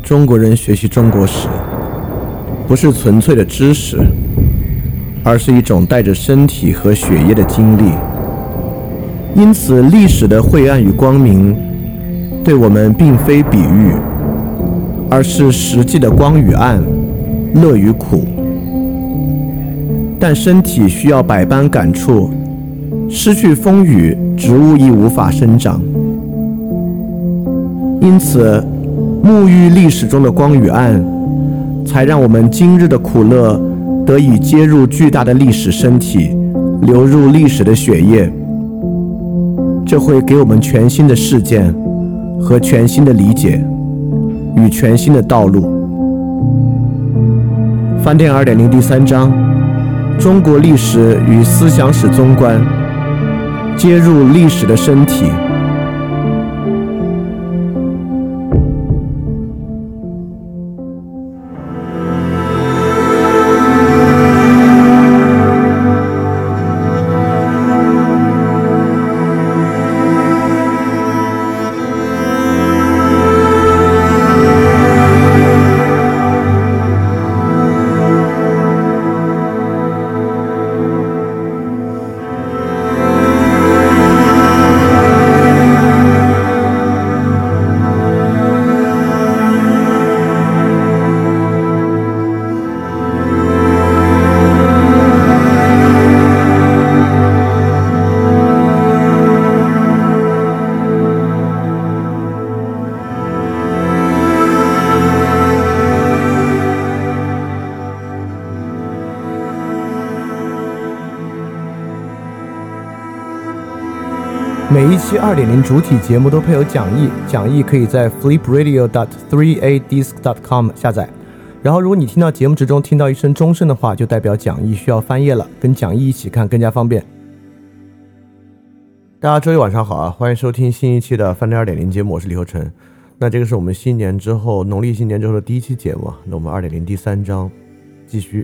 中国人学习中国史，不是纯粹的知识，而是一种带着身体和血液的经历。因此，历史的晦暗与光明，对我们并非比喻，而是实际的光与暗，乐与苦。但身体需要百般感触，失去风雨，植物亦无法生长。因此，沐浴历史中的光与暗，才让我们今日的苦乐得以接入巨大的历史身体，流入历史的血液。这会给我们全新的事件和全新的理解与全新的道路。翻天 2.0 第3章，中国历史与思想史综观，接入历史的身体。每一期 2.0 主体节目都配有讲义，讲义可以在 flipradio.3adisc.com 下载。然后如果你听到节目之中听到一声钟声的话，就代表讲义需要翻页了，跟讲义一起看更加方便。大家周一晚上好啊，欢迎收听新一期的翻天 2.0 节目，我是李厚成。那这个是我们新年之后，农历新年之后的第一期节目，那我们 2.0 第3章继续。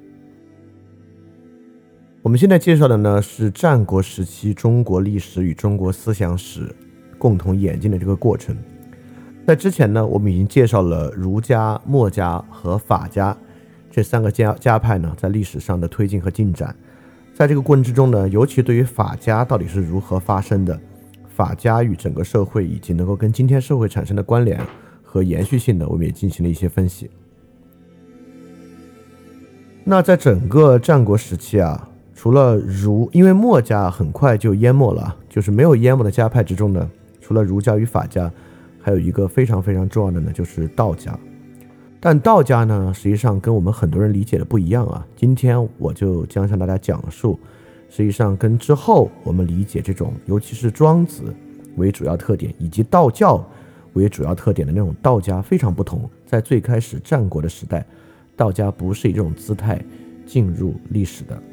我们现在介绍的呢是战国时期中国历史与中国思想史共同演进的这个过程。在之前呢，我们已经介绍了儒家、墨家和法家这三个家派呢在历史上的推进和进展。在这个过程之中呢，尤其对于法家到底是如何发生的，法家与整个社会以及能够跟今天社会产生的关联和延续性呢，我们也进行了一些分析。那在整个战国时期啊，除了儒，因为墨家很快就淹没了，就是没有淹没的家派之中呢，除了儒家与法家，还有一个非常非常重要的呢，就是道家。但道家呢，实际上跟我们很多人理解的不一样啊。今天我就将向大家讲述，实际上跟之后我们理解这种，尤其是庄子为主要特点，以及道教为主要特点的那种道家非常不同。在最开始战国的时代，道家不是以这种姿态进入历史的。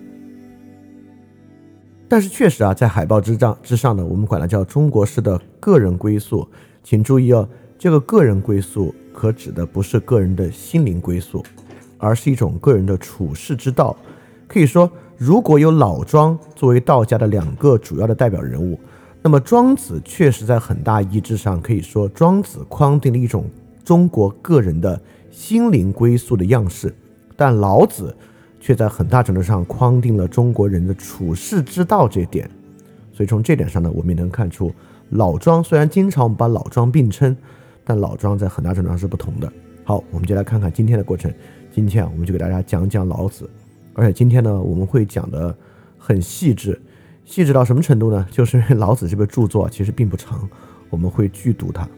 但是确实啊，在海报之上呢，我们管它叫中国式的个人归宿。请注意哦，这个个人归宿可指的不是个人的心灵归宿，而是一种个人的处世之道。可以说，如果有老庄作为道家的2个主要的代表人物，那么庄子确实在很大意志上可以说，庄子框定了一种中国个人的心灵归宿的样式，但老子却在很大程度上框定了中国人的处世之道这一点。所以从这点上呢，我们也能看出，老庄虽然经常我们把老庄并称，但老庄在很大程度上是不同的。好，我们就来看看今天的过程。今天我们就给大家讲讲老子，而且今天呢，我们会讲的很细致到什么程度呢？就是因为老子这个著作其实并不长，我们会剧读它。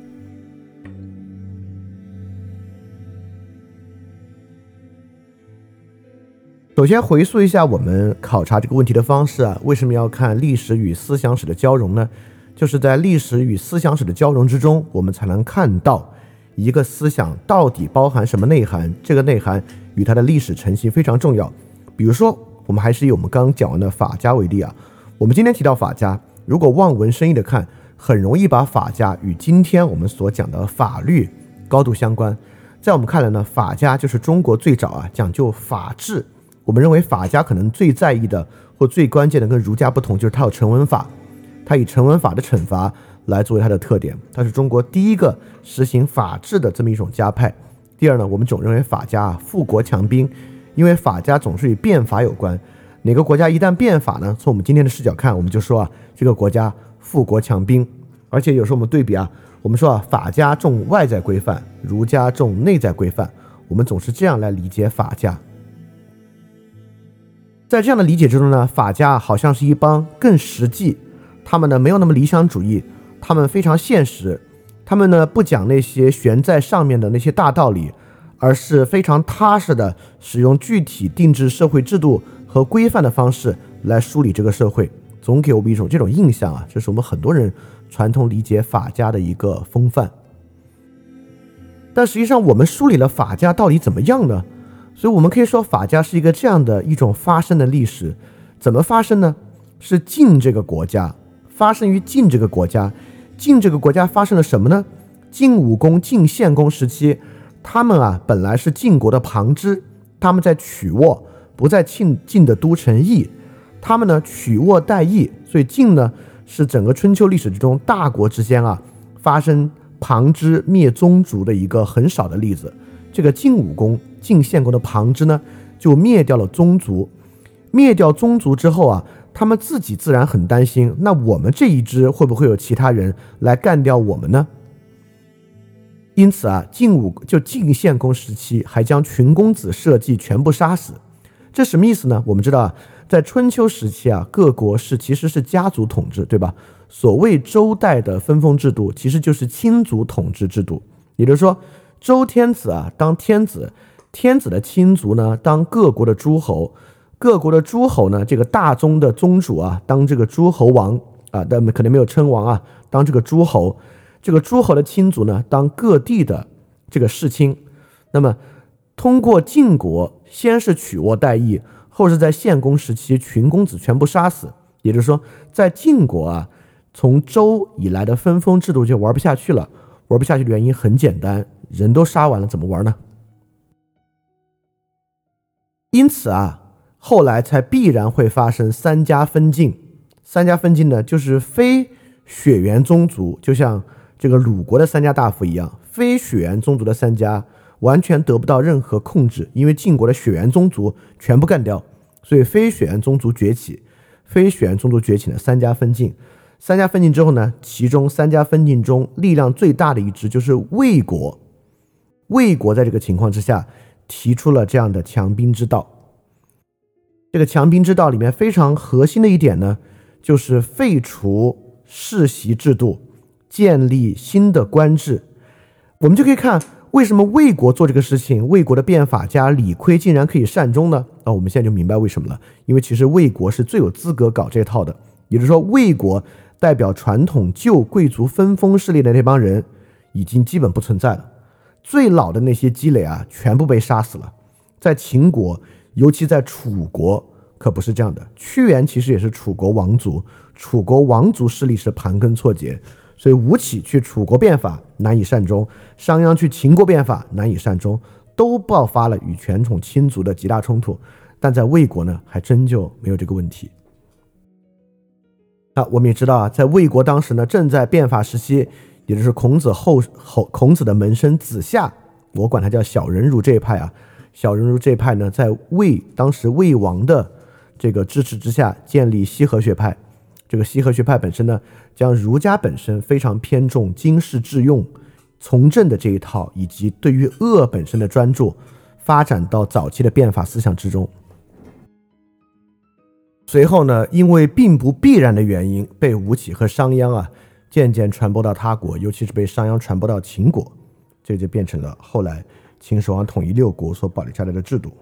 首先回溯一下我们考察这个问题的方式啊，为什么要看历史与思想史的交融呢？就是在历史与思想史的交融之中，我们才能看到一个思想到底包含什么内涵，这个内涵与它的历史成型非常重要。比如说，我们还是以我们刚刚讲完的法家为例啊，我们今天提到法家，如果望文生义的看，很容易把法家与今天我们所讲的法律高度相关。在我们看来呢，法家就是中国最早啊讲究法治。我们认为法家可能最在意的或最关键的跟儒家不同，就是它有成文法。 它以成文法的惩罚来作为它的特点，它是中国第一个实行法治的这么一种家派。第二呢，我们总认为法家富国强兵，因为法家总是与变法有关。哪个国家一旦变法呢？从我们今天的视角看，我们就说这个国家富国强兵。而且有时候我们对比我们说法家重外在规范，儒家重内在规范，我们总是这样来理解法家。在这样的理解之中呢，法家好像是一帮更实际，他们呢没有那么理想主义，他们非常现实，他们呢不讲那些悬在上面的那些大道理，而是非常踏实的使用具体定制社会制度和规范的方式来梳理这个社会，总给我们一种这种印象这是我们很多人传统理解法家的一个风范。但实际上我们梳理了法家到底怎么样呢？所以我们可以说法家是一个这样的一种发生的历史。怎么发生呢？是晋这个国家，发生于晋这个国家。晋这个国家发生了什么呢？晋武公、晋献公时期，他们本来是晋国的旁支，他们在曲沃，不在晋的都城邑，他们呢曲沃代邑，所以晋呢是整个春秋历史之中大国之间发生旁支灭宗族的一个很少的例子。这个晋武公、晋献公的旁支呢就灭掉了宗族，灭掉宗族之后他们自己自然很担心，那我们这一支会不会有其他人来干掉我们呢？因此晋献公时期还将群公子社稷全部杀死。这什么意思呢？我们知道在春秋时期各国其实是家族统治，对吧？所谓周代的分封制度其实就是亲族统治制度，也就是说周天子当天子，天子的亲族呢当各国的诸侯，各国的诸侯呢这个大宗的宗主当这个诸侯王但可能没有称王当这个诸侯，这个诸侯的亲族呢当各地的这个世卿。那么通过晋国先是曲沃代邑，后是在献公时期群公子全部杀死，也就是说在晋国从周以来的分封制度就玩不下去了。玩不下去的原因很简单，人都杀完了怎么玩呢？因此后来才必然会发生三家分晋。三家分晋呢就是非血缘宗族，就像这个鲁国的三家大夫一样，非血缘宗族的三家完全得不到任何控制，因为晋国的血缘宗族全部干掉，所以非血缘宗族崛起。非血缘宗族崛起呢，三家分晋。三家分晋之后呢，其中三家分晋中力量最大的一支就是魏国。魏国在这个情况之下提出了这样的强兵之道。这个强兵之道里面非常核心的一点呢，就是废除世袭制度，建立新的官制。我们就可以看为什么魏国做这个事情，魏国的变法家李悝竟然可以善终呢？我们现在就明白为什么了。因为其实魏国是最有资格搞这套的，也就是说魏国代表传统旧贵族分封势力的那帮人已经基本不存在了，最老的那些积累全部被杀死了。在秦国，尤其在楚国可不是这样的。屈原其实也是楚国王族，楚国王族势力是盘根错节，所以吴起去楚国变法难以善终，商鞅去秦国变法难以善终，都爆发了与权宠亲族的极大冲突。但在魏国呢，还真就没有这个问题。我们也知道在魏国当时呢正在变法时期，也就是孔子的门生子夏，我管他叫小人儒这一派小人儒这一派呢，在当时魏王的这个支持之下建立西河学派。这个西河学派本身呢，将儒家本身非常偏重经世致用、从政的这一套，以及对于恶本身的专注，发展到早期的变法思想之中。随后呢，因为并不必然的原因，被吴起和商鞅渐渐传播到他国，尤其是被商鞅传播到秦国，这就变成了后来秦始皇统一六国所保留下来的制度。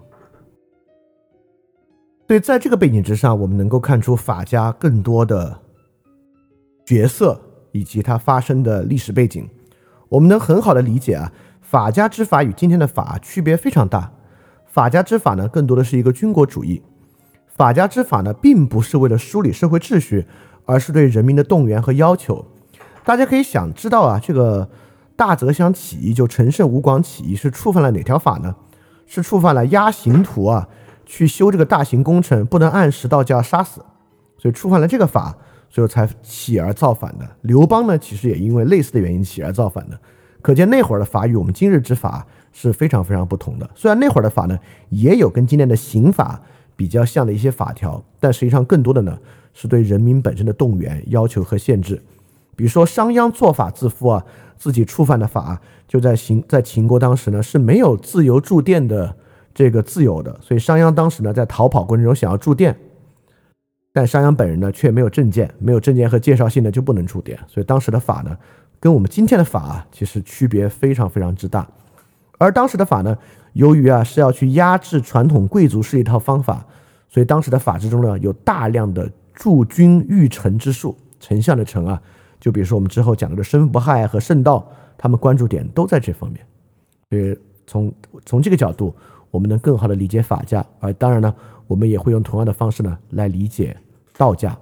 所以在这个背景之上，我们能够看出法家更多的角色以及它发生的历史背景。我们能很好的理解法家之法与今天的法区别非常大。法家之法呢，更多的是一个军国主义。法家之法呢，并不是为了梳理社会秩序，而是对人民的动员和要求。大家可以知道这个大泽乡起义，就陈胜吴广起义，是触犯了哪条法呢？是触犯了押刑徒去修这个大型工程不能按时到就要杀死，所以触犯了这个法， 所以才起而造反的。刘邦呢，其实也因为类似的原因起而造反的。可见那会儿的法与我们今日之法是非常非常不同的。虽然那会儿的法呢，也有跟今天的刑法比较像的一些法条，但实际上更多的呢，是对人民本身的动员、要求和限制。比如说商鞅做法自负啊，自己触犯的法就在秦国当时呢是没有自由住店的这个自由的，所以商鞅当时呢在逃跑过程中想要住店，但商鞅本人呢却没有证件，没有证件和介绍信呢就不能住店，所以当时的法呢跟我们今天的法其实区别非常非常之大。而当时的法呢，由于是要去压制传统贵族势力一套方法，所以当时的法制中呢有大量的驻军御臣之术，丞相的丞就比如说我们之后讲到的申不害和慎道，他们关注点都在这方面。所以从这个角度，我们能更好的理解法家，而当然呢，我们也会用同样的方式呢来理解道家。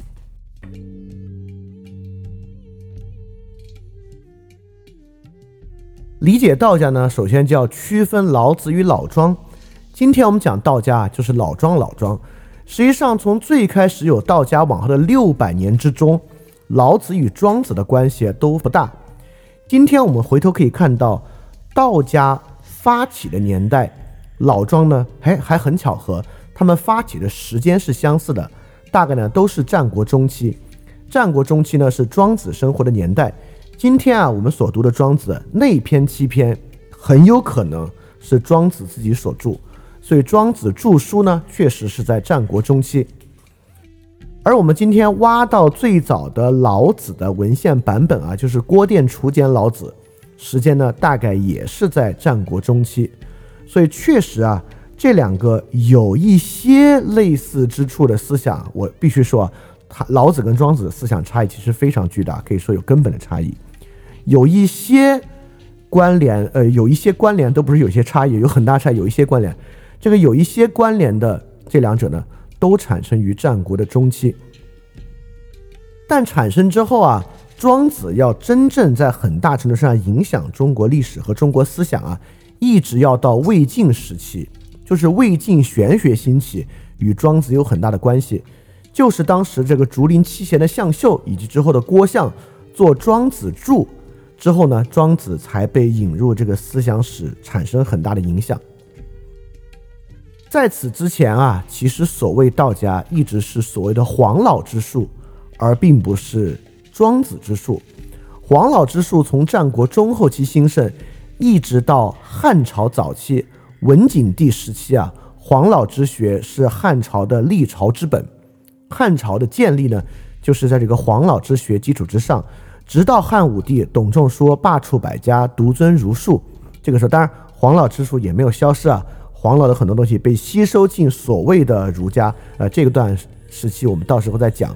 理解道家呢，首先就要区分老子与老庄。今天我们讲道家就是老庄。实际上从最开始有道家往后的600年之中，老子与庄子的关系都不大。今天我们回头可以看到，道家发起的年代，老庄呢还很巧合，他们发起的时间是相似的，大概呢都是战国中期。战国中期呢是庄子生活的年代。今天我们所读的庄子内篇7篇很有可能是庄子自己所著，所以庄子著书呢确实是在战国中期。而我们今天挖到最早的老子的文献版本就是郭店楚简老子，时间呢大概也是在战国中期。所以确实这两个有一些类似之处的思想，我必须说老子跟庄子的思想差异其实非常巨大，可以说有根本的差异。有一些关联有一些关联都不是有些差异，有很大差异，有一些关联。这个有一些关联的这两者呢都产生于战国的中期。但产生之后庄子要真正在很大程度上影响中国历史和中国思想一直要到魏晋时期，就是魏晋玄学兴起与庄子有很大的关系。就是当时这个竹林七贤的向秀以及之后的郭象做庄子注之后呢，庄子才被引入这个思想史，产生很大的影响。在此之前其实所谓道家一直是所谓的黄老之术，而并不是庄子之术。黄老之术从战国中后期兴盛，一直到汉朝早期文景帝时期黄老之学是汉朝的立朝之本。汉朝的建立呢，就是在这个黄老之学基础之上，直到汉武帝董仲舒罢黜百家，独尊儒术。这个时候当然黄老之术也没有消失黄老的很多东西被吸收进所谓的儒家这个段时期我们到时候再讲。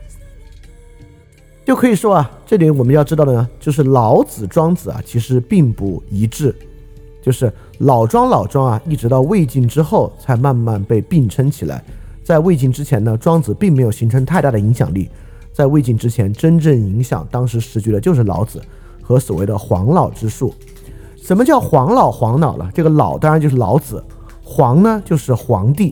就可以说这里我们要知道的呢，就是老子庄子其实并不一致，就是老庄一直到魏晋之后才慢慢被并称起来。在魏晋之前呢，庄子并没有形成太大的影响力。在魏晋之前，真正影响当时时局的就是老子和所谓的黄老之术。什么叫黄老了？这个老当然就是老子，黄呢就是皇帝。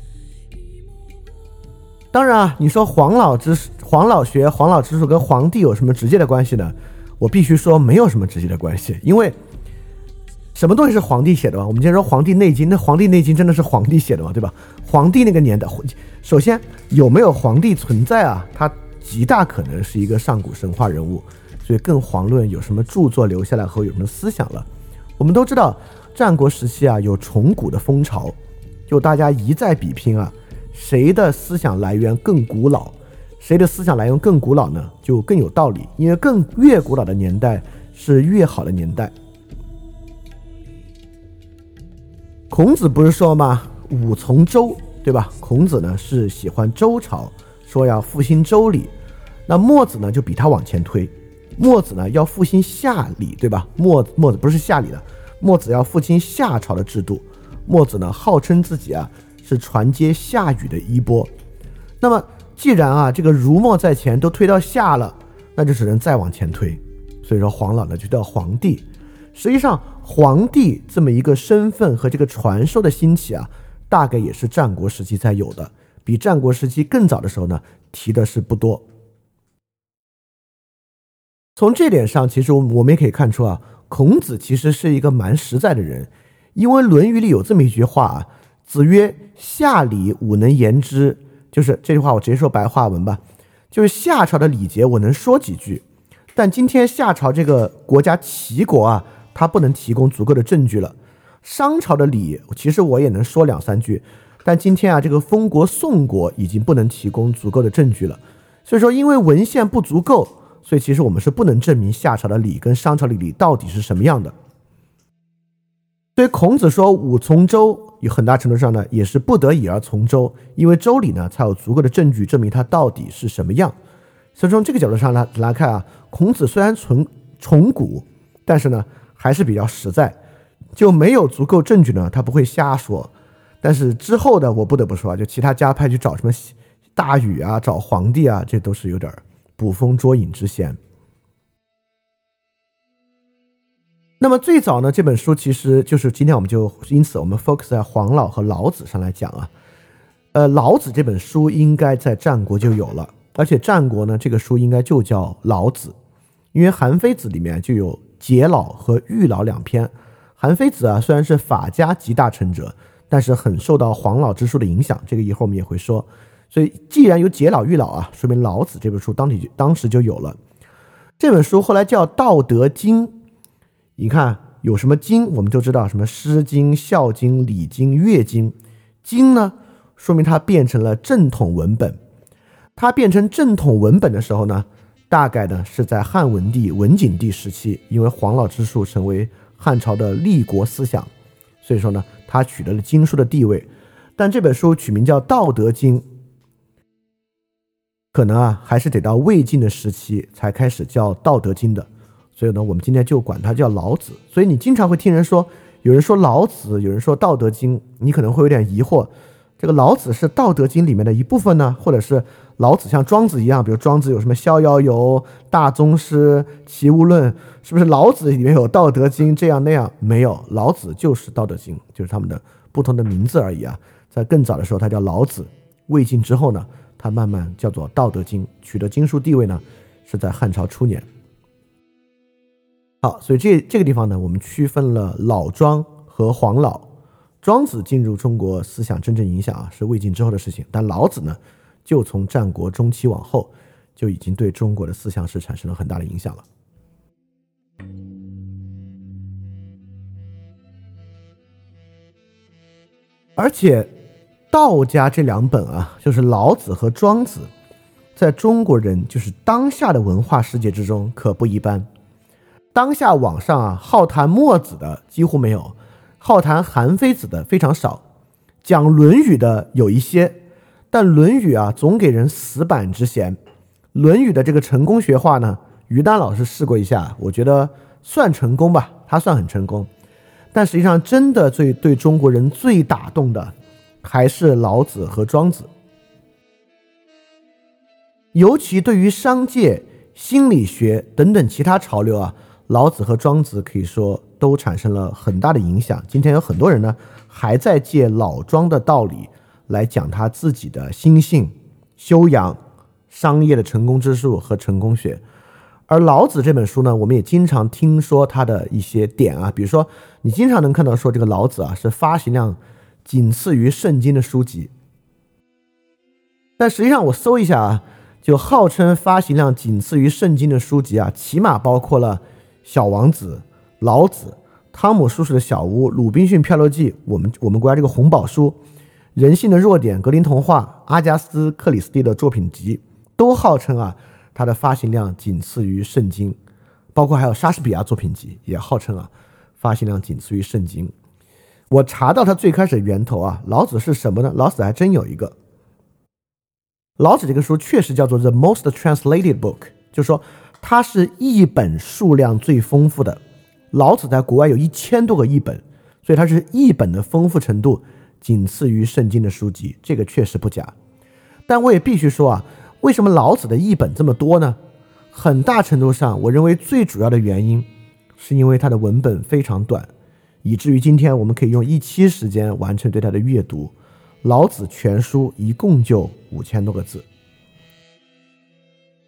当然你说黄老学、黄老之术跟皇帝有什么直接的关系呢？我必须说没有什么直接的关系。因为什么东西是皇帝写的吧？我们今天说黄帝内经，那黄帝内经真的是皇帝写的吗？对吧？黄帝那个年代，首先有没有皇帝存在他极大可能是一个上古神话人物，所以更遑论有什么著作留下来和有什么思想了。我们都知道战国时期有重古的风潮，就大家一再比拼谁的思想来源更古老，谁的思想来源更古老呢，就更有道理。因为越古老的年代是越好的年代。孔子不是说吗？武从周，对吧？孔子呢是喜欢周朝，说要复兴周礼。那墨子呢就比他往前推，墨子呢要复兴夏礼，对吧？墨子不是夏礼的，墨子要复兴夏朝的制度。墨子呢号称自己是传接夏禹的衣钵。那么既然这个儒墨在前都推到夏了，那就只能再往前推。所以说黄老呢就叫皇帝。实际上皇帝这么一个身份和这个传说的兴起大概也是战国时期才有的，比战国时期更早的时候呢提的是不多。 从这点上，其实我们也可以看出啊，孔子其实是一个蛮实在的人，因为《论语》里有这么一句话啊，子曰：夏礼吾能言之，就是这句话我直接说白话文吧，就是夏朝的礼节我能说几句，但今天夏朝这个国家齐国啊，它不能提供足够的证据了。商朝的礼其实我也能说2-3句，但今天啊，这个封国宋国已经不能提供足够的证据了。所以说因为文献不足够，所以其实我们是不能证明夏朝的礼跟商朝的礼到底是什么样的。所以孔子说吾从周，有很大程度上呢也是不得已而从周，因为周礼呢才有足够的证据证明它到底是什么样。所以从这个角度上来看啊，孔子虽然崇古，但是呢还是比较实在，就没有足够证据呢他不会瞎说。但是之后的我不得不说啊，就其他家派去找什么大禹啊，找皇帝啊，这都是有点捕风捉影之嫌。那么最早呢，这本书其实就是今天我们就因此我们 focus 在黄老和老子上来讲啊。老子这本书应该在战国就有了，而且战国呢这个书应该就叫老子，因为韩非子里面就有解老和喻老2篇。韩非子啊虽然是法家集大成者，但是很受到黄老之书的影响，这个一会儿我们也会说。所以既然有解老喻老啊，说明老子这本书当时就有了。这本书后来叫道德经，你看有什么经我们就知道什么诗经、孝经、礼经、乐经。经呢说明它变成了正统文本，它变成正统文本的时候呢，大概呢是在汉文帝文景帝时期，因为黄老之术成为汉朝的立国思想，所以说呢它取得了经书的地位。但这本书取名叫道德经，可能啊还是得到魏晋的时期才开始叫道德经的，所以呢我们今天就管它叫老子。所以你经常会听人说，有人说老子，有人说道德经，你可能会有点疑惑，这个老子是道德经里面的一部分呢，或者是老子像庄子一样，比如庄子有什么逍遥游、大宗师、齐物论，是不是老子里面有道德经这样那样？没有，老子就是道德经，就是他们的不同的名字而已啊。在更早的时候他叫老子，魏晋之后呢它慢慢叫做道德经，取得经书地位呢是在汉朝初年。好，所以这个地方呢我们区分了老庄和黄老。庄子进入中国思想真正影响啊是魏晋之后的事情，但老子呢就从战国中期往后就已经对中国的思想史产生了很大的影响了。而且道家这2本啊，就是老子和庄子，在中国人就是当下的文化世界之中可不一般。当下网上啊好谈墨子的几乎没有，好谈韩非子的非常少，讲论语的有一些，但论语啊总给人死板之嫌。论语的这个成功学化呢，于丹老师试过一下，我觉得算成功吧，他算很成功。但实际上真的对中国人最打动的还是老子和庄子。尤其对于商界、心理学等等其他潮流啊，老子和庄子可以说都产生了很大的影响。今天有很多人呢还在借老庄的道理来讲他自己的心性、修养、商业的成功之术和成功学。而老子这本书呢，我们也经常听说他的一些点啊，比如说你经常能看到说这个老子啊是发行量仅次于圣经的书籍，但实际上我搜一下啊，就号称发行量仅次于圣经的书籍啊，起码包括了小王子、老子、汤姆叔叔的小屋、鲁滨逊漂流记、我们国家这个红宝书、人性的弱点、格林童话、阿加斯克里斯蒂的作品集，都号称啊它的发行量仅次于圣经，包括还有莎士比亚作品集也号称啊发行量仅次于圣经。我查到它最开始的源头啊，老子是什么呢？老子还真有一个。老子这个书确实叫做 The Most Translated Book， 就是说它是译本数量最丰富的。老子在国外有1000多个译本，所以它是译本的丰富程度仅次于圣经的书籍，这个确实不假。但我也必须说啊，为什么老子的译本这么多呢？很大程度上我认为最主要的原因是因为它的文本非常短，以至于今天我们可以用1期时间完成对它的阅读。老子全书一共就5000多个字。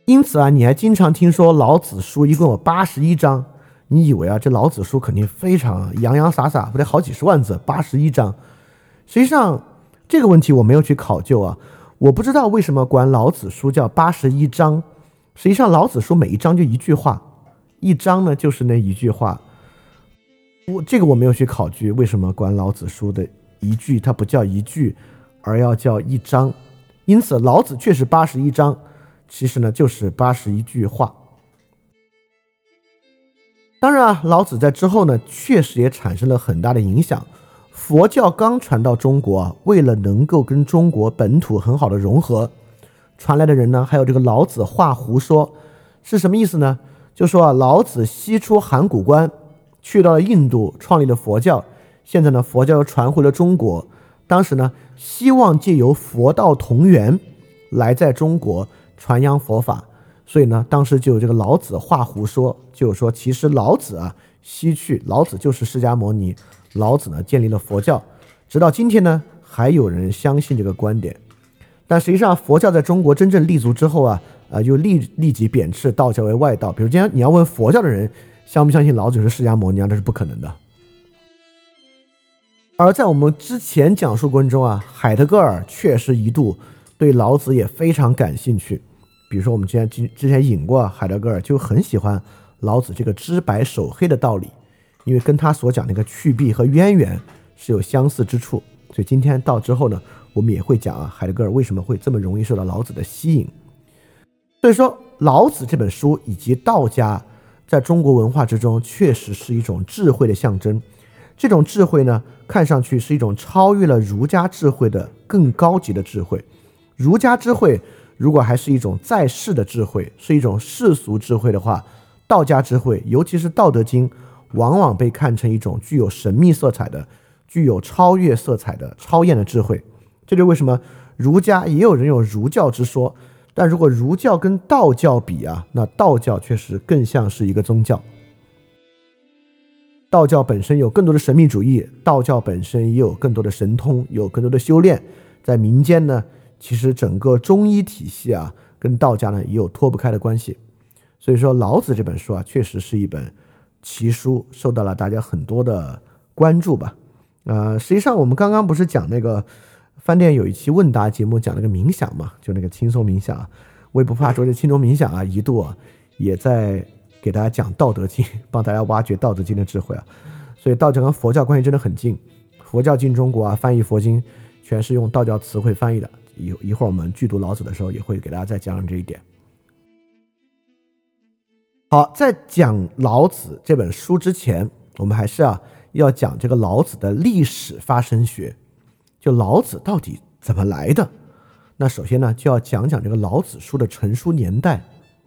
因此啊，你还经常听说老子书一共有81章，你以为啊这老子书肯定非常洋洋洒洒，不得好几十万字，81章。实际上这个问题我没有去考究啊，我不知道为什么管老子书叫81章。实际上老子书每一章就一句话，一章呢就是那一句话。这个我没有去考据为什么管老子书的一句它不叫一句，而要叫一章。因此老子确实81章，其实呢就是81句话。当然啊，老子在之后呢确实也产生了很大的影响。佛教刚传到中国啊，为了能够跟中国本土很好的融合，传来的人呢还有这个老子画胡说。是什么意思呢？就说啊，老子西出函谷关，去到了印度，创立了佛教。现在呢佛教又传回了中国，当时呢希望借由佛道同源来在中国传扬佛法，所以呢当时就有这个老子画胡说，就是说其实老子啊西去，老子就是释迦牟尼，老子呢建立了佛教。直到今天呢还有人相信这个观点。但实际上佛教在中国真正立足之后啊，就立即贬斥道教为外道。比如今天你要问佛教的人相不相信老子是释迦牟尼啊，这是不可能的。而在我们之前讲述过程中啊，海德格尔确实一度对老子也非常感兴趣。比如说我们之前引过海德格尔就很喜欢老子这个知白守黑的道理，因为跟他所讲那个去弊和渊源是有相似之处。所以今天到之后呢，我们也会讲啊，海德格尔为什么会这么容易受到老子的吸引。所以说老子这本书以及道家在中国文化之中确实是一种智慧的象征。这种智慧呢看上去是一种超越了儒家智慧的更高级的智慧。儒家智慧如果还是一种在世的智慧，是一种世俗智慧的话，道家智慧尤其是道德经往往被看成一种具有神秘色彩的、具有超越色彩的超验的智慧。这就是为什么儒家也有人有儒教之说，但如果儒教跟道教比啊，那道教确实更像是一个宗教。道教本身有更多的神秘主义，道教本身也有更多的神通，有更多的修炼。在民间呢，其实整个中医体系啊跟道家呢也有脱不开的关系。所以说老子这本书啊确实是一本奇书，受到了大家很多的关注吧。实际上我们刚刚不是讲那个饭店有一期问答节目讲那个冥想嘛，就那个轻松冥想啊，我也不怕说这轻松冥想啊一度啊也在给大家讲道德经，帮大家挖掘道德经的智慧啊。所以道教跟佛教关系真的很近，佛教进中国啊翻译佛经全是用道教词汇翻译的，一会儿我们剧读老子的时候也会给大家再讲讲这一点。好，在讲老子这本书之前，我们还是要讲这个老子的历史发生学，就老子到底怎么来的。那首先呢就要讲讲这个老子书的成书年代。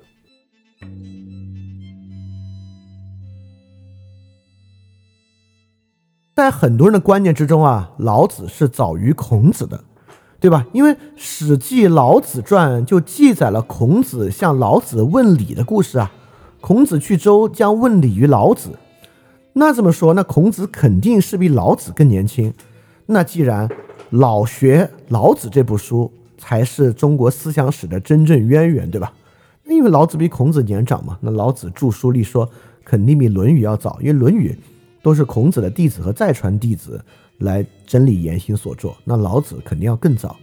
在很多人的观念之中啊，老子是早于孔子的，对吧？因为《史记·老子传》就记载了孔子向老子问礼的故事啊。孔子去周将问礼于老子，那这么说，那孔子肯定是比老子更年轻。那既然老学老子这部书才是中国思想史的真正渊源，对吧？那因为老子比孔子年长嘛，那老子著书立说肯定比论语要早，因为论语都是孔子的弟子和再传弟子来整理言行所作，那老子肯定要更早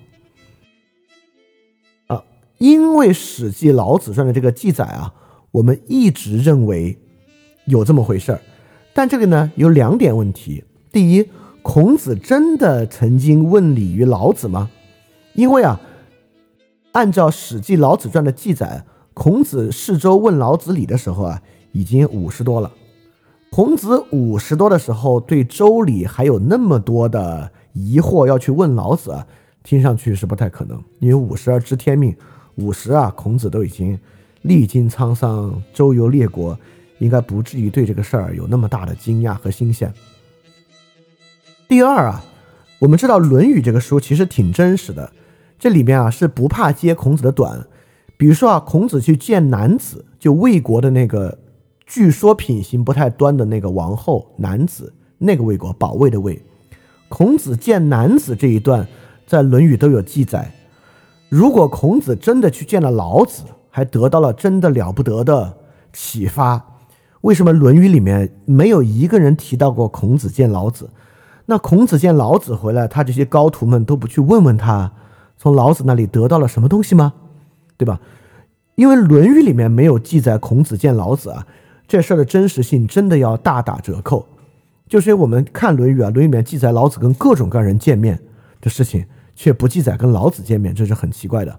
因为《史记·老子传》的这个记载啊，我们一直认为有这么回事儿，但这个呢有两点问题。第一，孔子真的曾经问礼于老子吗？因为按照《史记·老子传》的记载，孔子试周问老子礼的时候已经50多了。孔子50多的时候对周礼还有那么多的疑惑要去问老子听上去是不太可能。因为50而知天命，50孔子都已经历经沧桑，周游列国，应该不至于对这个事儿有那么大的惊讶和新鲜。第二我们知道《论语》这个书其实挺真实的，这里面是不怕揭孔子的短。比如说孔子去见南子，就魏国的那个据说品行不太端的那个王后南子，那个魏国保卫的魏，孔子见南子这一段在《论语》都有记载。如果孔子真的去见了老子， 还得到了真的了不得的启发。为什么《论语》里面没有一个人提到过孔子见老子？那孔子见老子回来，他这些高徒们都不去问问他从老子那里得到了什么东西吗？对吧？因为《论语》里面没有记载孔子见老子啊，这事儿的真实性真的要大打折扣。就是因为我们看《论语》啊，《论语》里面记载老子跟各种各样人见面的事情，却不记载跟老子见面，这是很奇怪的。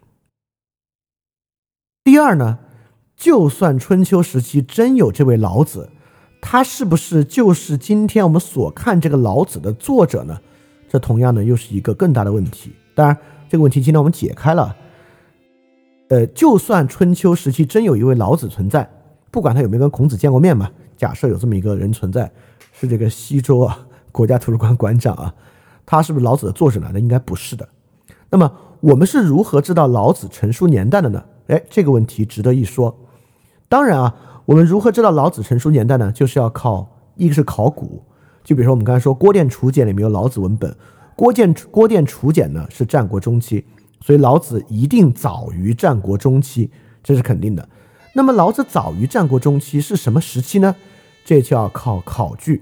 第二呢，就算春秋时期真有这位老子，他是不是就是今天我们所看这个老子的作者呢？这同样呢又是一个更大的问题。当然这个问题今天我们解开了。就算春秋时期真有一位老子存在，不管他有没有跟孔子见过面嘛，假设有这么一个人存在，是这个西周啊国家图书馆馆长啊，他是不是老子的作者呢？那应该不是的。那么我们是如何知道老子成书年代的呢？这个问题值得一说。当然啊，我们如何知道老子成书年代呢？就是要靠一个是考古，就比如说我们刚才说郭店楚简里面有老子文本，郭店楚简呢是战国中期，所以老子一定早于战国中期，这是肯定的。那么老子早于战国中期是什么时期呢？这就要靠考据。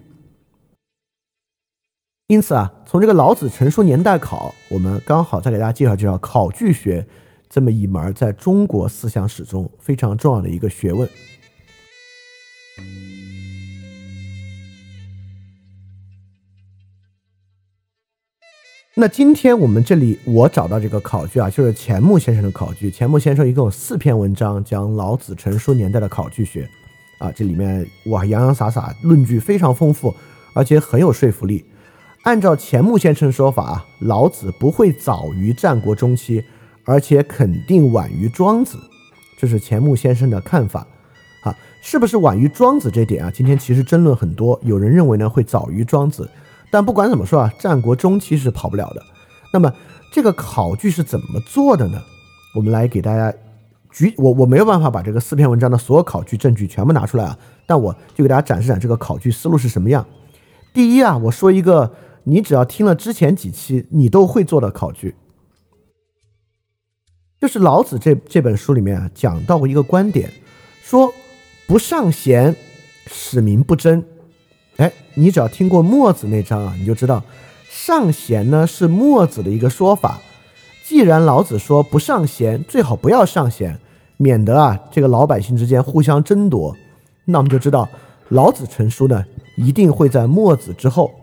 因此啊，从这个老子成书年代考，我们刚好再给大家介绍介绍考据学这么一门在中国思想史中非常重要的一个学问。那今天我们这里我找到这个考据啊，就是钱穆先生的考据。钱穆先生一共有4篇文章讲老子成书年代的考据学啊，这里面哇洋洋洒洒，论据非常丰富，而且很有说服力。按照钱穆先生的说法啊，老子不会早于战国中期，而且肯定晚于庄子，这是钱穆先生的看法啊。是不是晚于庄子这点啊，今天其实争论很多，有人认为呢会早于庄子，但不管怎么说啊，战国中期是跑不了的。那么这个考据是怎么做的呢？我们来给大家我没有办法把这个4篇文章的所有考据证据全部拿出来啊，但我就给大家展示这个考据思路是什么样。第一啊，我说一个你只要听了之前几期你都会做的考据，就是老子这本书里面啊讲到过一个观点，说不尚贤，使民不争。你只要听过墨子那章啊，你就知道尚贤呢是墨子的一个说法。既然老子说不尚贤，最好不要尚贤，免得啊这个老百姓之间互相争夺，那我们就知道老子成书呢一定会在墨子之后。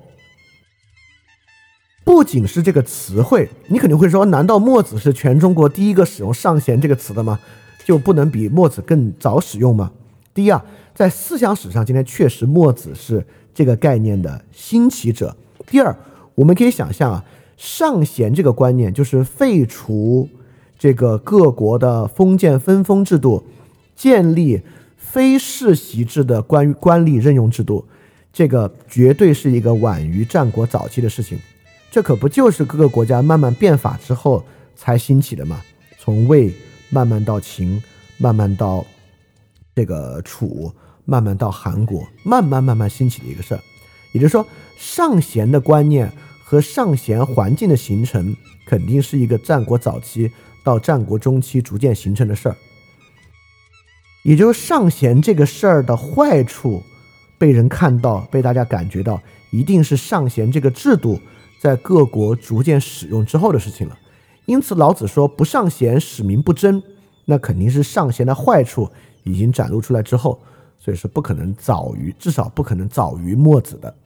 不仅是这个词汇，你肯定会说，难道墨子是全中国第一个使用尚贤这个词的吗？就不能比墨子更早使用吗？第一啊，在思想史上今天确实墨子是这个概念的兴起者。第二，我们可以想象啊，尚贤这个观念就是废除这个各国的封建分封制度，建立非世袭制的官吏任用制度，这个绝对是一个晚于战国早期的事情。这可不就是各个国家慢慢变法之后才兴起的吗？从魏慢慢到秦，慢慢到这个楚，慢慢到韩国，慢慢兴起的一个事儿。也就是说，尚贤的观念和尚贤环境的形成，肯定是一个战国早期到战国中期逐渐形成的事儿。也就是尚贤这个事儿的坏处被人看到，被大家感觉到，一定是尚贤这个制度在各国逐渐使用之后的事情了。因此老子说不尚贤，使民不争，那肯定是尚贤的坏处已经展露出来之后，所以是不可能早于，至少不可能早于墨子的。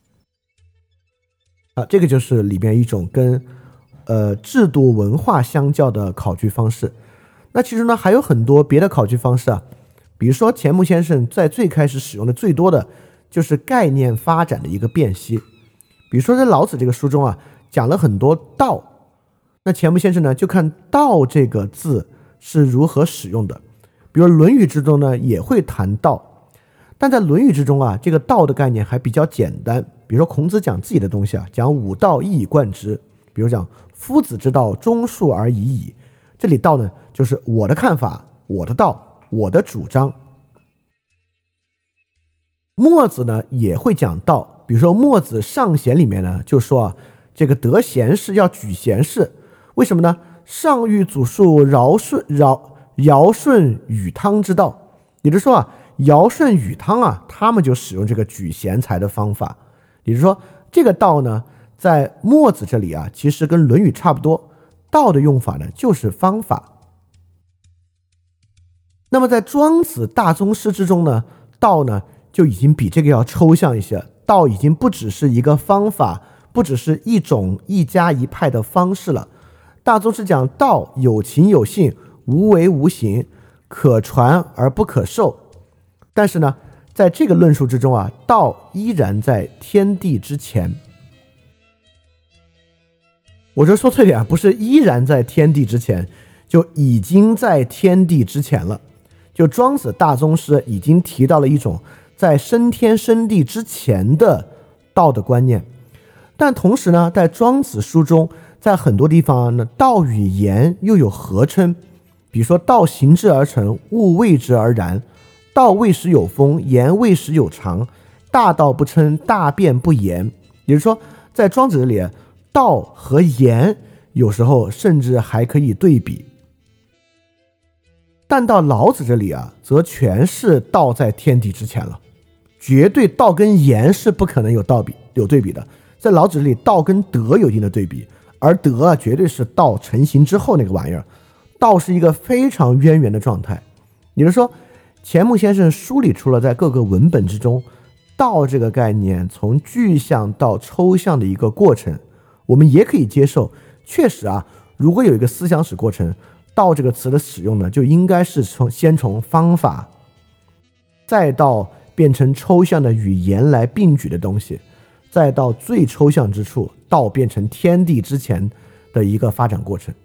这个就是里面一种跟制度文化相较的考据方式。那其实呢还有很多别的考据方式啊，比如说钱穆先生在最开始使用的最多的就是概念发展的一个辨析。比如说在老子这个书中啊，讲了很多道，那钱穆先生呢就看道这个字是如何使用的。比如论语之中呢也会谈道，但在论语之中啊，这个道的概念还比较简单。比如说孔子讲自己的东西啊，讲五道一以贯之，比如讲夫子之道忠恕而已矣，这里道呢就是我的看法，我的道，我的主张。墨子呢也会讲道，比如说墨子上贤里面呢就说啊，这个得贤士要举贤士，为什么呢？上欲祖述尧舜禹汤之道。也就是说啊，尧舜禹汤啊，他们就使用这个举贤才的方法。也就是说，这个道呢，在墨子这里啊，其实跟《论语》差不多。道的用法呢，就是方法。那么在庄子大宗师之中呢，道呢就已经比这个要抽象一些。道已经不只是一个方法，不只是一种一家一派的方式了。大宗师讲道有情有性，无为无形，可传而不可授。但是呢，在这个论述之中啊，道依然在天地之前。我这说错点，不是依然在天地之前，就已经在天地之前了。就庄子大宗师已经提到了一种在生天生地之前的道的观念。但同时呢，在庄子书中，在很多地方呢，道与言又有合称。比如说道行之而成，物谓之而然，道未时有风，言未时有常，大道不称，大辩不言。也就是说，在庄子这里，道和言有时候甚至还可以对比。但到老子这里啊，则全是道在天地之前了，绝对道跟言是不可能有对比的。在老子这里，道跟德有一定的对比，而德啊，绝对是道成型之后那个玩意儿。道是一个非常渊源的状态。也就是说，钱穆先生梳理出了在各个文本之中，道这个概念从具象到抽象的一个过程。我们也可以接受，确实啊，如果有一个思想史过程，道这个词的使用呢，就应该是先从方法，再到变成抽象的语言来并举的东西，再到最抽象之处，道变成天地之前的一个发展过程。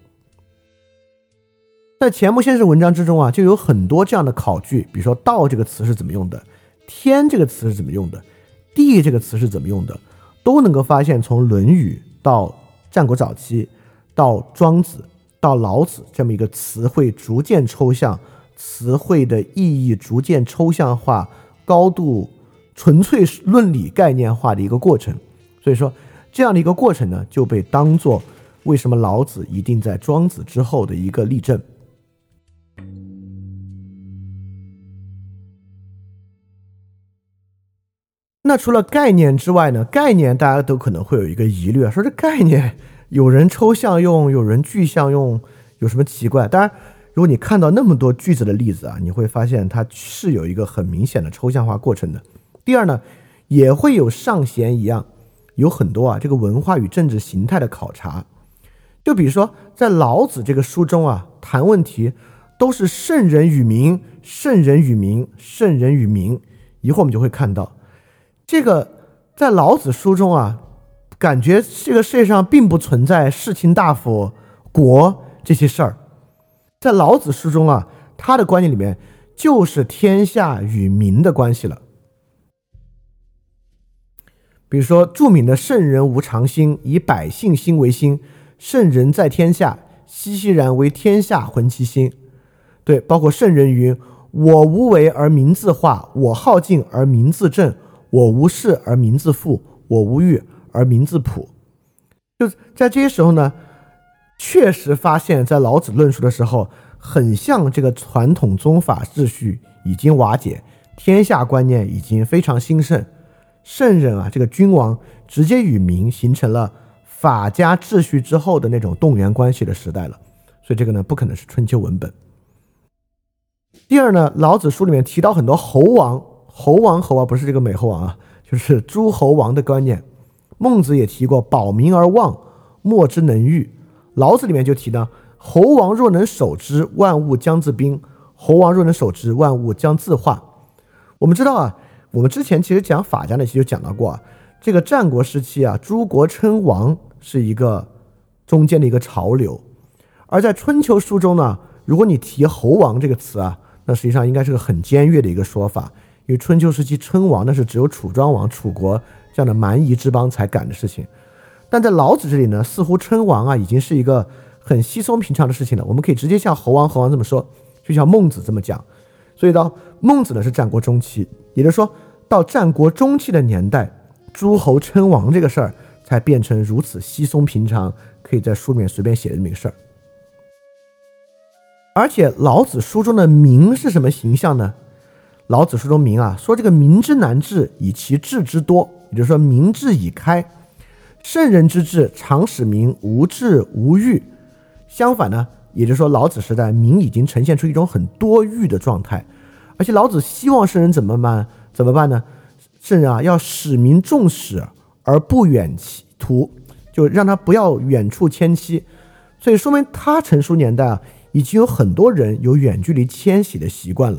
在钱穆先生文章之中啊，就有很多这样的考据，比如说道这个词是怎么用的，天这个词是怎么用的，地这个词是怎么用的，都能够发现从《论语》到战国早期，到庄子，到老子，这么一个词汇逐渐抽象，词汇的意义逐渐抽象化，高度纯粹论理概念化的一个过程。所以说这样的一个过程呢，就被当作为什么老子一定在庄子之后的一个例证。那除了概念之外呢，概念大家都可能会有一个疑虑啊，说这概念有人抽象用，有人具象用，有什么奇怪？当然，如果你看到那么多句子的例子啊，你会发现它是有一个很明显的抽象化过程的。第二呢，也会有上弦一样，有很多啊这个文化与政治形态的考察。就比如说在老子这个书中啊，谈问题都是圣人与民，圣人与民，圣人与民。一会儿我们就会看到，这个在老子书中啊，感觉这个世界上并不存在士卿大夫、国这些事儿。在老子书中啊，他的观念里面就是天下与民的关系了。比如说著名的圣人无常心，以百姓心为心，圣人在天下，熙熙然为天下浑其心。对，包括圣人云：我无为而民自化，我好静而民自正，我无事而民自富，我无欲而民自朴。就在这些时候呢，确实发现在老子论述的时候，很像这个传统宗法秩序已经瓦解，天下观念已经非常兴盛，圣人啊，这个君王直接与民形成了法家秩序之后的那种动员关系的时代了。所以这个呢，不可能是春秋文本。第二呢，老子书里面提到很多侯王不是这个美猴王啊，就是诸侯王的观念。孟子也提过保民而望，莫之能御。老子里面就提到，侯王若能守之，万物将自兵；侯王若能守之，万物将自化。我们知道啊，我们之前其实讲法家那期就讲到过啊，这个战国时期啊，诸国称王是一个中间的一个潮流。而在春秋书中呢，如果你提侯王这个词啊，那实际上应该是个很僭越的一个说法，因为春秋时期称王那是只有楚庄王、楚国这样的蛮夷之邦才干的事情。但在老子这里呢，似乎称王啊已经是一个很稀松平常的事情了，我们可以直接像侯王这么说，就像孟子这么讲。所以到孟子呢是战国中期，也就是说到战国中期的年代，诸侯称王这个事儿才变成如此稀松平常，可以在书里面随便写的这么一个事儿。 而且老子书中的民是什么形象呢？老子书中民啊，说这个民之难治，以其智之多，也就是说民智已开，圣人之治常使民无智无欲。相反呢，也就是说老子时代民已经呈现出一种很多欲的状态，而且老子希望圣人怎么办呢？圣人啊，要使民重使而不远途，就让他不要远处迁徙。所以说明他成书年代啊，已经有很多人有远距离迁徙的习惯了。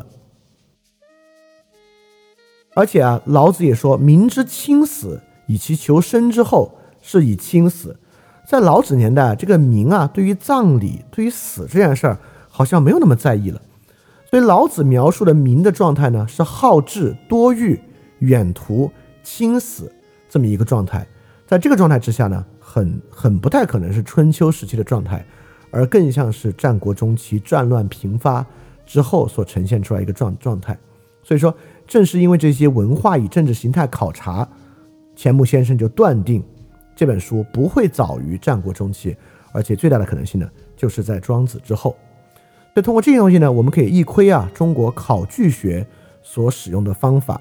而且啊，老子也说民之亲死，以其求生之后，是以亲死。在老子年代，这个民啊，对于葬礼对于死这件事儿好像没有那么在意了。所以老子描述的民的状态呢，是好智多欲远途亲死这么一个状态。在这个状态之下呢，很不太可能是春秋时期的状态，而更像是战国中期战乱频发之后所呈现出来一个状态。所以说正是因为这些文化与政治形态考察，钱穆先生就断定这本书不会早于战国中期，而且最大的可能性呢，就是在庄子之后。所以通过这些东西呢，我们可以一窥啊中国考据学所使用的方法。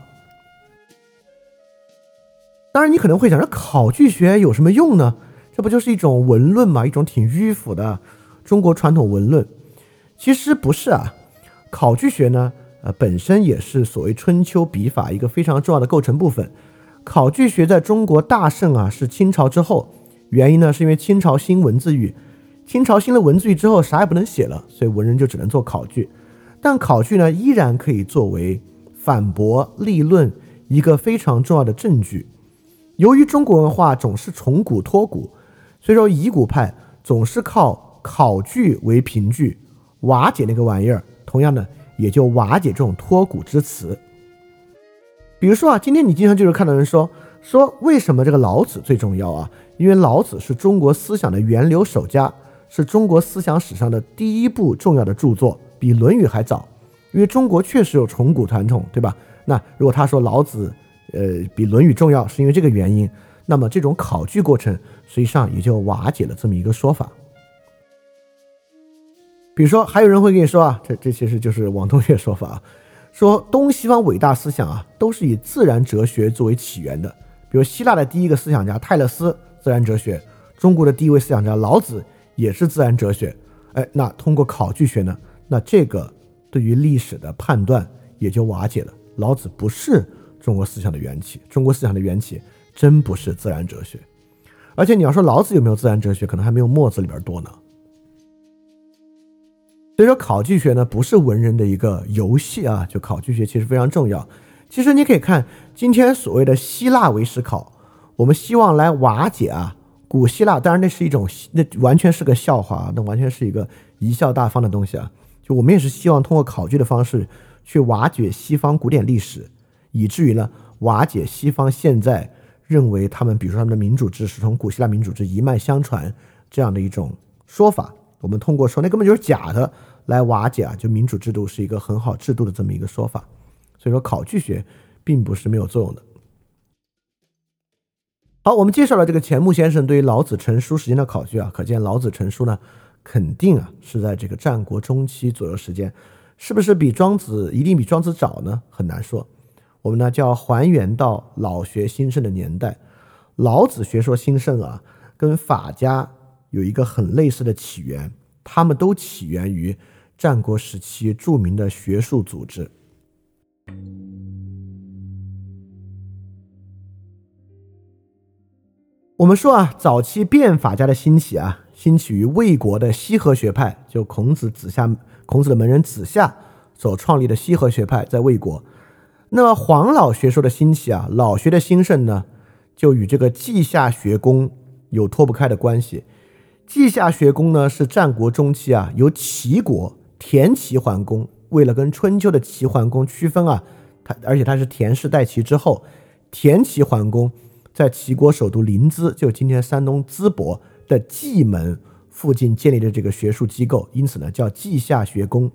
当然你可能会想，这考据学有什么用呢？这不就是一种文论吗？一种挺迂腐的中国传统文论。其实不是啊，考据学呢本身也是所谓春秋笔法一个非常重要的构成部分。考据学在中国大盛啊是清朝之后，原因呢是因为清朝兴文字狱，清朝兴了文字狱之后啥也不能写了，所以文人就只能做考据。但考据呢依然可以作为反驳立论一个非常重要的证据。由于中国文化总是从古托古，所以说夷古派总是靠考据为凭据瓦解那个玩意儿，同样呢也就瓦解这种托古之词。比如说啊，今天你经常就是看到人说为什么这个老子最重要啊？因为老子是中国思想的源流首家，是中国思想史上的第一部重要的著作，比《论语》还早。因为中国确实有从古传统，对吧？那如果他说老子比《论语》重要，是因为这个原因，那么这种考据过程实际上也就瓦解了这么一个说法。比如说还有人会跟你说啊，这其实就是王东岳说法啊，说东西方伟大思想啊都是以自然哲学作为起源的。比如希腊的第一个思想家泰勒斯，自然哲学；中国的第一位思想家老子也是自然哲学。那通过考据学呢，那这个对于历史的判断也就瓦解了。老子不是中国思想的缘起，中国思想的缘起真不是自然哲学。而且你要说老子有没有自然哲学，可能还没有墨子里边多呢。所以说考据学呢不是文人的一个游戏啊，就考据学其实非常重要。其实你可以看今天所谓的希腊唯识考，我们希望来瓦解啊古希腊，当然那完全是个笑话啊，那完全是一个贻笑大方的东西啊。就我们也是希望通过考据的方式去瓦解西方古典历史，以至于呢瓦解西方现在认为他们比如说他们的民主制是从古希腊民主制一脉相传这样的一种说法。我们通过说那根本就是假的来瓦解啊，就民主制度是一个很好制度的这么一个说法。所以说考据学并不是没有作用的。好，我们介绍了这个钱穆先生对于老子成书时间的考据啊，可见老子成书呢肯定啊是在这个战国中期左右时间。是不是一定比庄子早呢？很难说。我们呢就要还原到老学兴盛的年代。老子学说兴盛啊，跟法家有一个很类似的起源，他们都起源于战国时期著名的学术组织。我们说啊，早期变法家的兴起啊，兴起于魏国的西河学派，就孔子的门人子夏所创立的西河学派在魏国。那么黄老学说的兴起啊，老学的兴盛呢，就与这个稷下学宫有脱不开的关系。稷下学宫呢是战国中期啊，由齐国田齐桓公为了跟春秋的齐桓公区分啊，而且他是田氏代齐之后，田齐桓公在齐国首都临淄，就今天山东淄博的蓟门附近建立的这个学术机构，因此呢叫稷下学宫。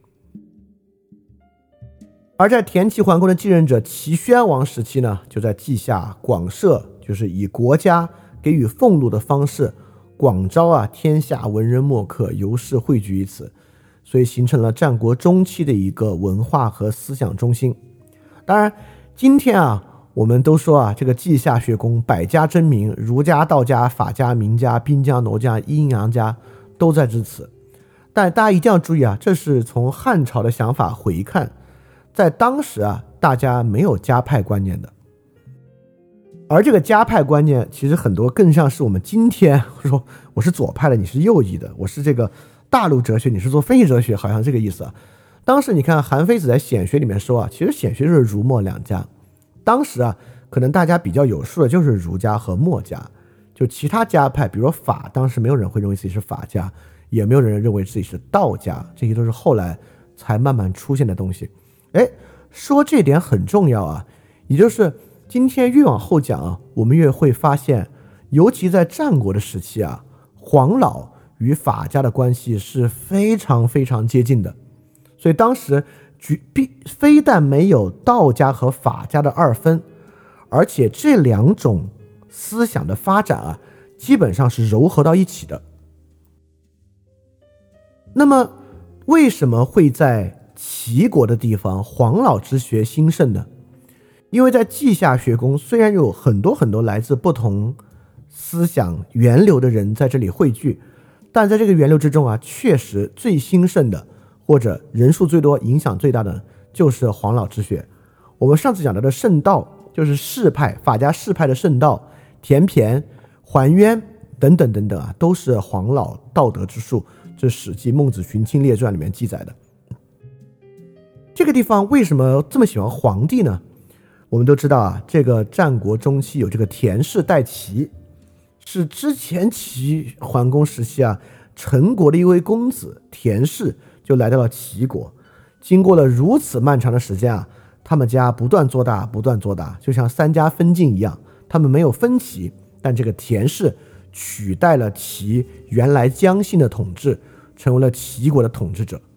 而在田齐桓公的继任者齐宣王时期呢，就在稷下广设，就是以国家给予俸禄的方式广招啊天下文人墨客游士汇聚于此。 所以形成了战国中期的一个文化和思想中心。当然今天啊，我们都说啊，这个稷下学宫百家争鸣，儒家、道家、法家、名家、兵家、儒家、阴阳家都在致辞。但大家一定要注意啊，这是从汉朝的想法回看，在当时啊，大家没有家派观念的。而这个家派观念其实很多更像是我们今天说我是左派的，你是右翼的，我是这个大陆哲学，你是做分析哲学，好像这个意思啊。当时你看韩非子在显学里面说啊，其实显学就是儒墨两家。当时啊，可能大家比较有数的就是儒家和墨家，就其他家派，比如说法，当时没有人会认为自己是法家，也没有人认为自己是道家，这些都是后来才慢慢出现的东西。说这点很重要啊，也就是今天越往后讲啊，我们越会发现，尤其在战国的时期啊，黄老与法家的关系是非常非常接近的。所以当时非但没有道家和法家的二分，而且这两种思想的发展啊，基本上是糅合到一起的。那么为什么会在齐国的地方黄老之学兴盛呢？因为在稷下学宫虽然有很多很多来自不同思想源流的人在这里汇聚，但在这个源流之中啊，确实最兴盛的或者人数最多影响最大的就是黄老之学。我们上次讲到的圣道，就是士派法家士派的圣道、田骈、还渊等等等等啊，都是黄老道德之术，这《史记·孟子荀卿列传》里面记载的。这个地方为什么这么喜欢皇帝呢？我们都知道啊，这个战国中期有这个田氏代齐，是之前齐桓公时期啊，陈国的一位公子田氏就来到了齐国。经过了如此漫长的时间啊，他们家不断做大，不断做大，就像三家分晋一样，他们没有分齐，但这个田氏取代了齐原来姜姓的统治，成为了齐国的统治者。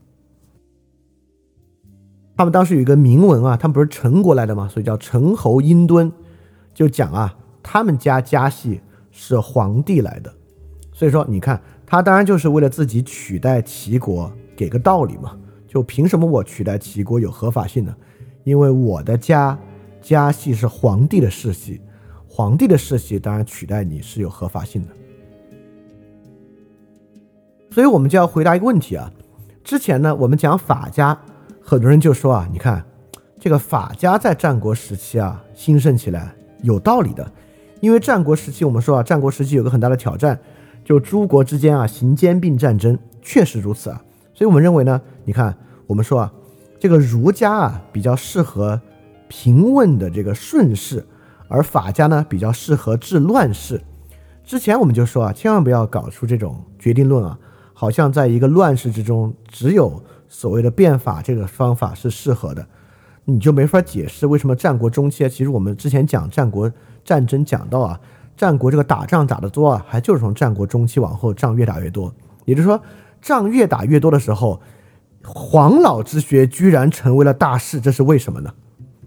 他们当时有一个铭文啊，他们不是陈国来的吗？所以叫陈侯殷敦，就讲啊，他们家家系是皇帝来的。所以说你看，他当然就是为了自己取代齐国给个道理嘛，就凭什么我取代齐国有合法性呢？因为我的家系是皇帝的世系，皇帝的世系当然取代你是有合法性的。所以我们就要回答一个问题啊，之前呢我们讲法家，很多人就说啊，你看这个法家在战国时期啊兴盛起来有道理的，因为战国时期我们说啊，战国时期有个很大的挑战，就诸国之间啊行兼并战争，确实如此啊。所以我们认为呢，你看我们说啊，这个儒家啊比较适合平稳的这个顺势，而法家呢比较适合治乱世。之前我们就说啊，千万不要搞出这种决定论啊，好像在一个乱世之中只有所谓的变法这个方法是适合的，你就没法解释为什么战国中期，其实我们之前讲战国战争讲到啊，战国这个打仗打得多啊，还就是从战国中期往后仗越打越多，也就是说仗越打越多的时候，黄老之学居然成为了大势，这是为什么呢？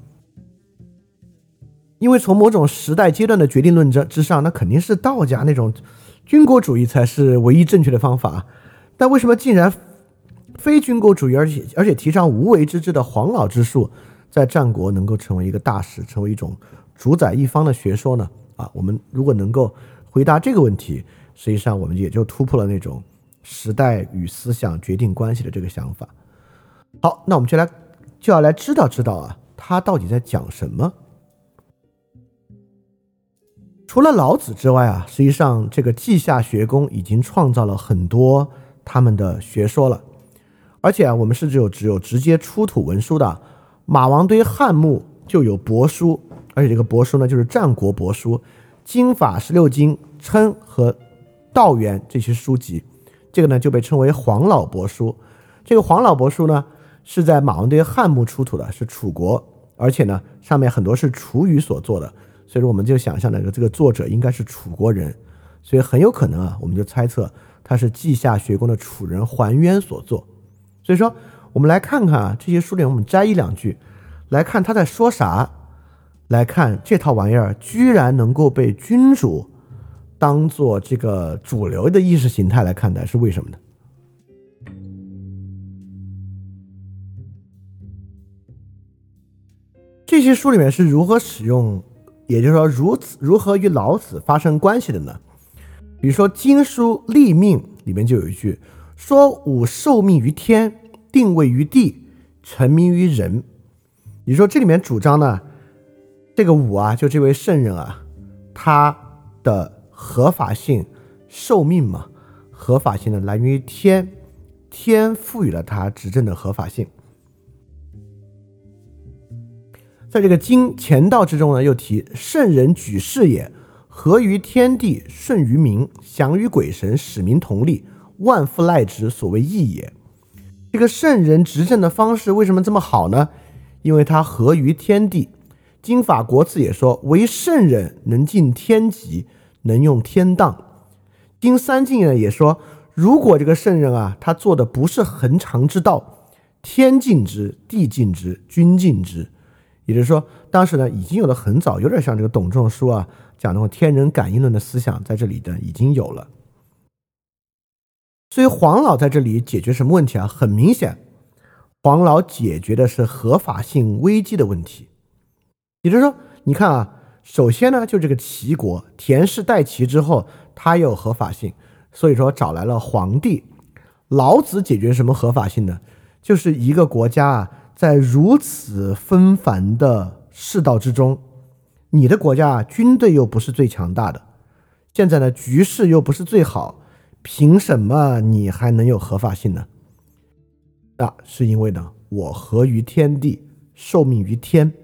因为从某种时代阶段的决定论之上，那肯定是道家那种军国主义才是唯一正确的方法，但为什么竟然非军国主义而且提倡无为之治的黄老之术在战国能够成为一个大势，成为一种主宰一方的学说呢？我们如果能够回答这个问题，实际上我们也就突破了那种时代与思想决定关系的这个想法。好，那我们就要来知道啊，他到底在讲什么。除了老子之外啊，实际上这个稷下学宫已经创造了很多他们的学说了。而且我们是只有直接出土文书的，马王堆汉墓就有帛书，而且这个帛书呢就是战国帛书，经法16经、称和道元这些书籍，这个呢就被称为黄老帛书。这个黄老帛书呢是在马王堆汉墓出土的，是楚国，而且呢上面很多是楚语所做的，所以说我们就想象这个作者应该是楚国人，所以很有可能啊，我们就猜测他是稷下学宫的楚人还渊所作。所以说我们来看看啊，这些书里我们摘一两句来看他在说啥，来看这套玩意儿居然能够被君主当做这个主流的意识形态来看待，是为什么呢？ 些书里面是如何使用，也就是说如何与老子发生关系的呢？比如说经书立命里面就有一句说，吾受命于天，定位于地，成名于人。你说这里面主张呢，这个吾啊，就这位圣人啊，他的合法性，受命嘛，合法性呢来源于天，天赋予了他执政的合法性。在这个经前道之中呢，又提圣人举事也，合于天地，顺于民，降于鬼神，使民同力，万夫赖之，所谓义也。这个圣人执政的方式为什么这么好呢？因为他合于天地。经法国字也说，为圣人能尽天极，能用天当。经三经呢也说，如果这个圣人啊，他做的不是恒常之道，天尽之，地尽之，君尽之。也就是说，当时呢已经有了很早，有点像这个董仲舒啊讲那种天人感应论的思想，在这里的已经有了。所以黄老在这里解决什么问题啊？很明显，黄老解决的是合法性危机的问题。也就是说，你看啊，首先呢，就这个齐国，田氏代齐之后，它也有合法性，所以说找来了皇帝。老子解决什么合法性呢？就是一个国家啊，在如此纷繁的世道之中，你的国家军队又不是最强大的，现在呢局势又不是最好，凭什么你还能有合法性呢？是因为呢，我合于天地，受命于天。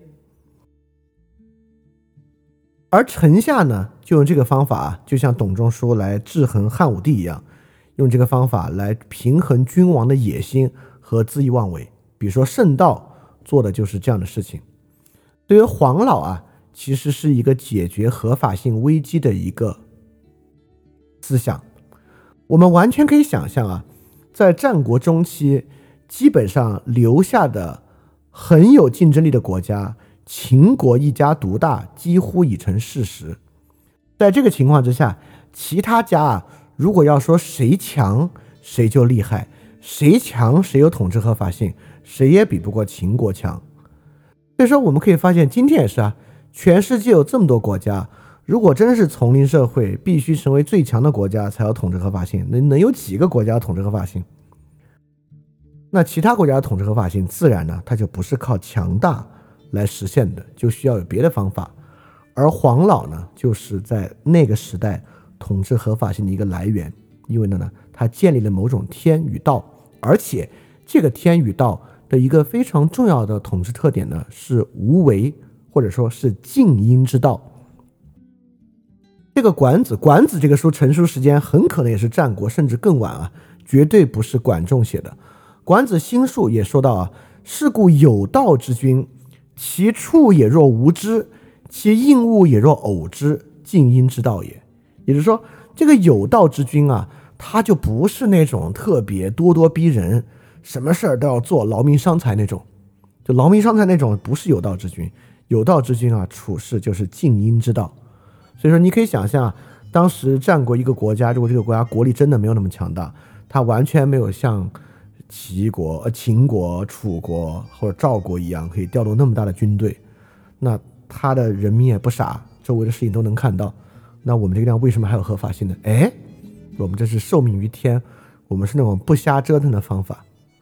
而臣下呢，就用这个方法，就像董仲舒来制衡汉武帝一样，用这个方法来平衡君王的野心和恣意妄为。比如说圣道做的就是这样的事情。对于黄老啊，其实是一个解决合法性危机的一个思想。我们完全可以想象啊，在战国中期，基本上留下的很有竞争力的国家，秦国一家独大几乎已成事实。在这个情况之下，其他家啊，如果要说谁强谁就厉害，谁强谁有统治合法性，谁也比不过秦国强。所以说我们可以发现，今天也是啊，全世界有这么多国家，如果真是丛林社会，必须成为最强的国家才有统治合法性，能有几个国家统治合法性？那其他国家的统治合法性自然呢，它就不是靠强大来实现的，就需要有别的方法。而黄老呢，就是在那个时代统治合法性的一个来源，因为呢，它建立了某种天与道，而且这个天与道的一个非常重要的统治特点呢，是无为，或者说是静音之道。这个管子这个书成书时间很可能也是战国甚至更晚啊，绝对不是管仲写的。管子心术也说到啊，是故有道之君，其处也若无之，其应物也若偶之，静音之道也。也就是说，这个有道之君啊，他就不是那种特别咄咄逼人，什么事儿都要做，劳民伤财那种。就劳民伤财那种不是有道之君。有道之君啊，处事就是静音之道。所以说你可以想象，当时战国一个国家，如果这个国家国力真的没有那么强大，他完全没有像齐国、秦国、楚国或者赵国一样可以调动那么大的军队，那他的人民也不傻，周围的事情都能看到，那我们这个地方为什么还有合法性呢？我们这是受命于天，我们是那种不瞎折腾的方法。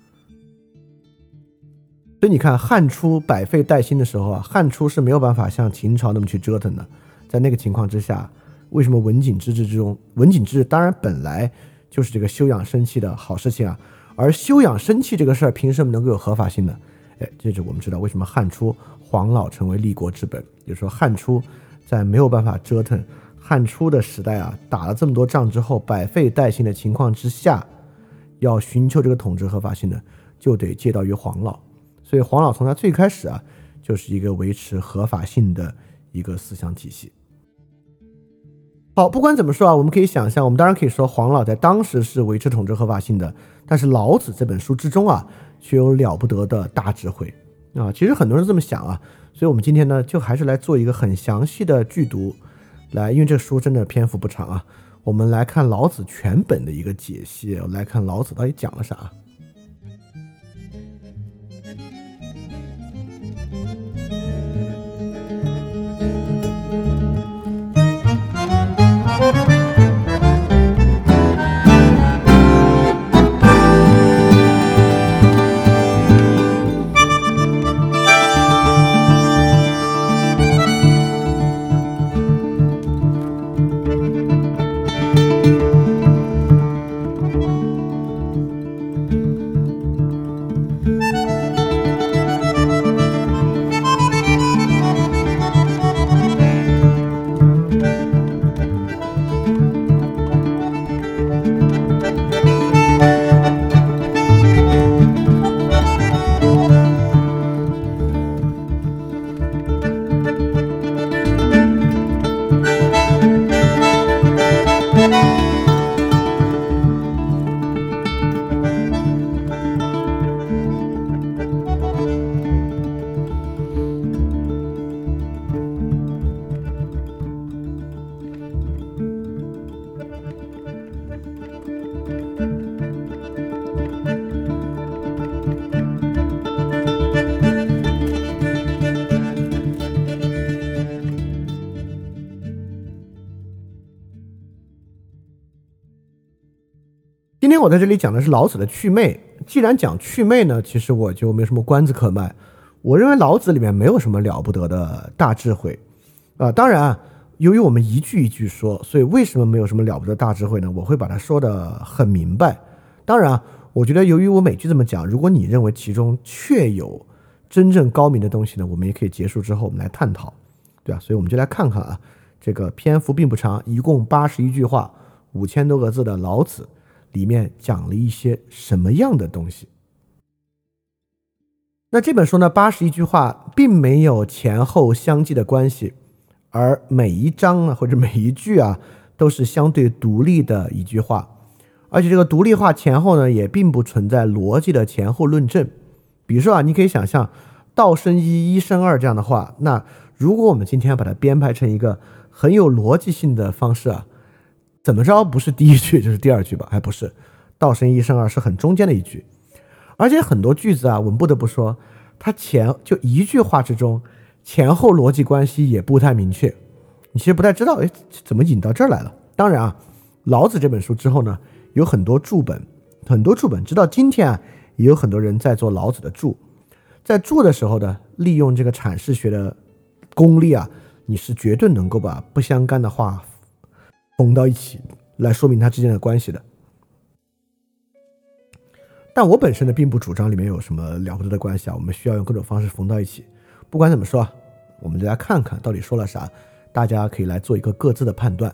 所以你看汉初百废待兴的时候啊，汉初是没有办法像秦朝那么去折腾的。在那个情况之下，为什么文景之治之中，文景之治当然本来就是这个休养生息的好事情啊，而休养生息这个事儿凭什么能够有合法性呢？这就我们知道为什么汉初黄老成为立国之本。也就是说，汉初在没有办法折腾，汉初的时代啊，打了这么多仗之后，百废待兴的情况之下，要寻求这个统治合法性呢，就得借道于黄老。所以黄老从他最开始啊，就是一个维持合法性的一个思想体系。好，不管怎么说啊，我们可以想象，我们当然可以说黄老在当时是维持统治合法性的，但是老子这本书之中啊，却有了不得的大智慧啊。其实很多人这么想啊，所以我们今天呢，就还是来做一个很详细的句读，因为这书真的篇幅不长啊，我们来看老子全本的一个解析，来看老子到底讲了啥。 天我在这里讲的是老子的祛魅，既然讲祛魅呢，其实我就没什么关子可卖。我认为老子里面没有什么了不得的大智慧当然由于我们一句一句说，所以为什么没有什么了不得的大智慧呢？我会把它说得很明白。当然我觉得由于我每句这么讲，如果你认为其中确有真正高明的东西呢，我们也可以结束之后我们来探讨，对吧？所以我们就来看看这个篇幅并不长，一共81句话，5000多个字的老子里面讲了一些什么样的东西。那这本书呢，81句话并没有前后相继的关系，而每一章或者每一句都是相对独立的一句话，而且这个独立化前后呢也并不存在逻辑的前后论证。比如说你可以想象道生一，一生二这样的话，那如果我们今天把它编排成一个很有逻辑性的方式怎么着不是第一句就是第二句吧？还不是，道生一，生二是很中间的一句。而且很多句子我们不得不说，它就一句话之中前后逻辑关系也不太明确，你其实不太知道怎么引到这儿来了。当然老子这本书之后呢，有很多注本，直到今天也有很多人在做老子的注。在注的时候呢，利用这个阐释学的功力你是绝对能够把不相干的话缝到一起来说明它之间的关系的。但我本身呢并不主张里面有什么了不得的关系我们需要用各种方式缝到一起。不管怎么说我们就来看看到底说了啥，大家可以来做一个各自的判断。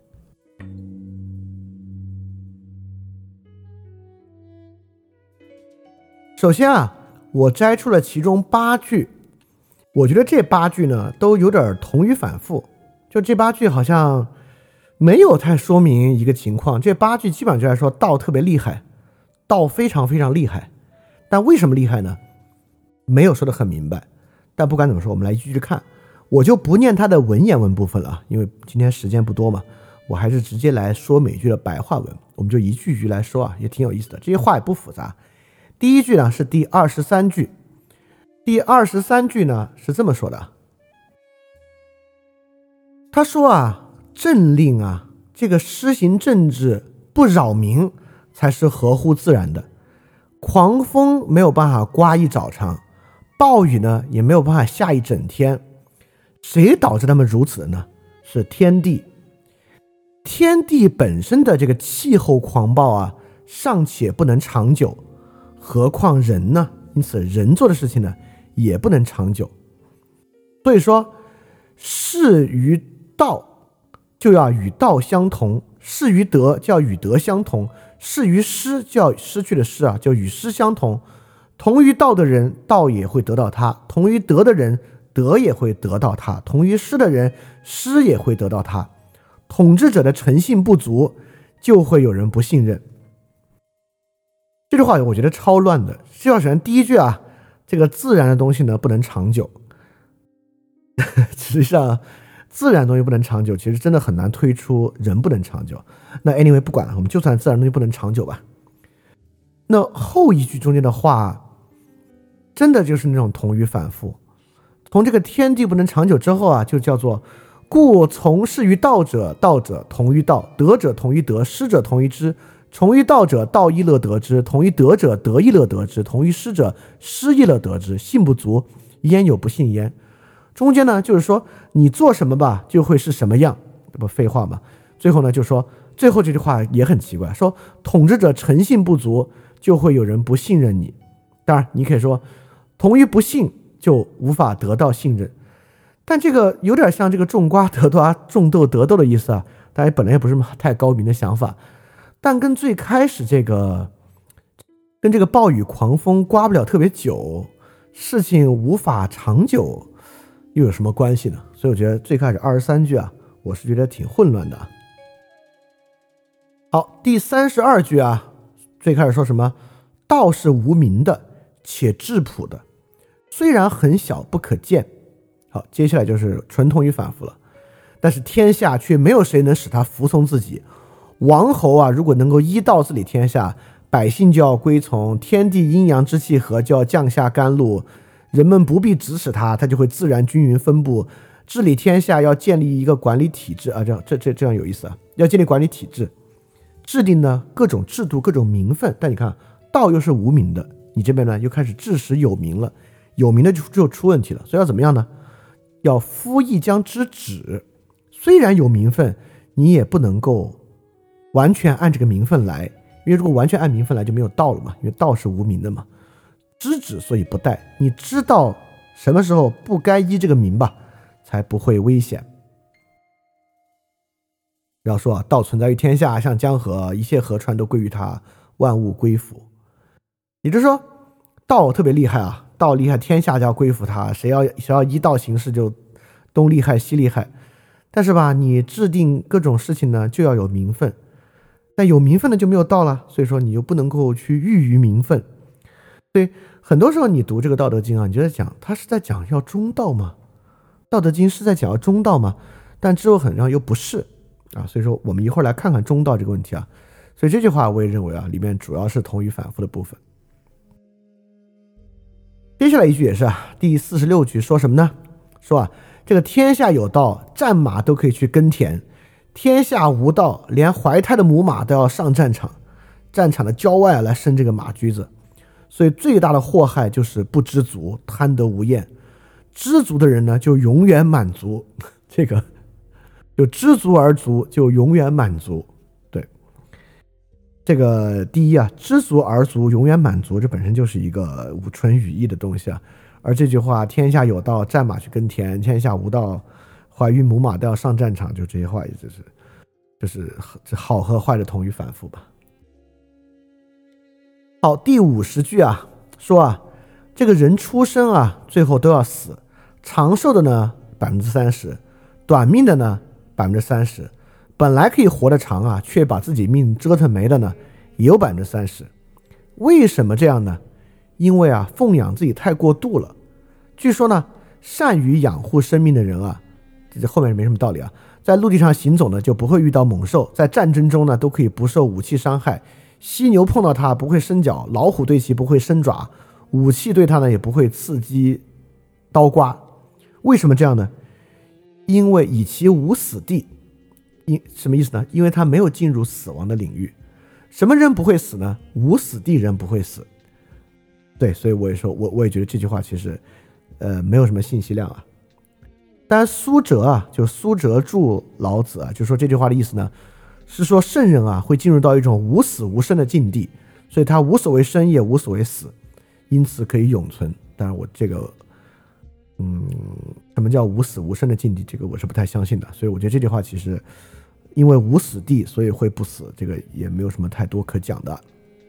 首先我摘出了其中8句，我觉得这8句呢都有点同语反复，就这8句好像没有太说明一个情况。这8句基本上就在说道特别厉害，道非常非常厉害，但为什么厉害呢？没有说得很明白。但不管怎么说，我们来一句句看。我就不念它的文言文部分了因为今天时间不多嘛，我还是直接来说每句的白话文。我们就一句一句来说也挺有意思的。这些话也不复杂。第一句呢是第23句，第23句呢是这么说的。他说政令这个施行政治不扰民才是合乎自然的。狂风没有办法刮一早长，暴雨呢也没有办法下一整天。谁导致他们如此的呢？是天地。天地本身的这个气候狂暴尚且不能长久，何况人呢？因此人做的事情呢也不能长久。所以说事于道就要与道相同，事于德就要与德相同，事于失就要失去的失就与失相同。同于道的人，道也会得到他；同于德的人，德也会得到他；同于失的人，失也会得到他。统治者的诚信不足，就会有人不信任。这句话我觉得超乱的。首先第一句这个自然的东西呢不能长久。实际上自然的东西不能长久，其实真的很难推出人不能长久。那 anyway 不管了，我们就算自然的东西不能长久吧。那后一句中间的话真的就是那种同语反复。从这个天地不能长久之后就叫做故从事于道者，道者同于道；德者同于德，失者同于知。从于道者，道亦乐得之；同于德者，德亦乐得之；同于失者，失亦乐得之。信不足，焉有不信焉？中间呢就是说你做什么吧就会是什么样，这不废话吗？最后呢就说最后这句话也很奇怪，说统治者诚信不足，就会有人不信任你。当然你可以说同于不信就无法得到信任，但这个有点像这个种瓜得瓜，种豆得豆的意思当然本来也不是太高明的想法，但跟最开始这个暴雨狂风刮不了特别久，事情无法长久又有什么关系呢？所以我觉得最开始23句我是觉得挺混乱的。好，第32句最开始说什么？道是无名的，且质朴的，虽然很小不可见。好，接下来就是纯同语反复了。但是天下却没有谁能使他服从自己。王侯如果能够依道治理天下，百姓就要归从；天地阴阳之气和，就要降下甘露。人们不必指使他，他就会自然均匀分布。治理天下要建立一个管理体制这样有意思要建立管理体制。 制定呢各种制度、各种名分。但你看道又是无名的，你这边呢又开始致使有名了，有名的就出问题了。所以要怎么样呢？要夫亦将之止。虽然有名分，你也不能够完全按这个名分来，因为如果完全按名分来就没有道了嘛，因为道是无名的嘛。知止所以不殆，你知道什么时候不该依这个名吧，才不会危险。然后说道存在于天下，像江河，一切河川都归于它，万物归附。也就是说道特别厉害啊，道厉害，天下就要归附它，谁要依道行事就东厉害西厉害。但是吧，你制定各种事情呢就要有名分，但有名分的就没有道了，所以说你就不能够去喻于名分。所以很多时候你读这个道德经啊，你就在讲它是在讲要中道吗？道德经是在讲要中道吗？但之后很让又不是啊，所以说我们一会儿来看看中道这个问题啊。所以这句话我也认为啊，里面主要是同语反复的部分。接下来一句也是啊，第46句说什么呢？说啊，这个天下有道，战马都可以去耕田；天下无道，连怀胎的母马都要上战场，战场的郊外来生这个马驹子。所以最大的祸害就是不知足，贪得无厌。知足的人呢，就永远满足。这个就知足而足，就永远满足。对，这个第一啊，知足而足，永远满足，这本身就是一个无纯语义的东西啊。而这句话，天下有道，战马去耕田；天下无道，怀孕母马都要上战场。就这些话，也就是好和坏的同语反复吧。好，第50句啊，说啊，这个人出生啊，最后都要死，长寿的呢30%，短命的呢30%，本来可以活得长啊，却把自己命折腾没了呢，也有30%。为什么这样呢？因为啊，奉养自己太过度了。据说呢，善于养护生命的人啊，这后面没什么道理啊，在陆地上行走呢，就不会遇到猛兽，在战争中呢，都可以不受武器伤害。犀牛碰到它不会伸脚，老虎对其不会伸爪，武器对它呢也不会刺激刀刮。为什么这样呢？因为以其无死地。什么意思呢？因为他没有进入死亡的领域。什么人不会死呢？无死地人不会死。对，所以我也说，我也觉得这句话其实没有什么信息量啊。当然苏辙啊，就苏辙注老子啊，就说这句话的意思呢，是说圣人啊会进入到一种无死无生的境地，所以他无所谓生也无所谓死，因此可以永存。当然我这个什么叫无死无生的境地，这个我是不太相信的。所以我觉得这句话其实因为无死地所以会不死，这个也没有什么太多可讲的。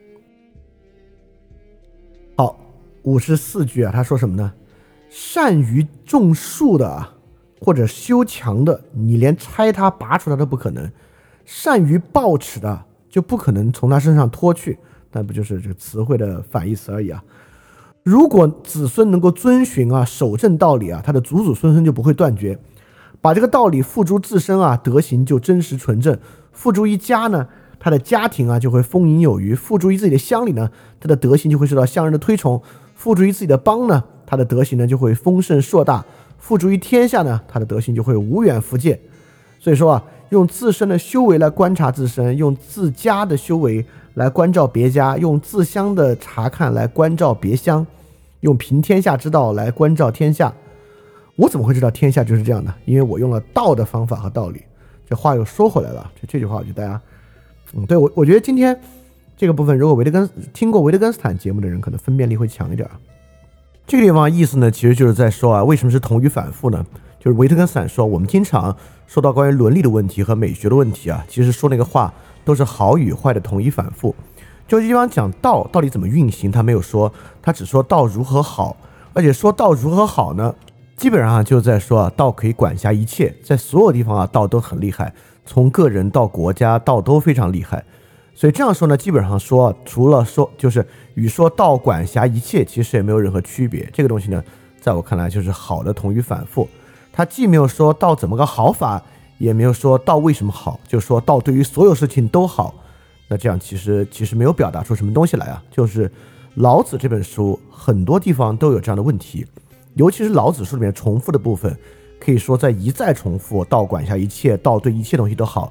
好，54句啊，他说什么呢？善于种树的啊，或者修墙的，你连拆它拔出它都不可能；善于抱持的，就不可能从他身上脱去。但不就是这个词汇的反义词而已啊？如果子孙能够遵循啊守正道理啊，他的祖祖孙孙就不会断绝。把这个道理付诸自身啊，德行就真实纯正；付诸一家呢，他的家庭啊就会丰盈有余；付诸于自己的乡里呢，他的德行就会受到乡人的推崇；付诸于自己的邦呢，他的德行呢就会丰盛硕大；付诸于天下呢，他的德行就会无远弗届。所以说啊，用自身的修为来观察自身，用自家的修为来关照别家，用自乡的察看来关照别乡，用平天下之道来关照天下。我怎么会知道天下就是这样的？因为我用了道的方法和道理。这话又说回来了，这句话我觉得大家对，我觉得今天这个部分，如果听过维特根斯坦节目的人可能分辨力会强一点。这个地方意思呢，其实就是在说啊，为什么是同语反复呢？就是维特根斯坦说，我们经常说到关于伦理的问题和美学的问题啊，其实说那个话都是好与坏的同语反复。就这地方讲道到底怎么运行，他没有说，他只说道如何好，而且说道如何好呢，基本上啊就在说啊，道可以管辖一切，在所有地方啊道都很厉害，从个人到国家道都非常厉害。所以这样说呢，基本上说除了说就是与说道管辖一切其实也没有任何区别。这个东西呢，在我看来就是好的同语反复。他既没有说道怎么个好法，也没有说道为什么好，就说道对于所有事情都好。那这样其实没有表达出什么东西来啊。就是老子这本书很多地方都有这样的问题，尤其是老子书里面重复的部分，可以说在一再重复道管辖一切，道对一切东西都好。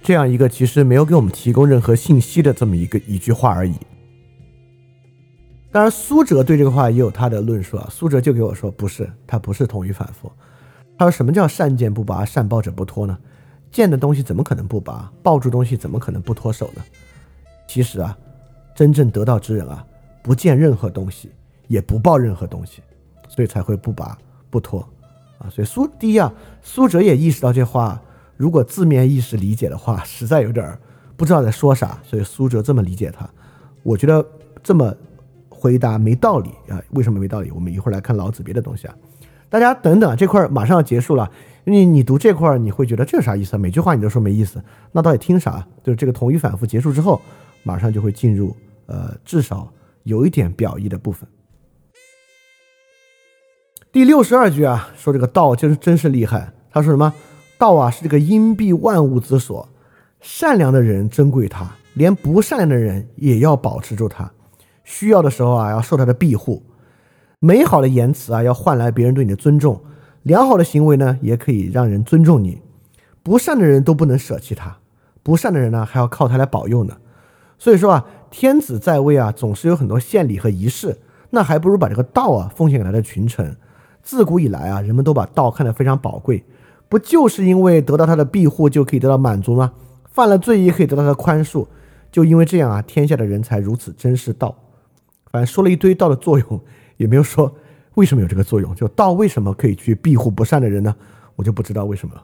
这样一个其实没有给我们提供任何信息的这么一句话而已。当然苏辙对这个话也有他的论述啊，苏辙就给我说不是，他不是同语反复。他说什么叫善见不拔，善抱者不脱呢？见的东西怎么可能不拔？抱住东西怎么可能不脱手呢？其实啊，真正得道之人啊，不见任何东西，也不抱任何东西，所以才会不拔不脱啊。所以第一啊，苏辙也意识到这话如果字面意识理解的话，实在有点不知道在说啥，所以苏辙这么理解他。我觉得这么回答没道理啊。为什么没道理？我们一会儿来看老子别的东西啊。大家等等，这块马上要结束了，你读这块你会觉得这是啥意思啊？每句话你都说没意思，那到底听啥？就是这个同语反复结束之后，马上就会进入至少有一点表意的部分。第62句啊，说这个道真是厉害。他说什么？道啊是这个荫蔽万物之所，善良的人珍贵它，连不善良的人也要保持住它，需要的时候啊要受它的庇护。美好的言辞啊要换来别人对你的尊重，良好的行为呢也可以让人尊重你。不善的人都不能舍弃它，不善的人呢还要靠它来保佑呢。所以说啊，天子在位啊总是有很多献礼和仪式，那还不如把这个道啊奉献给他的群臣。自古以来啊，人们都把道看得非常宝贵，不就是因为得到他的庇护就可以得到满足吗？犯了罪也可以得到他的宽恕，就因为这样啊，天下的人才如此珍视道。反正说了一堆道的作用，也没有说为什么有这个作用，就道为什么可以去庇护不善的人呢？我就不知道为什么了。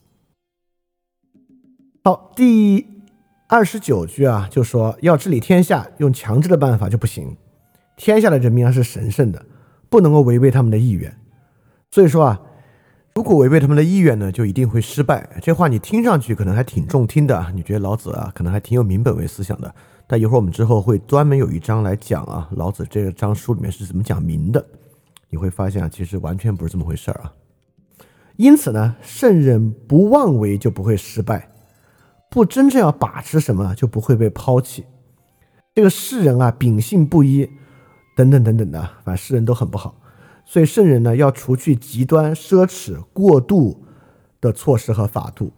好，第29句啊，就说要治理天下，用强制的办法就不行。天下的人民啊是神圣的，不能够违背他们的意愿。所以说啊，如果违背他们的意愿呢，就一定会失败。这话你听上去可能还挺中听的，你觉得老子啊可能还挺有民本位思想的。但一会儿我们之后会专门有一章来讲啊，老子这个章书里面是怎么讲民的，你会发现啊，其实完全不是这么回事啊。因此呢，圣人不妄为就不会失败，不真正要把持什么就不会被抛弃。这个世人啊，秉性不一，等等等等的，反正世人都很不好。所以圣人呢，要除去极端、奢侈、过度的措施和法度。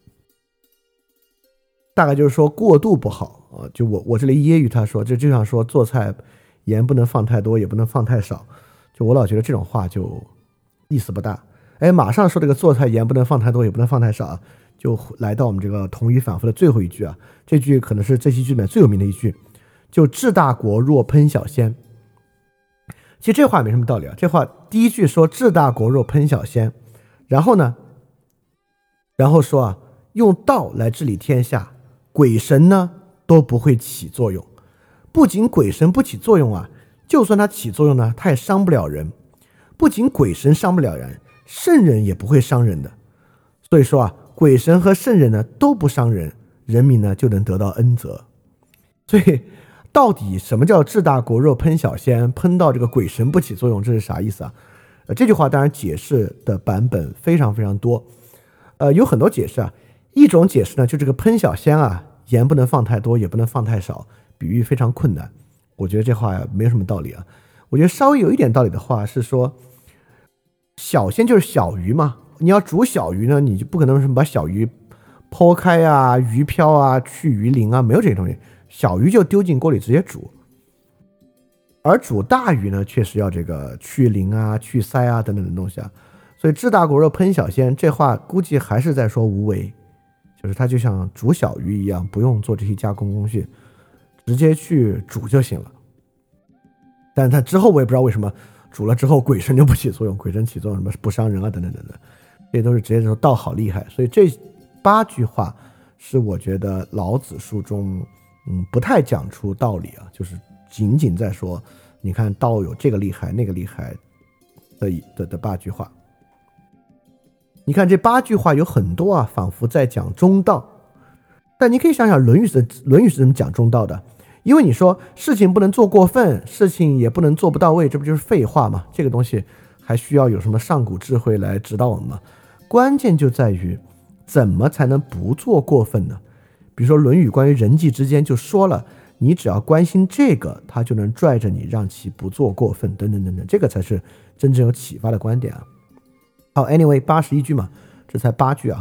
大概就是说过度不好啊，就我这里揶揄他说，这就像说做菜盐不能放太多，也不能放太少。就我老觉得这种话就意思不大。马上说这个做菜盐不能放太多，也不能放太少啊，就来到我们这个同语反复的最后一句啊。这句可能是这些句里面最有名的一句，就治大国若烹小鲜。其实这话没什么道理啊。这话第一句说治大国若烹小鲜，然后呢，然后说啊，用道来治理天下，鬼神呢都不会起作用。不仅鬼神不起作用啊，就算它起作用呢，它也伤不了人。不仅鬼神伤不了人，圣人也不会伤人的。所以说啊，鬼神和圣人呢都不伤人，人民呢就能得到恩泽。所以到底什么叫治大国若烹小鲜，烹到这个鬼神不起作用，这是啥意思啊？这句话当然解释的版本非常非常多，有很多解释啊。一种解释呢，就这个烹小鲜啊，盐不能放太多，也不能放太少，比喻非常困难。我觉得这话没有什么道理啊。我觉得稍微有一点道理的话是说，小鲜就是小鱼嘛，你要煮小鱼呢，你就不可能什么把小鱼剖开啊、鱼漂啊、去鱼鳞啊，没有这些东西。小鱼就丢进锅里直接煮，而煮大鱼呢，确实要这个去鳞啊、去鳃啊等等的东西啊。所以治大国若烹小鲜，这话估计还是在说无为，就是它就像煮小鱼一样，不用做这些加工工序，直接去煮就行了。但它之后我也不知道为什么煮了之后鬼神就不起作用，鬼神起作用什么不伤人啊等等等等，这都是直接说道好厉害。所以这8句话是我觉得老子书中不太讲出道理啊，就是仅仅在说你看道有这个厉害那个厉害的8句话。你看这8句话有很多啊，仿佛在讲中道。但你可以想想论语是怎么讲中道的。因为你说事情不能做过分，事情也不能做不到位，这不就是废话吗？这个东西还需要有什么上古智慧来指导我们吗？关键就在于怎么才能不做过分呢？比如说论语关于人际之间就说了，你只要关心这个，他就能拽着你让其不做过分等等等等，这个才是真正有启发的观点啊。好 anyway 81句嘛，这才8句啊。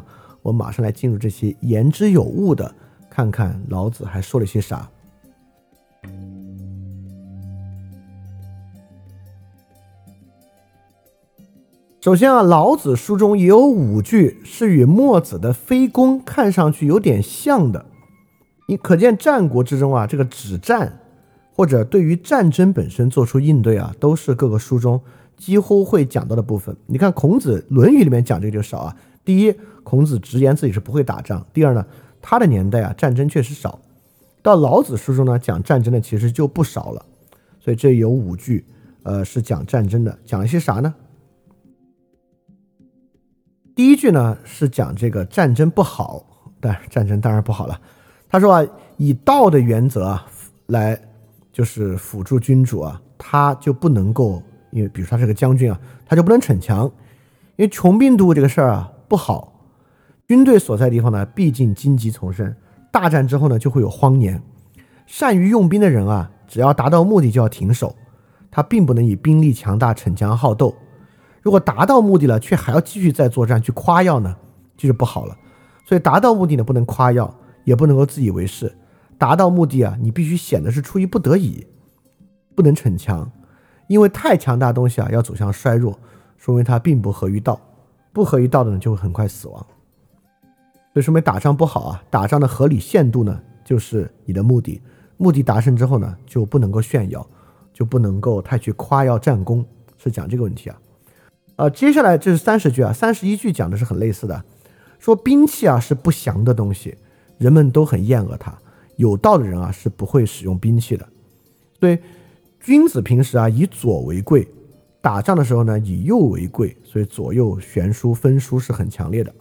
我马上来进入这些言之有物的，看看老子还说了些啥。首先啊，老子书中也有5句是与墨子的非攻看上去有点像的。你可见战国之中啊，这个止战或者对于战争本身做出应对啊，都是各个书中几乎会讲到的部分。你看孔子《论语》里面讲这个就少啊。第一，孔子直言自己是不会打仗；第二呢，他的年代啊，战争确实少。到老子书中呢，讲战争的其实就不少了。所以这有5句，是讲战争的。讲一些啥呢？第一句呢是讲这个战争不好，但战争当然不好了。他说啊，以道的原则啊来就是辅助君主啊，他就不能够，因为比如说他是个将军啊，他就不能逞强，因为穷兵黩武这个事儿啊不好。军队所在的地方呢，毕竟荆棘丛生，大战之后呢就会有荒年。善于用兵的人啊，只要达到目的就要停手，他并不能以兵力强大逞强好斗。如果达到目的了，却还要继续再作战去夸耀呢，就是不好了。所以达到目的呢，不能夸耀，也不能够自以为是。达到目的啊，你必须显得是出于不得已，不能逞强，因为太强大的东西啊，要走向衰弱，说明它并不合于道。不合于道的呢，就会很快死亡。所以说明打仗不好啊，打仗的合理限度呢，就是你的目的。目的达成之后呢，就不能够炫耀，就不能够太去夸耀战功，是讲这个问题啊。接下来这是30句啊，31句讲的是很类似的，说兵器啊是不祥的东西，人们都很厌恶它，有道的人啊是不会使用兵器的。所以君子平时啊以左为贵，打仗的时候呢以右为贵，所以左右悬殊分殊是很强烈的。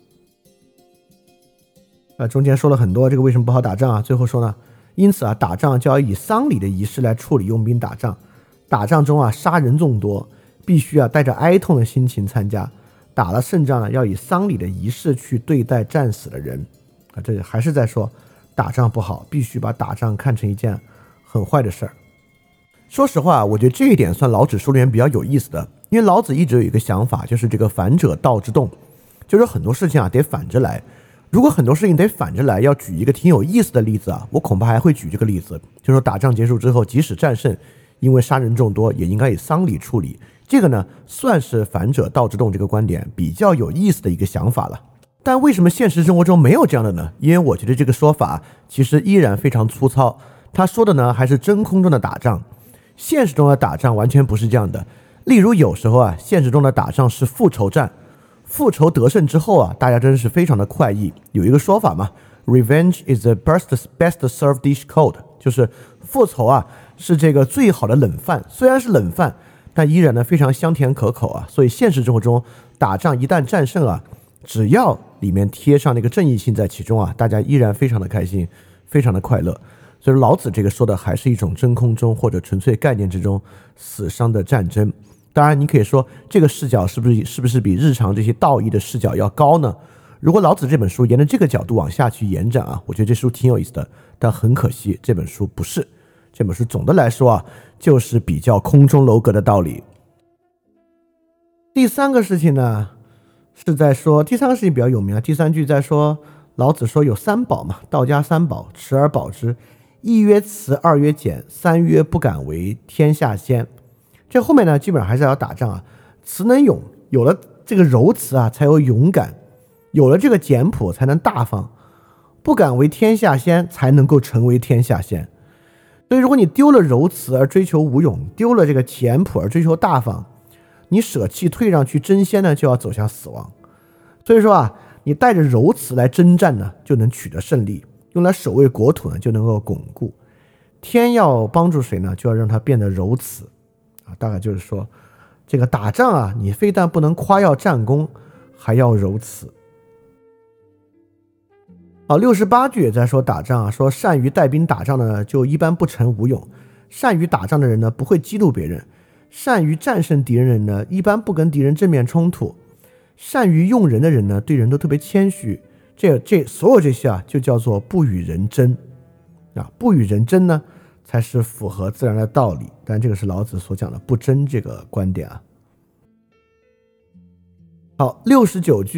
中间说了很多这个为什么不好打仗啊，最后说呢，因此啊打仗就要以丧礼的仪式来处理用兵打仗，打仗中啊杀人众多，必须啊带着哀痛的心情参加，打了胜仗呢要以丧礼的仪式去对待战死的人啊，这还是在说打仗不好，必须把打仗看成一件很坏的事儿。说实话，我觉得这一点算老子书里面比较有意思的，因为老子一直有一个想法，就是这个反者道之动，就是很多事情啊得反着来。如果很多事情得反着来，要举一个挺有意思的例子啊，我恐怕还会举这个例子，就是说打仗结束之后，即使战胜，因为杀人众多，也应该以丧礼处理。这个呢，算是反者道之动这个观点比较有意思的一个想法了。但为什么现实生活中没有这样的呢？因为我觉得这个说法其实依然非常粗糙。他说的呢，还是真空中的打仗，现实中的打仗完全不是这样的。例如有时候啊，现实中的打仗是复仇战，复仇得胜之后啊，大家真是非常的快意。有一个说法嘛 ，Revenge is the best served dish cold， 就是复仇啊是这个最好的冷饭，虽然是冷饭，但依然呢非常香甜可口啊。所以现实生活中打仗一旦战胜啊，只要里面贴上那个正义性在其中啊，大家依然非常的开心，非常的快乐。所以老子这个说的还是一种真空中或者纯粹概念之中死伤的战争。当然你可以说这个视角是不是比日常这些道义的视角要高呢？如果老子这本书沿着这个角度往下去延展啊，我觉得这书挺有意思的，但很可惜这本书不是。这本书总的来说啊，就是比较空中楼阁的道理。第三个事情呢，是在说第三个事情比较有名啊。第3句在说老子说有3宝嘛，道家3宝，持而保之，一曰辞，二曰俭，三曰不敢为天下先。这后面呢，基本上还是要打仗啊。辞能勇，有了这个柔辞啊，才有勇敢；有了这个简朴，才能大方；不敢为天下先，才能够成为天下先。所以，如果你丢了柔辞而追求无勇，丢了这个简朴而追求大方，你舍弃退让去争先呢，就要走向死亡。所以说啊，你带着柔辞来征战呢，就能取得胜利；用来守卫国土呢，就能够巩固。天要帮助谁呢？就要让它变得柔辞。大概就是说，这个打仗啊，你非但不能夸耀战功，还要柔辞。68句也在说打仗啊，说善于带兵打仗的呢，就一般不成无勇；善于打仗的人呢，不会激怒别人；善于战胜敌人的人呢，一般不跟敌人正面冲突；善于用人的人呢，对人都特别谦虚。这所有这些啊，就叫做不与人争啊，不与人争呢，才是符合自然的道理。但这个是老子所讲的不争这个观点啊。好，69句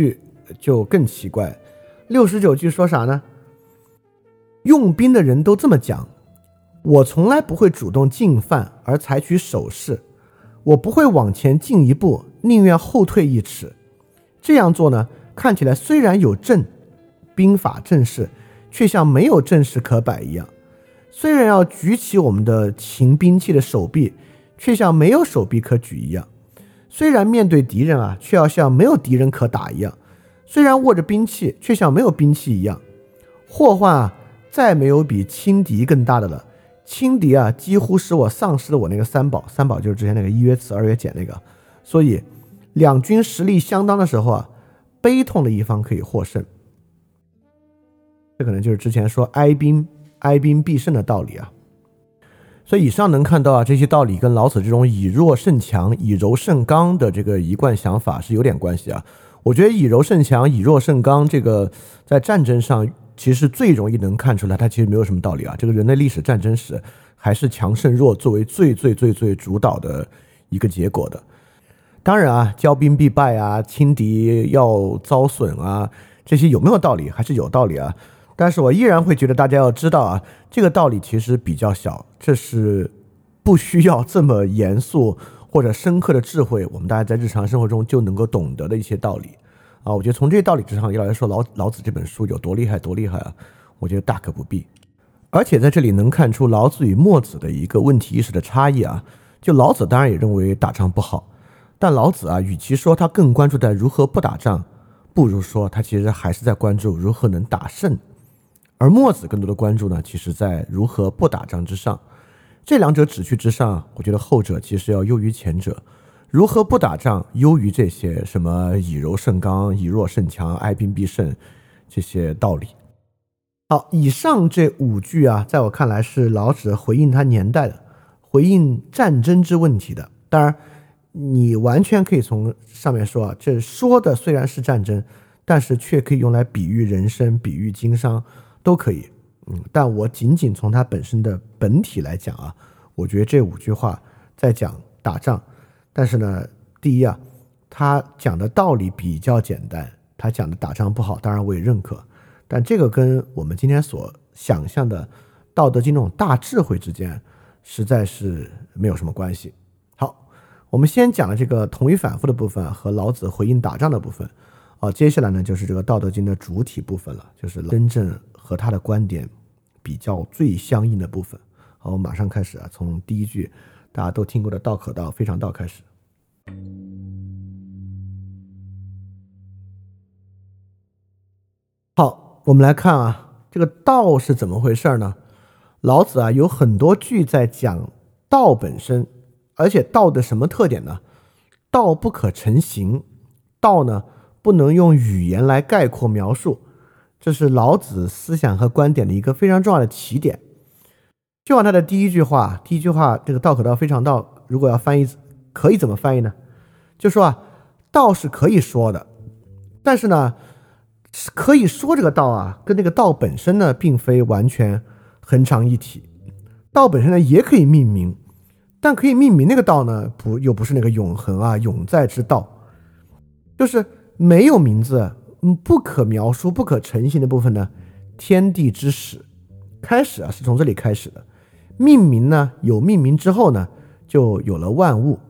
就更奇怪。69句说啥呢？用兵的人都这么讲，我从来不会主动进犯而采取守势，我不会往前进一步，宁愿后退一尺。这样做呢，看起来虽然有兵法阵势，却像没有阵势可摆一样；虽然要举起我们的秦兵器的手臂，却像没有手臂可举一样；虽然面对敌人却要像没有敌人可打一样；虽然握着兵器，却像没有兵器一样。祸患再没有比轻敌更大的了。轻敌几乎使我丧失了我那个三宝，三宝就是之前那个一曰辞二曰俭那个。所以两军实力相当的时候悲痛的一方可以获胜。这可能就是之前说哀兵必胜的道理所以以上能看到这些道理跟老子这种以弱胜强、以柔胜刚的这个一贯想法是有点关系我觉得以柔胜强、以弱胜刚这个在战争上其实最容易能看出来，它其实没有什么道理这个人类历史战争史还是强胜弱作为最主导的一个结果的。当然骄兵必败轻敌要遭损这些有没有道理？还是有道理但是我依然会觉得大家要知道这个道理其实比较小，这是不需要这么严肃或者深刻的智慧，我们大家在日常生活中就能够懂得的一些道理我觉得从这些道理之上要来说老子这本书有多厉害我觉得大可不必。而且在这里能看出老子与墨子的一个问题意识的差异就老子当然也认为打仗不好，但老子与其说他更关注在如何不打仗，不如说他其实还是在关注如何能打胜。而墨子更多的关注呢，其实在如何不打仗之上。这两者只去之上，我觉得后者其实要优于前者。如何不打仗优于这些什么以柔胜刚、以弱胜强、哀兵必胜这些道理。好，以上这5句在我看来是老子回应他年代的，回应战争之问题的。当然你完全可以从上面说这说的虽然是战争，但是却可以用来比喻人生、比喻经商都可以但我仅仅从它本身的本体来讲我觉得这5句话在讲打仗。但是呢，第一他讲的道理比较简单，他讲的打仗不好，当然我也认可，但这个跟我们今天所想象的道德经这种大智慧之间实在是没有什么关系。好，我们先讲了这个同语反复的部分和老子回应打仗的部分接下来呢就是这个道德经的主体部分了，就是真正和他的观点比较最相应的部分。好，我们马上开始从第一句大家都听过的道可道非常道开始。好，我们来看这个道是怎么回事呢？老子有很多句在讲道本身，而且道的什么特点呢？道不可成形，道呢不能用语言来概括描述，这是老子思想和观点的一个非常重要的起点。就按他的第一句话这个道可道非常道，如果要翻译可以怎么翻译呢？就说道是可以说的，但是呢可以说这个道跟那个道本身呢并非完全恒常一体。道本身呢也可以命名，但可以命名那个道呢又不是那个永恒永在之道，就是没有名字不可描述不可成形的部分呢，天地之始开始是从这里开始的。命名呢有命名之后呢就有了万物。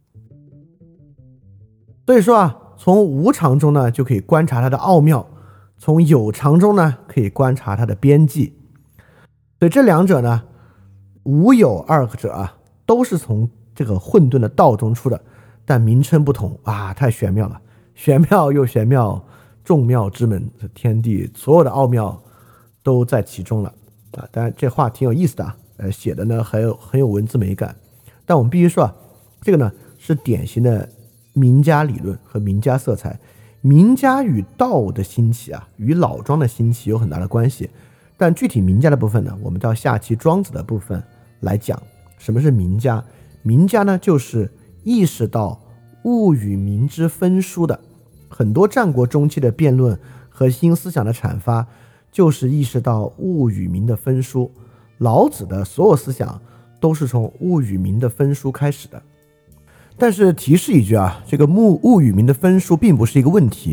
所以说从无常中呢就可以观察它的奥妙，从有常中呢可以观察它的边际。所以这两者呢无有二者都是从这个混沌的道中出的，但名称不同太玄妙了，玄妙又玄妙，众妙之门，天地所有的奥妙都在其中了当然这话挺有意思的写的呢很有文字美感。但我们必须说这个呢是典型的名家理论和名家色彩。名家与道的兴起与老庄的兴起有很大的关系，但具体名家的部分呢，我们到下期庄子的部分来讲。什么是名家？名家呢就是意识到物与名之分殊的。很多战国中期的辩论和新思想的阐发就是意识到物与名的分殊。老子的所有思想都是从物与名的分殊开始的。但是提示一句这个物与名的分殊并不是一个问题，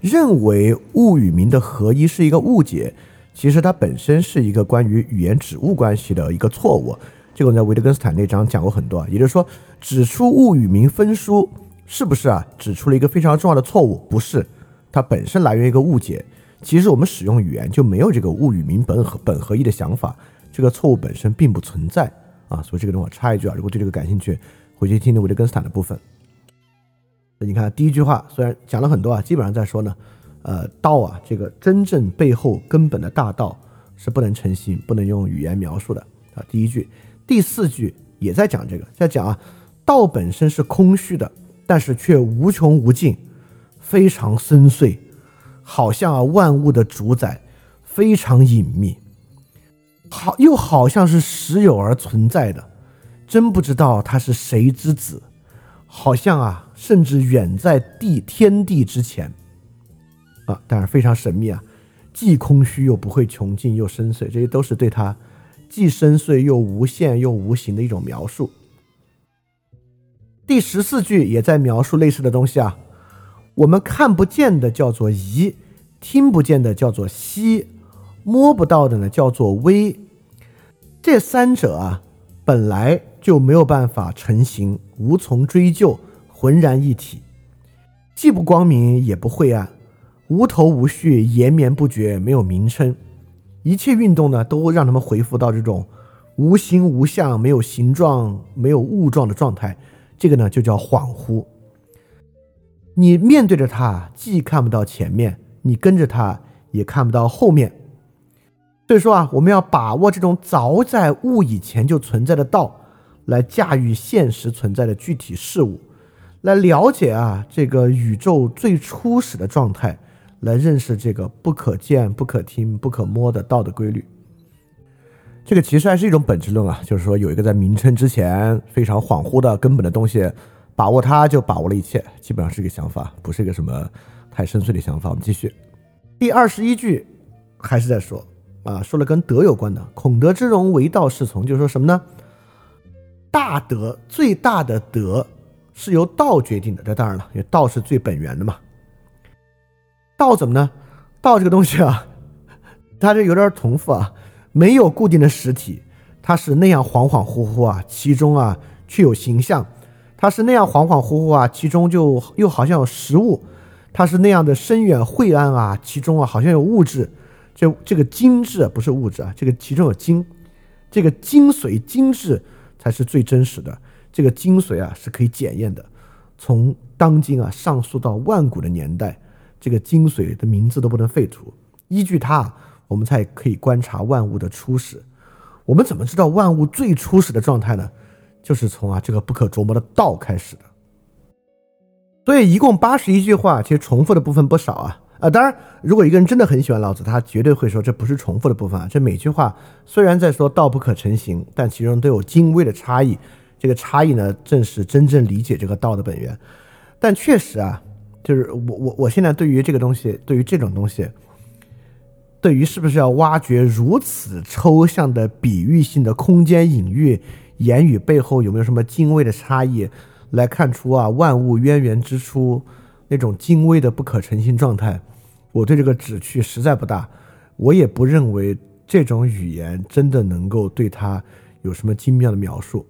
认为物与名的合一是一个误解，其实它本身是一个关于语言指物关系的一个错误。这个我在维特根斯坦那章讲过很多，也就是说指出物与名分殊是不是指出了一个非常重要的错误？不是，它本身来源于一个误解。其实我们使用语言就没有这个物与名本合一的想法，这个错误本身并不存在所以这个东西我插一句如果对这个感兴趣，回去听听维特根斯坦的部分。你看第一句话虽然讲了很多基本上在说呢道这个真正背后根本的大道是不能成形，不能用语言描述的第一句。第四句也在讲这个，在讲道本身是空虚的，但是却无穷无尽，非常深邃，好像万物的主宰，非常隐秘，又好像是实有而存在的，真不知道他是谁之子，好像甚至远在天地之前当然非常神秘既空虚又不会穷尽又深邃，这些都是对他既深邃又无限又无形的一种描述。第14句也在描述类似的东西我们看不见的叫做疑，听不见的叫做息，摸不到的呢叫做微。这三者本来就没有办法成形，无从追究，浑然一体，既不光明也不晦暗，无头无绪，延绵不绝，没有名称。一切运动呢都让他们回复到这种无形无相，没有形状没有物状的状态，这个呢就叫恍惚。你面对着它既看不到前面，你跟着它也看不到后面。所以说我们要把握这种早在物以前就存在的道，来驾驭现实存在的具体事物，来了解这个宇宙最初始的状态，来认识这个不可见不可听不可摸的道的规律。这个其实还是一种本质论就是说有一个在名称之前非常恍惚的根本的东西，把握它就把握了一切，基本上是一个想法，不是一个什么太深邃的想法。我们继续第21句还是在说说了跟德有关的，孔德之容为道是从，就是说什么呢？大德最大的德是由道决定的，这当然了，因为道是最本源的嘛。道怎么呢？道这个东西它这有点重复没有固定的实体，它是那样恍恍惚惚其中却有形象，它是那样恍恍惚惚其中就又好像有实物，它是那样的深远晦暗其中好像有物质，这个精致不是物质这个其中有精，这个精髓精致才是最真实的，这个精髓是可以检验的，从当今上溯到万古的年代，这个精髓的名字都不能废除，依据它我们才可以观察万物的初始。我们怎么知道万物最初始的状态呢？就是从这个不可琢磨的道开始的。所以一共81句话，其实重复的部分不少当然如果一个人真的很喜欢老子，他绝对会说这不是重复的部分这每句话虽然在说道不可成形，但其中都有精微的差异，这个差异呢正是真正理解这个道的本源。但确实就是我现在对于这个东西，对于这种东西，对于是不是要挖掘如此抽象的比喻性的空间隐喻，言语背后有没有什么精微的差异，来看出万物渊源之初那种精微的不可成形状态，我对这个旨趣实在不大，我也不认为这种语言真的能够对它有什么精妙的描述。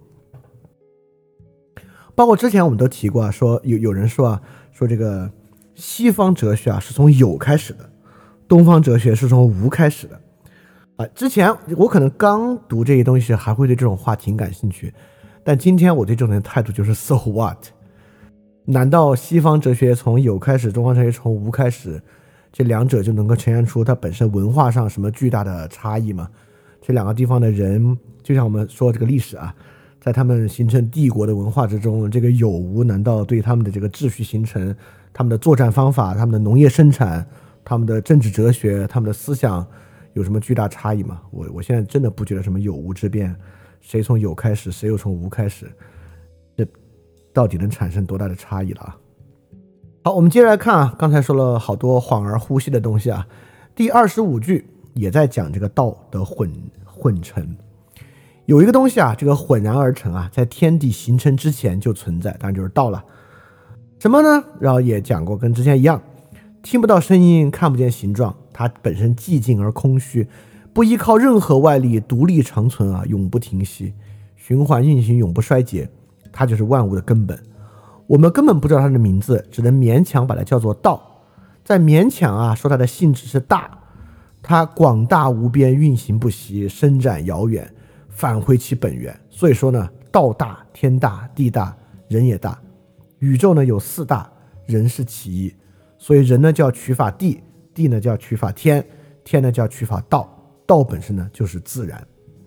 包括之前我们都提过说有人说这个西方哲学是从有开始的，东方哲学是从无开始的之前我可能刚读这些东西还会对这种话挺感兴趣，但今天我对这种态度就是 so what？ 难道西方哲学从有开始，东方哲学从无开始，这两者就能够呈现出它本身文化上什么巨大的差异吗？这两个地方的人，就像我们说这个历史在他们形成帝国的文化之中，这个有无难道对他们的这个秩序形成，他们的作战方法，他们的农业生产，他们的政治哲学，他们的思想有什么巨大差异吗？我现在真的不觉得什么有无之辩，谁从有开始，谁又从无开始，这到底能产生多大的差异了好，我们接着来看刚才说了好多恍而忽息的东西第25句也在讲这个道的混成。有一个东西这个浑然而成在天地形成之前就存在，当然就是道了。什么呢？然后也讲过，跟之前一样， 听不到声音，看不见形状，它本身寂静而空虚，不依靠任何外力，独立长存啊，永不停息，循环运行，永不衰竭，它就是万物的根本。我们根本不知道它的名字，只能勉强把它叫做道。在勉强啊说它的性质是大，它广大无边，运行不息，伸展遥远，返回其本源。所以说呢，道大，天大，地大，人也大。宇宙呢有四大，人是其一，所以人呢叫取法地，地呢叫取法天，天呢叫取法道，道本身呢就是自然。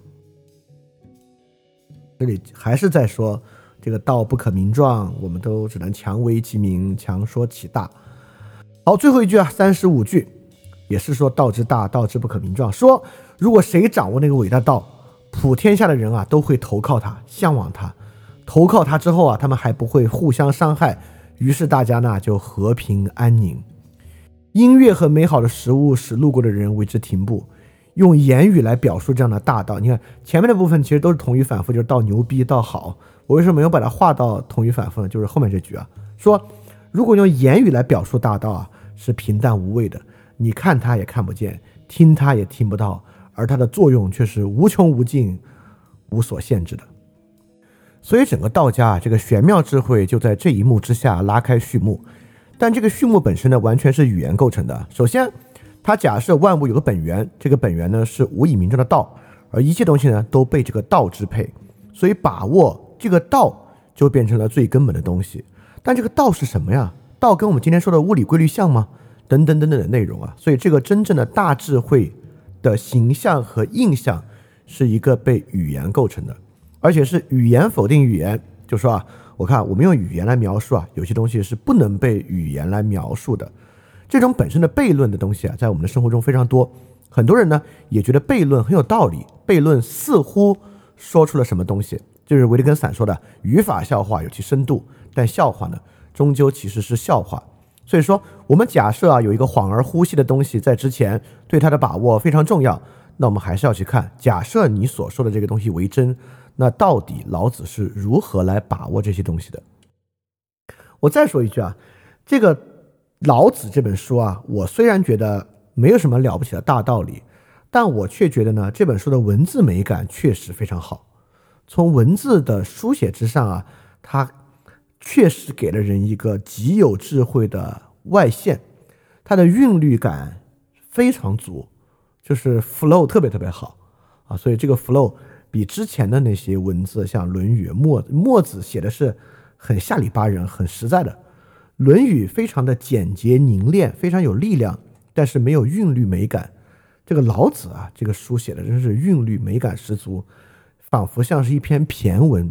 这里还是在说这个道不可名状，我们都只能强为其名，强说其大。好，最后一句啊，35句也是说道之大，道之不可名状。说如果谁掌握那个伟大道，普天下的人啊都会投靠他，向往他。投靠他之后啊，他们还不会互相伤害，于是大家呢就和平安宁。音乐和美好的食物使路过的人为之停步。用言语来表述这样的大道，你看前面的部分其实都是同语反复，就是道牛逼道好。我为什么没有把它画到同语反复呢？就是后面这句啊，说如果用言语来表述大道啊，是平淡无味的，你看它也看不见，听它也听不到，而它的作用却是无穷无尽，无所限制的。所以整个道家啊，这个玄妙智慧就在这一幕之下拉开序幕。但这个序幕本身呢，完全是语言构成的。首先它假设万物有个本源，这个本源呢是无以名状的道，而一切东西呢都被这个道支配，所以把握这个道就变成了最根本的东西。但这个道是什么呀？道跟我们今天说的物理规律像吗？等等等等的内容啊。所以这个真正的大智慧的形象和印象是一个被语言构成的，而且是语言否定语言。就说啊，我看我们用语言来描述啊，有些东西是不能被语言来描述的。这种本身的悖论的东西啊，在我们的生活中非常多。很多人呢也觉得悖论很有道理，悖论似乎说出了什么东西，就是维特根斯坦说的语法笑话有其深度，但笑话呢终究其实是笑话。所以说我们假设啊有一个恍而呼吸的东西在之前，对它的把握非常重要，那我们还是要去看，假设你所说的这个东西为真，那到底老子是如何来把握这些东西的。我再说一句啊，这个老子这本书啊，我虽然觉得没有什么了不起的大道理，但我却觉得呢，这本书的文字美感确实非常好。从文字的书写之上啊，它确实给了人一个极有智慧的外现，它的韵律感非常足，就是 flow 特别特别好啊。所以这个 flow 比之前的那些文字，像《论语》墨子写的是很下里巴人，很实在的。《论语》非常的简洁凝练，非常有力量，但是没有韵律美感。这个老子啊，这个书写的真是韵律美感十足，仿佛像是一篇骈文。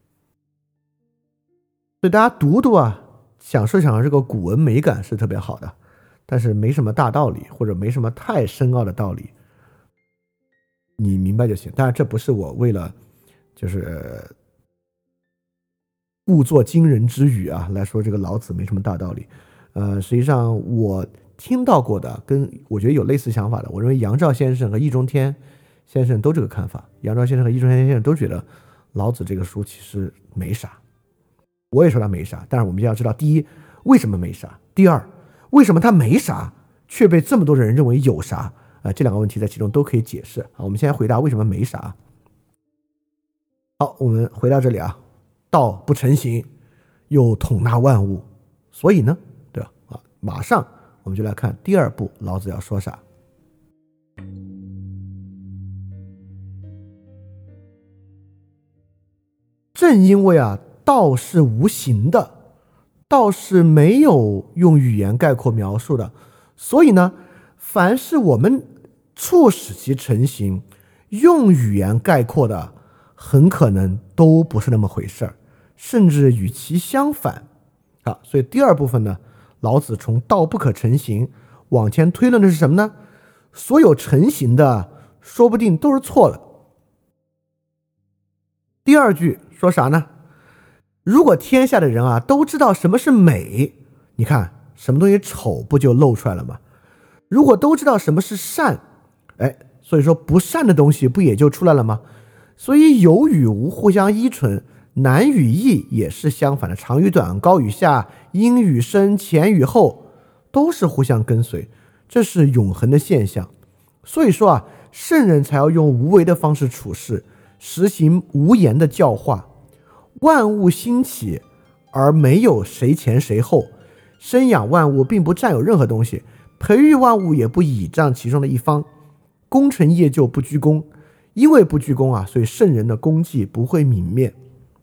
所以大家读读啊，享受享受这个古文美感是特别好的，但是没什么大道理，或者没什么太深奥的道理，你明白就行。当然这不是我为了就是故作惊人之语啊来说这个老子没什么大道理。实际上我听到过的跟我觉得有类似想法的，我认为杨照先生和易中天先生都这个看法。杨照先生和易中天先生都觉得老子这个书其实没啥，我也说他没啥，但是我们就要知道，第一，为什么没啥？第二，为什么他没啥却被这么多人认为有啥？这两个问题在其中都可以解释啊。我们现在回答为什么没啥。好，我们回到这里啊，道不成形，又统纳万物，所以呢，对吧？马上我们就来看第二步，老子要说啥。正因为啊，道是无形的，道是没有用语言概括描述的，所以呢，凡是我们促使其成形，用语言概括的，很可能都不是那么回事儿，甚至与其相反。好，所以第二部分呢，老子从道不可成形往前推论的是什么呢？所有成形的说不定都是错的。第二句说啥呢？如果天下的人啊都知道什么是美，你看什么东西丑不就露出来了吗？如果都知道什么是善，所以说不善的东西不也就出来了吗？所以有与无互相依存，难与易也是相反的，长与短，高与下，阴与深，前与后， 都是互相跟随，这是永恒的现象。所以说啊，圣人才要用无为的方式处事，实行无言的教化。万物兴起而没有谁前谁后，生养万物并不占有任何东西，培育万物也不倚仗其中的一方，功成业就不居功，因为不居功啊，所以圣人的功绩不会泯灭。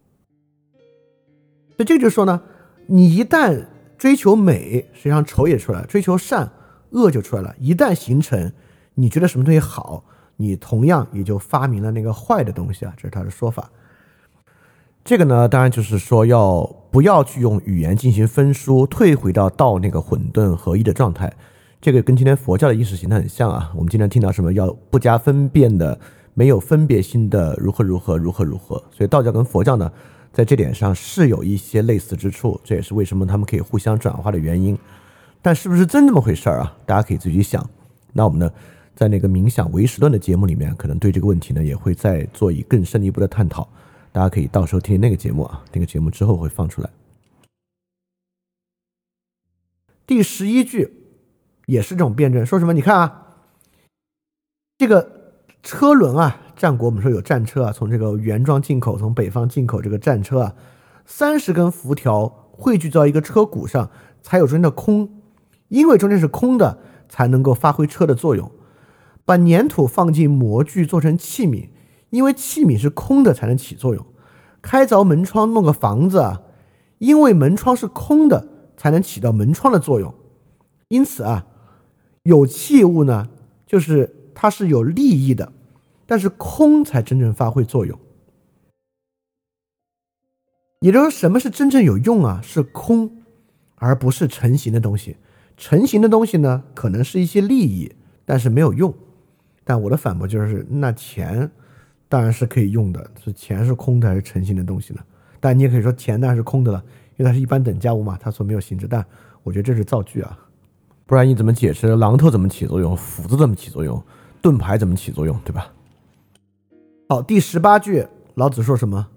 所以这就是说呢，你一旦追求美，实际上丑也出来了；追求善，恶就出来了。一旦形成，你觉得什么东西好，你同样也就发明了那个坏的东西啊，这是他的说法。这个呢，当然就是说不要去用语言进行分疏，退回到那个混沌合一的状态。这个跟今天佛教的意识形态很像啊。我们经常听到什么要不加分辨的，没有分别心的，如何如何如何如何。所以道教跟佛教呢，在这点上是有一些类似之处，这也是为什么他们可以互相转化的原因。但是不是真这么回事啊？大家可以自己想。那我们呢，在那个冥想唯识论的节目里面，可能对这个问题呢也会再做更深一步的探讨。大家可以到时候听那个节目啊，那个节目之后会放出来。第11句也是这种辩证，说什么？你看啊，这个车轮啊，战国我们说有战车啊，从这个原装进口，从北方进口这个战车啊，30根辐条汇聚到一个车骨上，才有中间的空，因为中间是空的，才能够发挥车的作用。把粘土放进模具做成器皿，因为器皿是空的才能起作用。开凿门窗弄个房子啊，因为门窗是空的才能起到门窗的作用。因此啊，有器物呢，就是它是有利益的，但是空才真正发挥作用。也就是说，什么是真正有用啊？是空，而不是成型的东西。成型的东西呢，可能是一些利益，但是没有用。但我的反驳就是，那钱当然是可以用的，是钱是空的还是成型的东西呢？但你也可以说钱当然是空的了，因为它是一般等价物嘛，它所没有性质。但我觉得这是造句啊，不然你怎么解释榔头怎么起作用，斧子怎么起作用，盾牌怎么起作用，对吧？好，第18句老子说什么？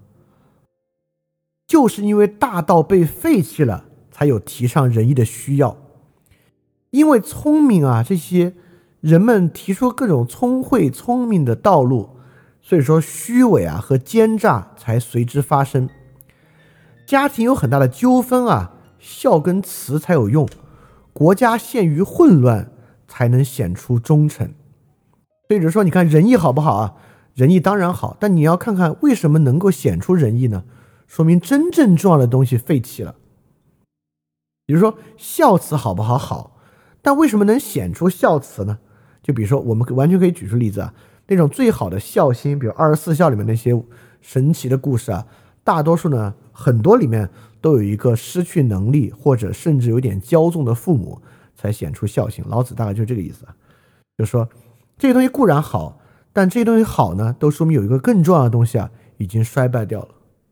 就是因为大道被废弃了，才有提倡仁义的需要。因为聪明啊，这些人们提出各种聪慧聪明的道路，所以说虚伪啊和奸诈才随之发生。家庭有很大的纠纷啊，孝跟慈才有用，国家陷于混乱才能显出忠诚。所以就说你看仁义好不好啊？仁义当然好，但你要看看为什么能够显出仁义呢？说明真正重要的东西废弃了。比如说孝慈好不好？好，但为什么能显出孝慈呢？就比如说我们完全可以举出例子啊，那种最好的孝心，比如24孝里面那些神奇的故事啊，大多数呢，很多里面都有一个失去能力或者甚至有点骄纵的父母才显出孝心。老子大概就是这个意思啊，就是说这些东西固然好，但这些东西好呢，都说明有一个更重要的东西啊，已经衰败掉了。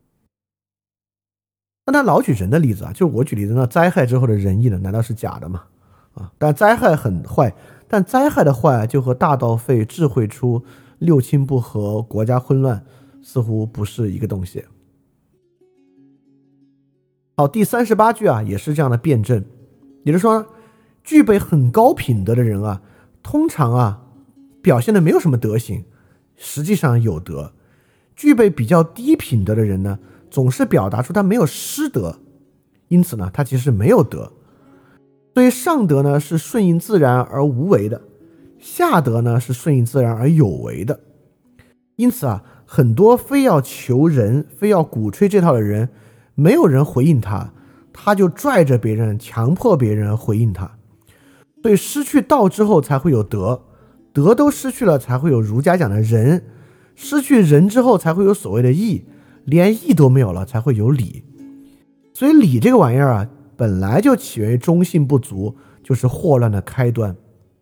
那他老举人的例子啊，就是我举例子，那灾害之后的仁义呢，难道是假的吗？啊，但灾害很坏，但灾害的坏就和大道废、智慧出、六亲不和、国家混乱似乎不是一个东西。好，第38句啊，也是这样的辩证，也就是说，具备很高品德的人啊，通常啊表现的没有什么德行，实际上有德；具备比较低品德的人呢，总是表达出他没有失德，因此呢，他其实没有德。所以上德呢是顺应自然而无为的，下德呢是顺应自然而有为的。因此啊，很多非要求人、非要鼓吹这套的人，没有人回应他，他就拽着别人，强迫别人回应他。所以失去道之后才会有德，德都失去了才会有儒家讲的仁，失去仁之后才会有所谓的义，连义都没有了才会有礼。所以礼这个玩意儿啊，本来就起源于忠信不足，就是祸乱的开端。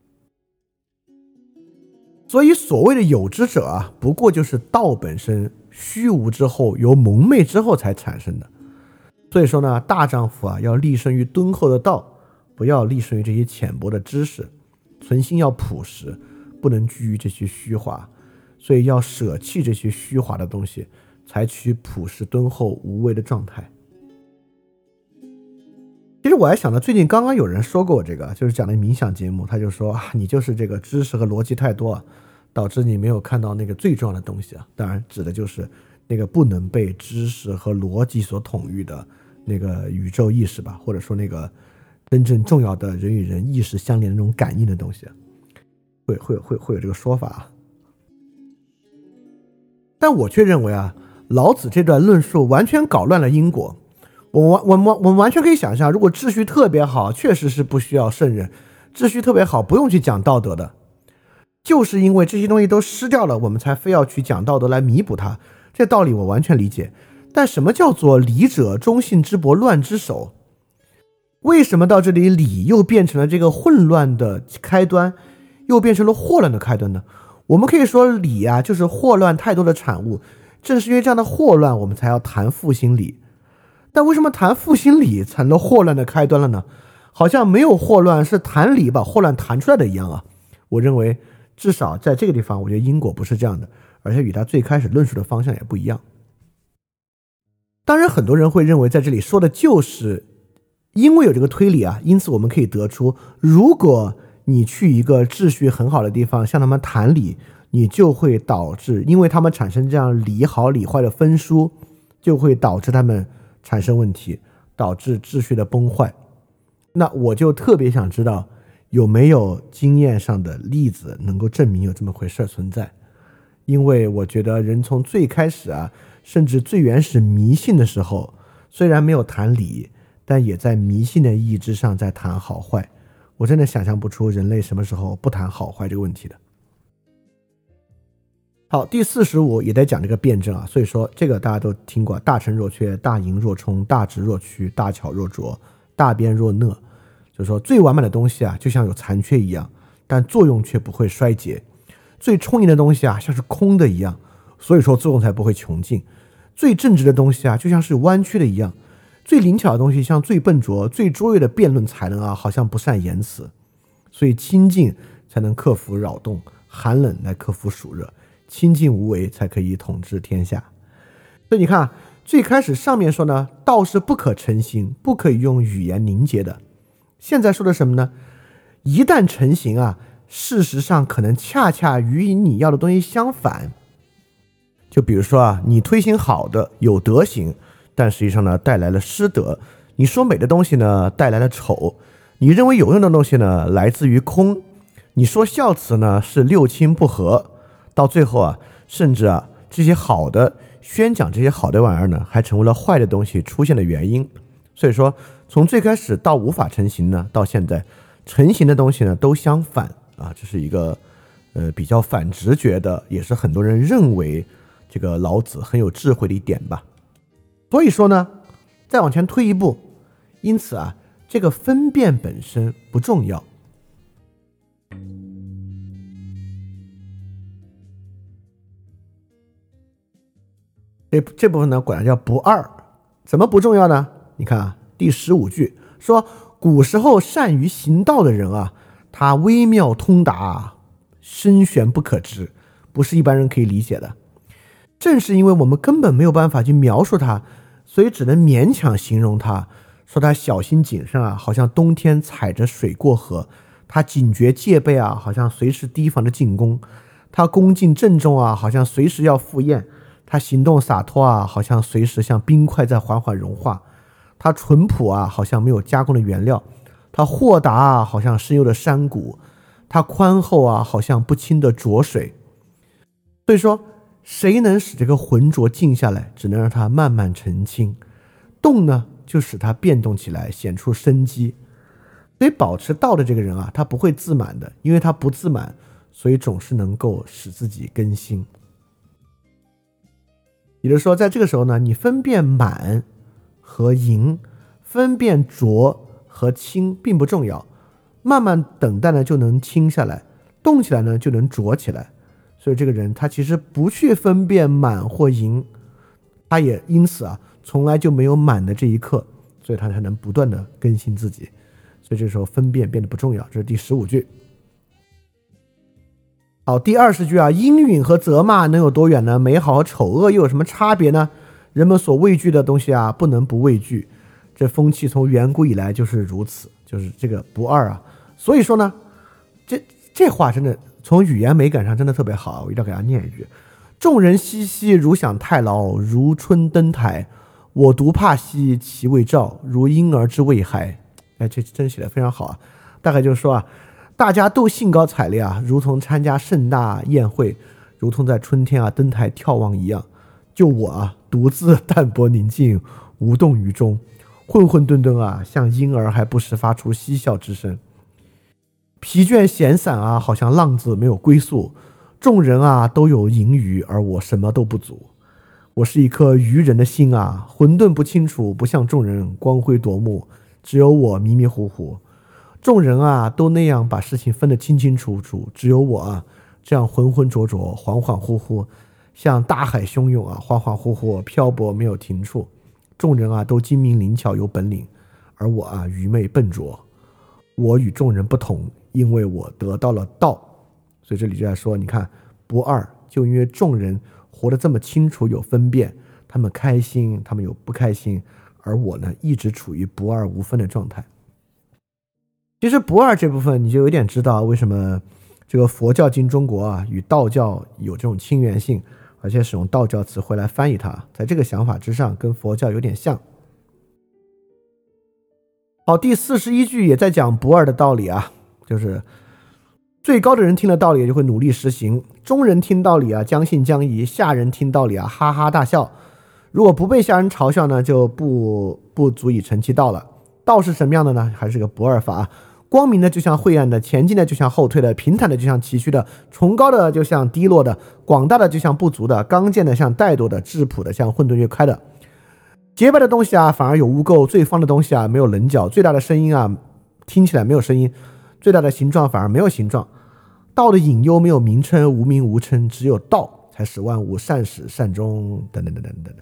所以所谓的有之者啊，不过就是道本身虚无之后，由蒙昧之后才产生的。所以说呢，大丈夫啊要立身于敦厚的道，不要立身于这些浅薄的知识，存心要朴实，不能居于这些虚华。所以要舍弃这些虚华的东西，采取朴实敦厚无为的状态。其实我还想到最近刚刚有人说过我这个，就是讲的冥想节目，他就说啊，你就是这个知识和逻辑太多啊，导致你没有看到那个最重要的东西啊。当然指的就是那个不能被知识和逻辑所统御的那个宇宙意识吧，或者说那个真正重要的人与人意识相连的那种感应的东西啊，会有这个说法啊。但我却认为啊，老子这段论述完全搞乱了因果。我们完全可以想象，如果秩序特别好，确实是不需要圣人；秩序特别好，不用去讲道德的。就是因为这些东西都失掉了，我们才非要去讲道德来弥补它。这道理我完全理解。但什么叫做礼者忠信之薄，乱之首？为什么到这里礼又变成了这个混乱的开端，又变成了祸乱的开端呢？我们可以说礼啊，就是祸乱太多的产物。正是因为这样的祸乱，我们才要谈复兴礼。但为什么谈复兴礼成了祸乱的开端了呢？好像没有祸乱，是谈礼把祸乱谈出来的一样啊。我认为至少在这个地方，我觉得因果不是这样的，而且与他最开始论述的方向也不一样。当然很多人会认为在这里说的就是因为有这个推理啊，因此我们可以得出，如果你去一个秩序很好的地方向他们谈理，你就会导致因为他们产生这样理好理坏的分殊，就会导致他们产生问题，导致秩序的崩坏。那我就特别想知道有没有经验上的例子能够证明有这么回事存在。因为我觉得人从最开始啊，甚至最原始迷信的时候，虽然没有谈理，但也在迷信的意义之上在谈好坏。我真的想象不出人类什么时候不谈好坏这个问题的。好，第45也在讲这个辩证啊，所以说这个大家都听过，大成若缺，大盈若冲，大直若屈，大巧若拙，大辩若讷。就是说最完美的东西啊，就像有残缺一样，但作用却不会衰竭。最充盈的东西啊，像是空的一样，所以说作用才不会穷尽。最正直的东西啊，就像是弯曲的一样。最灵巧的东西像最笨拙，最卓越的辩论才能啊，好像不善言辞。所以清静才能克服扰动，寒冷来克服暑热，清静无为才可以统治天下。所以你看最开始上面说呢，道是不可成形，不可以用语言凝结的。现在说的什么呢？一旦成型啊，事实上可能恰恰与你要的东西相反。就比如说啊，你推行好的有德行，但实际上呢带来了失德。你说美的东西呢带来了丑。你认为有用的东西呢来自于空。你说孝慈呢是六亲不和。到最后啊，甚至啊这些好的宣讲这些好的玩意儿呢，还成为了坏的东西出现的原因。所以说从最开始到无法成型呢，到现在成型的东西呢都相反啊，这是一个比较反直觉的，也是很多人认为这个老子很有智慧的一点吧。所以说呢，再往前推一步，因此啊，这个分辨本身不重要。这部分呢，管它叫不二。怎么不重要呢？你看啊，第15句说，古时候善于行道的人啊，他微妙通达，深玄不可知，不是一般人可以理解的。正是因为我们根本没有办法去描述它，所以只能勉强形容它，说他小心谨慎啊，好像冬天踩着水过河；他警觉戒备啊，好像随时提防着进攻；他恭敬郑重啊，好像随时要赴宴；他行动洒脱啊，好像随时像冰块在缓缓融化；他淳朴啊，好像没有加工的原料；他豁达啊，好像深幽的山谷；他宽厚啊，好像不清的浊水。所以说，谁能使这个浑浊静下来？只能让它慢慢澄清。动呢，就使它变动起来，显出生机。所以保持道的这个人啊，他不会自满的，因为他不自满，所以总是能够使自己更新。也就是说，在这个时候呢，你分辨满和盈，分辨浊和清并不重要，慢慢等待呢就能清下来，动起来呢就能浊起来。所以这个人他其实不去分辨满或盈，他也因此啊从来就没有满的这一刻，所以他才能不断的更新自己。所以这时候分辨变得不重要。这是第15句。好，第20句啊，应允和责骂能有多远呢？美好和丑恶又有什么差别呢？人们所畏惧的东西啊，不能不畏惧。 这风气从远古以来就是如此，就是这个不二啊。所以说呢，这话真的从语言美感上真的特别好，我一定要给大家念一句：众人熙熙，如享太牢，如春登台，我独怕兮其未兆，如婴儿之未孩。哎，这真写得非常好啊！大概就是说啊，大家都兴高采烈啊，如同参加盛大宴会，如同在春天啊登台眺望一样。就我啊，独自淡泊宁静，无动于衷，混混沌沌啊，像婴儿还不时发出嬉笑之声。疲倦闲散啊，好像浪子没有归宿。众人啊都有盈余，而我什么都不足。我是一颗愚人的心啊，混沌不清楚，不像众人光辉夺目，只有我迷迷糊糊。众人啊都那样把事情分得清清楚楚，只有我啊这样浑浑浊浊，恍恍惚惚，像大海汹涌啊，恍恍惚惚漂泊没有停处。众人啊都精明灵巧有本领，而我啊愚昧笨拙。我与众人不同，因为我得到了道。所以这里就在说，你看不二，就因为众人活得这么清楚有分辨，他们开心，他们有不开心，而我呢一直处于不二无分的状态。其实不二这部分你就有点知道为什么这个佛教进中国啊与道教有这种亲缘性，而且使用道教词汇来翻译它，在这个想法之上跟佛教有点像。好，第41句也在讲不二的道理啊，就是最高的人听了道理就会努力实行，中人听道理啊将信将疑，下人听道理啊哈哈大笑。如果不被下人嘲笑呢，就不足以成其道了。道是什么样的呢？还是个不二法，光明的就像晦暗的，前进的就像后退的，平坦的就像崎岖的，崇高的就像低落的，广大的就像不足的，刚健的像怠惰的，质朴的像混沌越开的。洁白的东西啊反而有污垢，最方的东西啊没有棱角，最大的声音啊听起来没有声音，最大的形状反而没有形状。道的隐忧没有名称，无名无称，只有道才使万物善始善终，等等等等等等。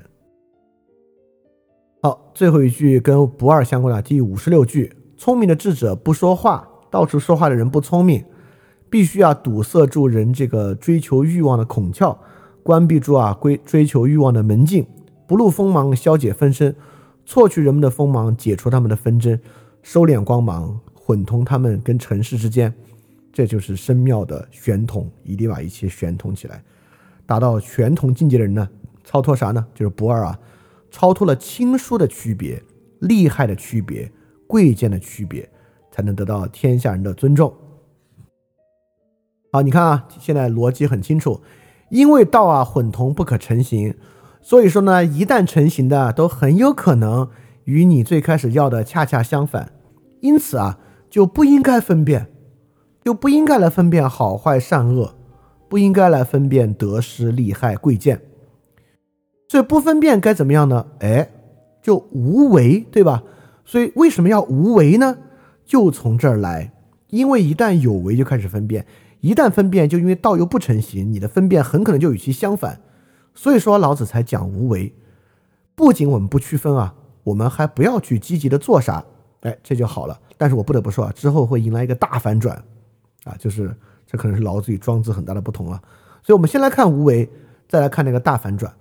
好，最后一句跟不二相关的第56句，聪明的智者不说话，到处说话的人不聪明，必须要堵塞住人这个追求欲望的孔窍，关闭住啊追求欲望的门径，不露锋芒，消解纷争，错去人们的锋芒，解除他们的纷争，收敛光芒，混同他们跟尘世之间。这就是深妙的玄同，一定把一切玄同起来。达到玄同境界的人呢，超脱啥呢？就是不二啊，超脱了亲疏的区别、厉害的区别、贵贱的区别，才能得到天下人的尊重。好，你看啊，现在逻辑很清楚，因为道啊混同不可成形，所以说呢，一旦成型的都很有可能与你最开始要的恰恰相反，因此啊，就不应该分辨。就不应该来分辨好坏善恶，不应该来分辨得失利害贵贱。所以不分辨该怎么样呢？就无为，对吧？所以为什么要无为呢？就从这儿来，因为一旦有为就开始分辨，一旦分辨就因为道又不成形，你的分辨很可能就与其相反。所以说老子才讲无为。不仅我们不区分啊，我们还不要去积极的做啥，这就好了。但是我不得不说啊，之后会迎来一个大反转。就是这可能是老子与庄子很大的不同了。所以我们先来看无为，再来看那个大反转。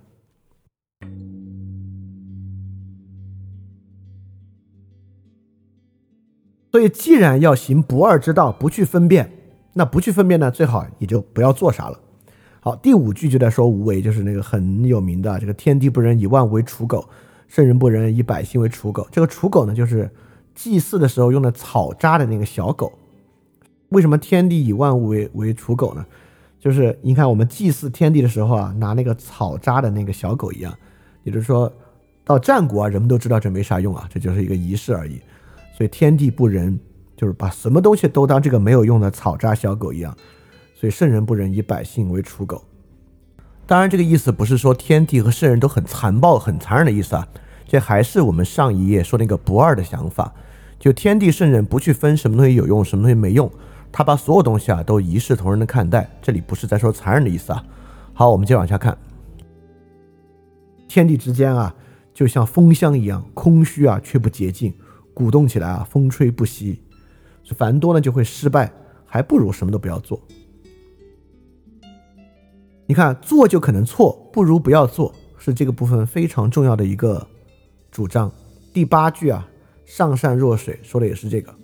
所以既然要行不二之道，不去分辨，那不去分辨呢，最好也就不要做啥了。好，第5句就在说无为，就是那个很有名的这个天地不仁，以万物为刍狗，圣人不仁，以百姓为刍狗。这个刍狗呢，就是祭祀的时候用的草扎的那个小狗。为什么天地以万物为刍狗呢？就是你看我们祭祀天地的时候啊，拿那个草扎的那个小狗一样，也就是说到战国啊，人们都知道这没啥用啊，这就是一个仪式而已。所以天地不仁，就是把什么东西都当这个没有用的草扎小狗一样。所以圣人不仁，以百姓为刍狗。当然这个意思不是说天地和圣人都很残暴很残忍的意思啊，这还是我们上一页说那个不二的想法，就天地圣人不去分什么东西有用什么东西没用，他把所有东西啊都一视同仁的看待，这里不是在说残忍的意思啊。好，我们接着往下看。天地之间啊，就像风箱一样空虚啊，却不洁净，鼓动起来啊，风吹不息。繁多呢就会失败，还不如什么都不要做。你看，做就可能错，不如不要做，是这个部分非常重要的一个主张。 第8句啊，上善若水，说的也是这个。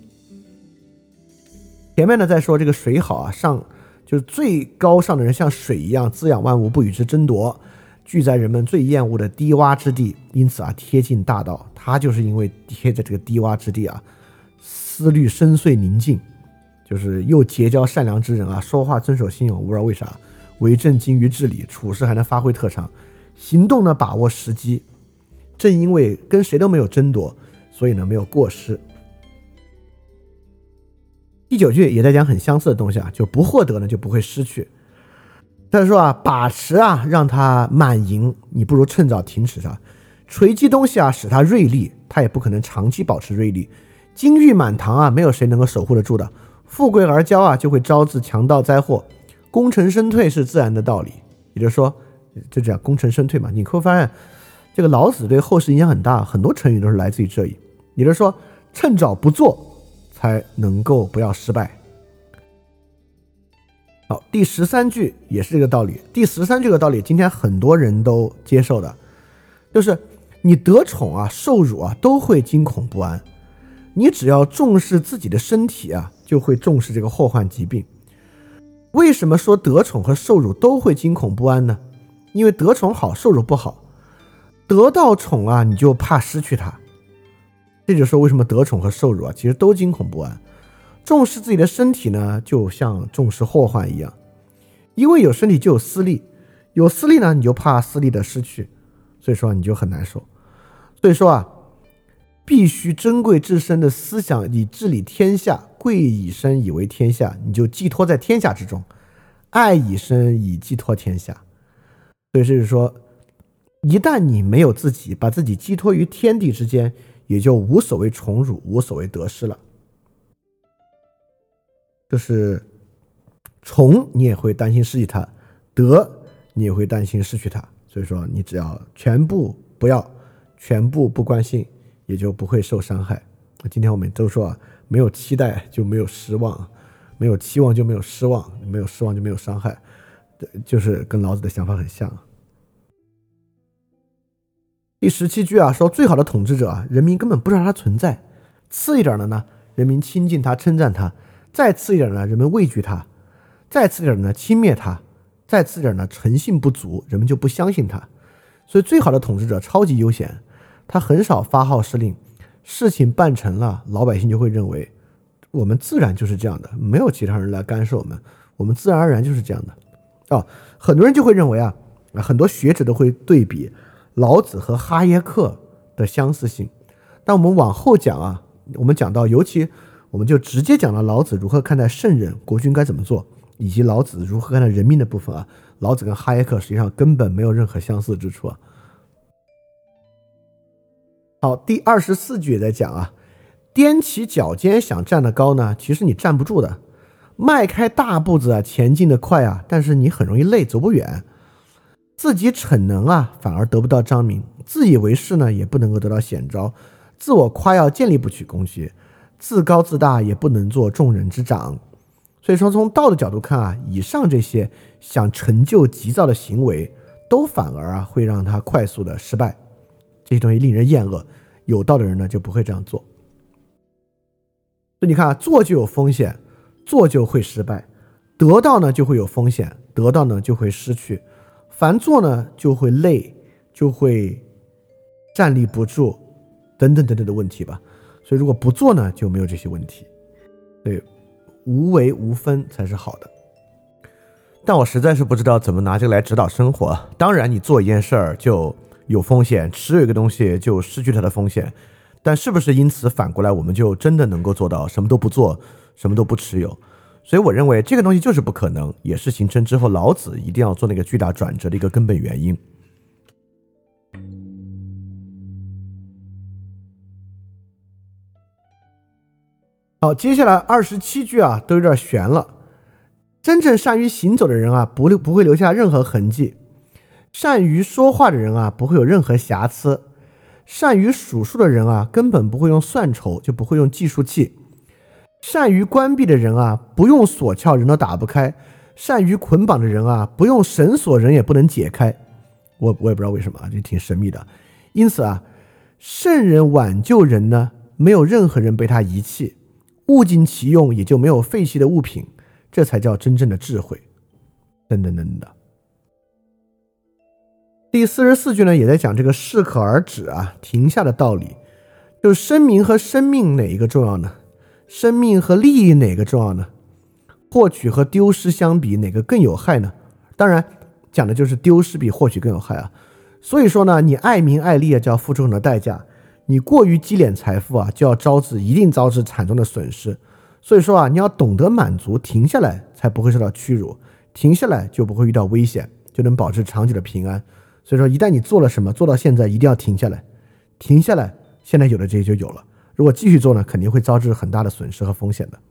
前面呢在说这个水好啊，就是最高尚的人像水一样滋养万物，不与之争夺，居在人们最厌恶的低洼之地，因此啊贴近大道。他就是因为贴着这个低洼之地啊，思虑深邃宁静，就是又结交善良之人啊，说话遵守信用，不知道为啥为政精于治理，处事还能发挥特长，行动呢把握时机。正因为跟谁都没有争夺，所以呢没有过失。第9句也在讲很相似的东西啊，就不获得呢就不会失去。他说啊，把持啊让它满盈，你不如趁早停止它。锤击东西啊使它锐利，它也不可能长期保持锐利。金玉满堂啊，没有谁能够守护得住的。富贵而骄啊，就会招致强盗灾祸。功成身退是自然的道理，也就是说，就这样功成身退嘛。你会发现，这个老子对后世影响很大，很多成语都是来自于这里。也就是说，趁早不做，才能够不要失败。好，第13句也是这个道理。第13句的道理，今天很多人都接受的，就是你得宠啊、受辱啊，都会惊恐不安。你只要重视自己的身体啊，就会重视这个祸患疾病。为什么说得宠和受辱都会惊恐不安呢？因为得宠好，受辱不好。得到宠啊，你就怕失去它。这就是说为什么得宠和受辱啊，其实都惊恐不安。重视自己的身体呢，就像重视祸患一样，因为有身体就有私利，有私利呢，你就怕私利的失去，所以说你就很难受。所以说啊，必须珍贵至深的思想以治理天下，贵以身以为天下，你就寄托在天下之中，爱以身以寄托天下。所以就是说，一旦你没有自己，把自己寄托于天地之间，也就无所谓宠辱，无所谓得失了。就是宠你也会担心失去它，得你也会担心失去它。所以说你只要全部不要，全部不关心，也就不会受伤害。今天我们都说啊，没有期待就没有失望，没有期望就没有失望，没有失望就没有伤害，就是跟老子的想法很像。第17句啊，说最好的统治者啊，人民根本不知道他存在。次一点的呢，人民亲近他，称赞他；再次一点呢，人们畏惧他；再次一点呢，轻蔑他；再次一点呢，诚信不足，人们就不相信他。所以最好的统治者超级悠闲，他很少发号施令，事情办成了，老百姓就会认为我们自然就是这样的，没有其他人来干涉我们，我们自然而然就是这样的。很多人就会认为啊，很多学者都会对比老子和哈耶克的相似性。但我们往后讲啊，我们讲到，尤其我们就直接讲到老子如何看待圣人，国君该怎么做，以及老子如何看待人民的部分啊，老子跟哈耶克实际上根本没有任何相似之处啊。好，第24句也在讲啊，踮起脚尖想站得高呢，其实你站不住的。迈开大步子啊，前进得快啊，但是你很容易累，走不远。自己逞能啊，反而得不到彰明；自以为是呢，也不能够得到显昭。自我夸耀，建立不起功绩；自高自大，也不能做众人之长。所以说，从道的角度看啊，以上这些想成就急躁的行为，都反而啊会让他快速的失败。这些东西令人厌恶，有道的人呢就不会这样做。所以你看啊，做就有风险，做就会失败；得到呢就会有风险，得到呢就会失去。凡做呢就会累，就会站立不住，等等等等的问题吧。所以如果不做呢，就没有这些问题。所以无为无分才是好的。但我实在是不知道怎么拿这个来指导生活。当然你做一件事儿就有风险，持有一个东西就失去它的风险，但是不是因此反过来我们就真的能够做到什么都不做，什么都不持有？所以我认为这个东西就是不可能，也是形成之后老子一定要做那个巨大转折的一个根本原因。好，接下来27句啊都有点悬了。真正善于行走的人啊，不会留下任何痕迹；善于说话的人啊，不会有任何瑕疵；善于数数的人啊，根本不会用算筹，就不会用计数器；善于关闭的人啊，不用锁撬人都打不开；善于捆绑的人啊，不用绳索人也不能解开。我也不知道为什么啊，这挺神秘的。因此啊， 圣人挽救人呢，没有任何人被他遗弃，物尽其用，也就没有废弃的物品，这才叫真正的智慧。等等等等的。第44句呢，也在讲这个适可而止啊，停下的道理。就是生命和生命哪一个重要呢？生命和利益哪个重要呢？获取和丢失相比，哪个更有害呢？当然，讲的就是丢失比获取更有害啊。所以说呢，你爱名爱利啊，就要付出很多代价；你过于积敛财富啊，就要一定招致惨重的损失。所以说啊，你要懂得满足，停下来才不会受到屈辱，停下来就不会遇到危险，就能保持长久的平安。所以说，一旦你做了什么，做到现在，一定要停下来，停下来，现在有的这些就有了。如果继续做呢，肯定会招致很大的损失和风险的。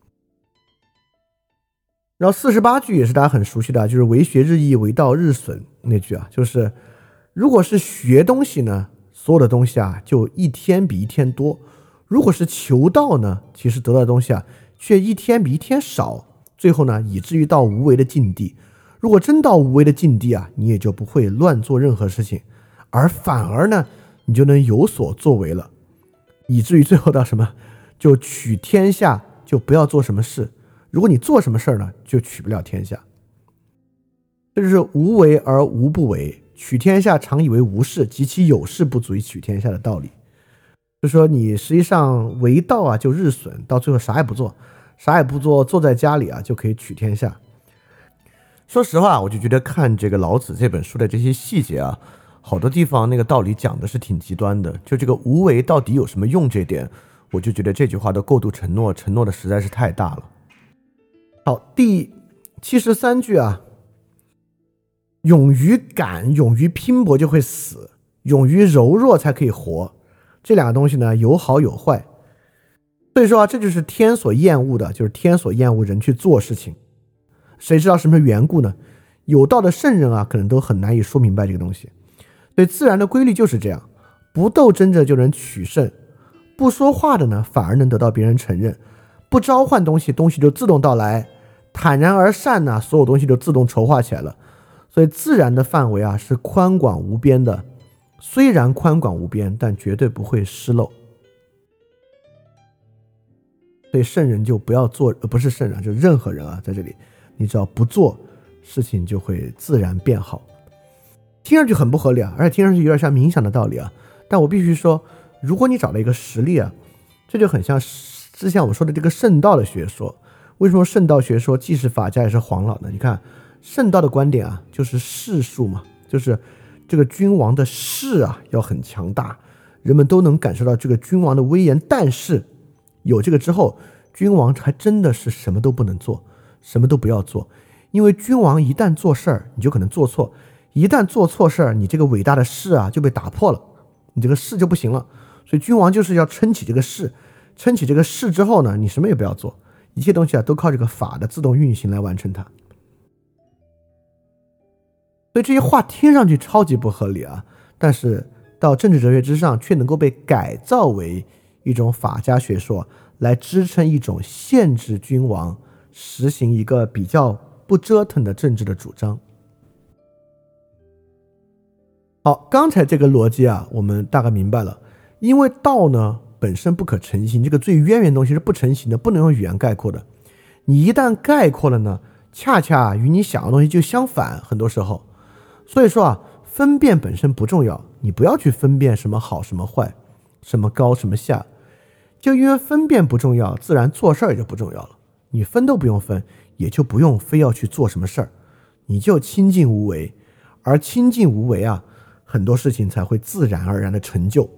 然后48句也是大家很熟悉的，就是为学日益，为道日损那句啊，就是如果是学东西呢，所有的东西啊就一天比一天多；如果是求道呢，其实得到的东西啊却一天比一天少，最后呢以至于到无为的境地。如果真到无为的境地啊，你也就不会乱做任何事情，而反而呢你就能有所作为了，以至于最后到什么，就取天下，就不要做什么事。如果你做什么事呢，就取不了天下。这就是无为而无不为，取天下常以为无事，及其有事不足以取天下的道理。就说你实际上为道啊，就日损，到最后啥也不做，坐在家里啊就可以取天下。说实话，我就觉得看这个老子这本书的这些细节啊，好多地方那个道理讲的是挺极端的。就这个无为到底有什么用这点，我就觉得这句话的过度承诺的实在是太大了。好，第73句啊，勇于敢，勇于拼搏就会死，勇于柔弱才可以活。这两个东西呢，有好有坏。所以说啊，这就是天所厌恶的，就是天所厌恶人去做事情。谁知道什么缘故呢？有道的圣人啊，可能都很难以说明白这个东西。所以自然的规律就是这样，不斗争着就能取胜，不说话的呢，反而能得到别人承认，不召唤东西就自动到来。坦然而善呢，所有东西就自动筹划起来了。所以自然的范围啊是宽广无边的，虽然宽广无边，但绝对不会失漏。所以圣人就不要做，不是圣人，就任何人啊，在这里你只要不做，事情就会自然变好。听上去很不合理啊，而且听上去有点像冥想的道理啊。但我必须说，如果你找了一个实例啊，这就很像之前我们说的这个圣道的学说。为什么圣道学说既是法家也是黄老呢？你看圣道的观点啊，就是士术嘛，就是这个君王的势啊要很强大，人们都能感受到这个君王的威严。但是有这个之后，君王还真的是什么都不能做，什么都不要做，因为君王一旦做事儿，你就可能做错，一旦做错事儿，你这个伟大的势啊就被打破了，你这个势就不行了。所以君王就是要撑起这个势，撑起这个势之后呢，你什么也不要做。一切东西啊，都靠这个法的自动运行来完成它。所以这些话听上去超级不合理啊，但是到政治哲学之上，却能够被改造为一种法家学说，来支撑一种限制君王实行一个比较不折腾的政治的主张。好，刚才这个逻辑啊，我们大概明白了。因为道呢本身不可成形，这个最渊源的东西是不成形的，不能用语言概括的。你一旦概括了呢，恰恰与你想的东西就相反，很多时候。所以说啊，分辨本身不重要，你不要去分辨什么好什么坏，什么高什么下。就因为分辨不重要，自然做事儿也就不重要了。你分都不用分，也就不用非要去做什么事儿，你就清净无为。而清净无为啊，很多事情才会自然而然的成就。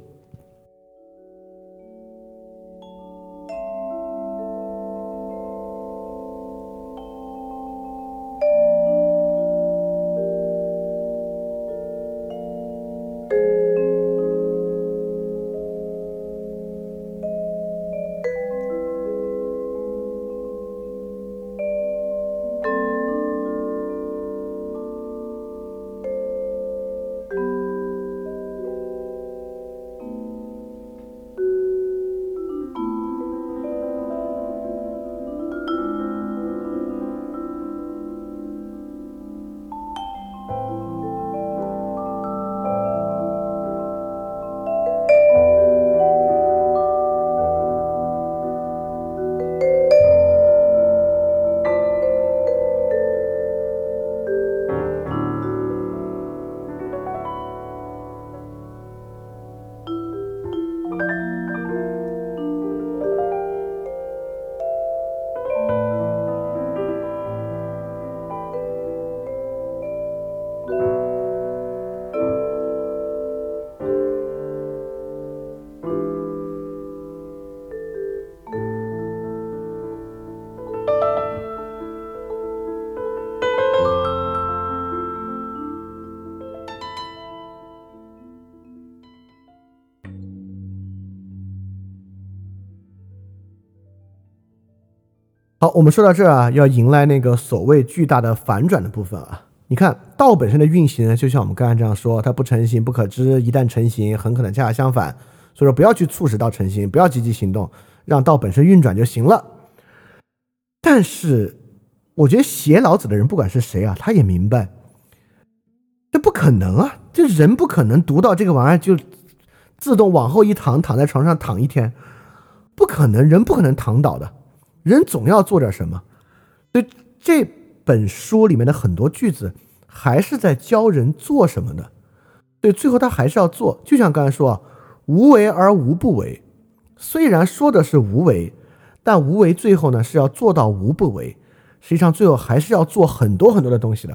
好，我们说到这儿啊，要迎来那个所谓巨大的反转的部分啊。你看道本身的运行呢，就像我们刚才这样说，它不成形不可知，一旦成形很可能恰恰相反，所以说不要去促使道成形，不要积极行动，让道本身运转就行了。但是我觉得写老子的人不管是谁啊，他也明白这不可能啊，这人不可能读到这个玩意儿就自动往后一躺，躺在床上躺一天，不可能，人不可能躺倒的，人总要做点什么。所以这本书里面的很多句子还是在教人做什么的，所以最后他还是要做。就像刚才说啊，无为而无不为，虽然说的是无为，但无为最后呢是要做到无不为，实际上最后还是要做很多很多的东西的。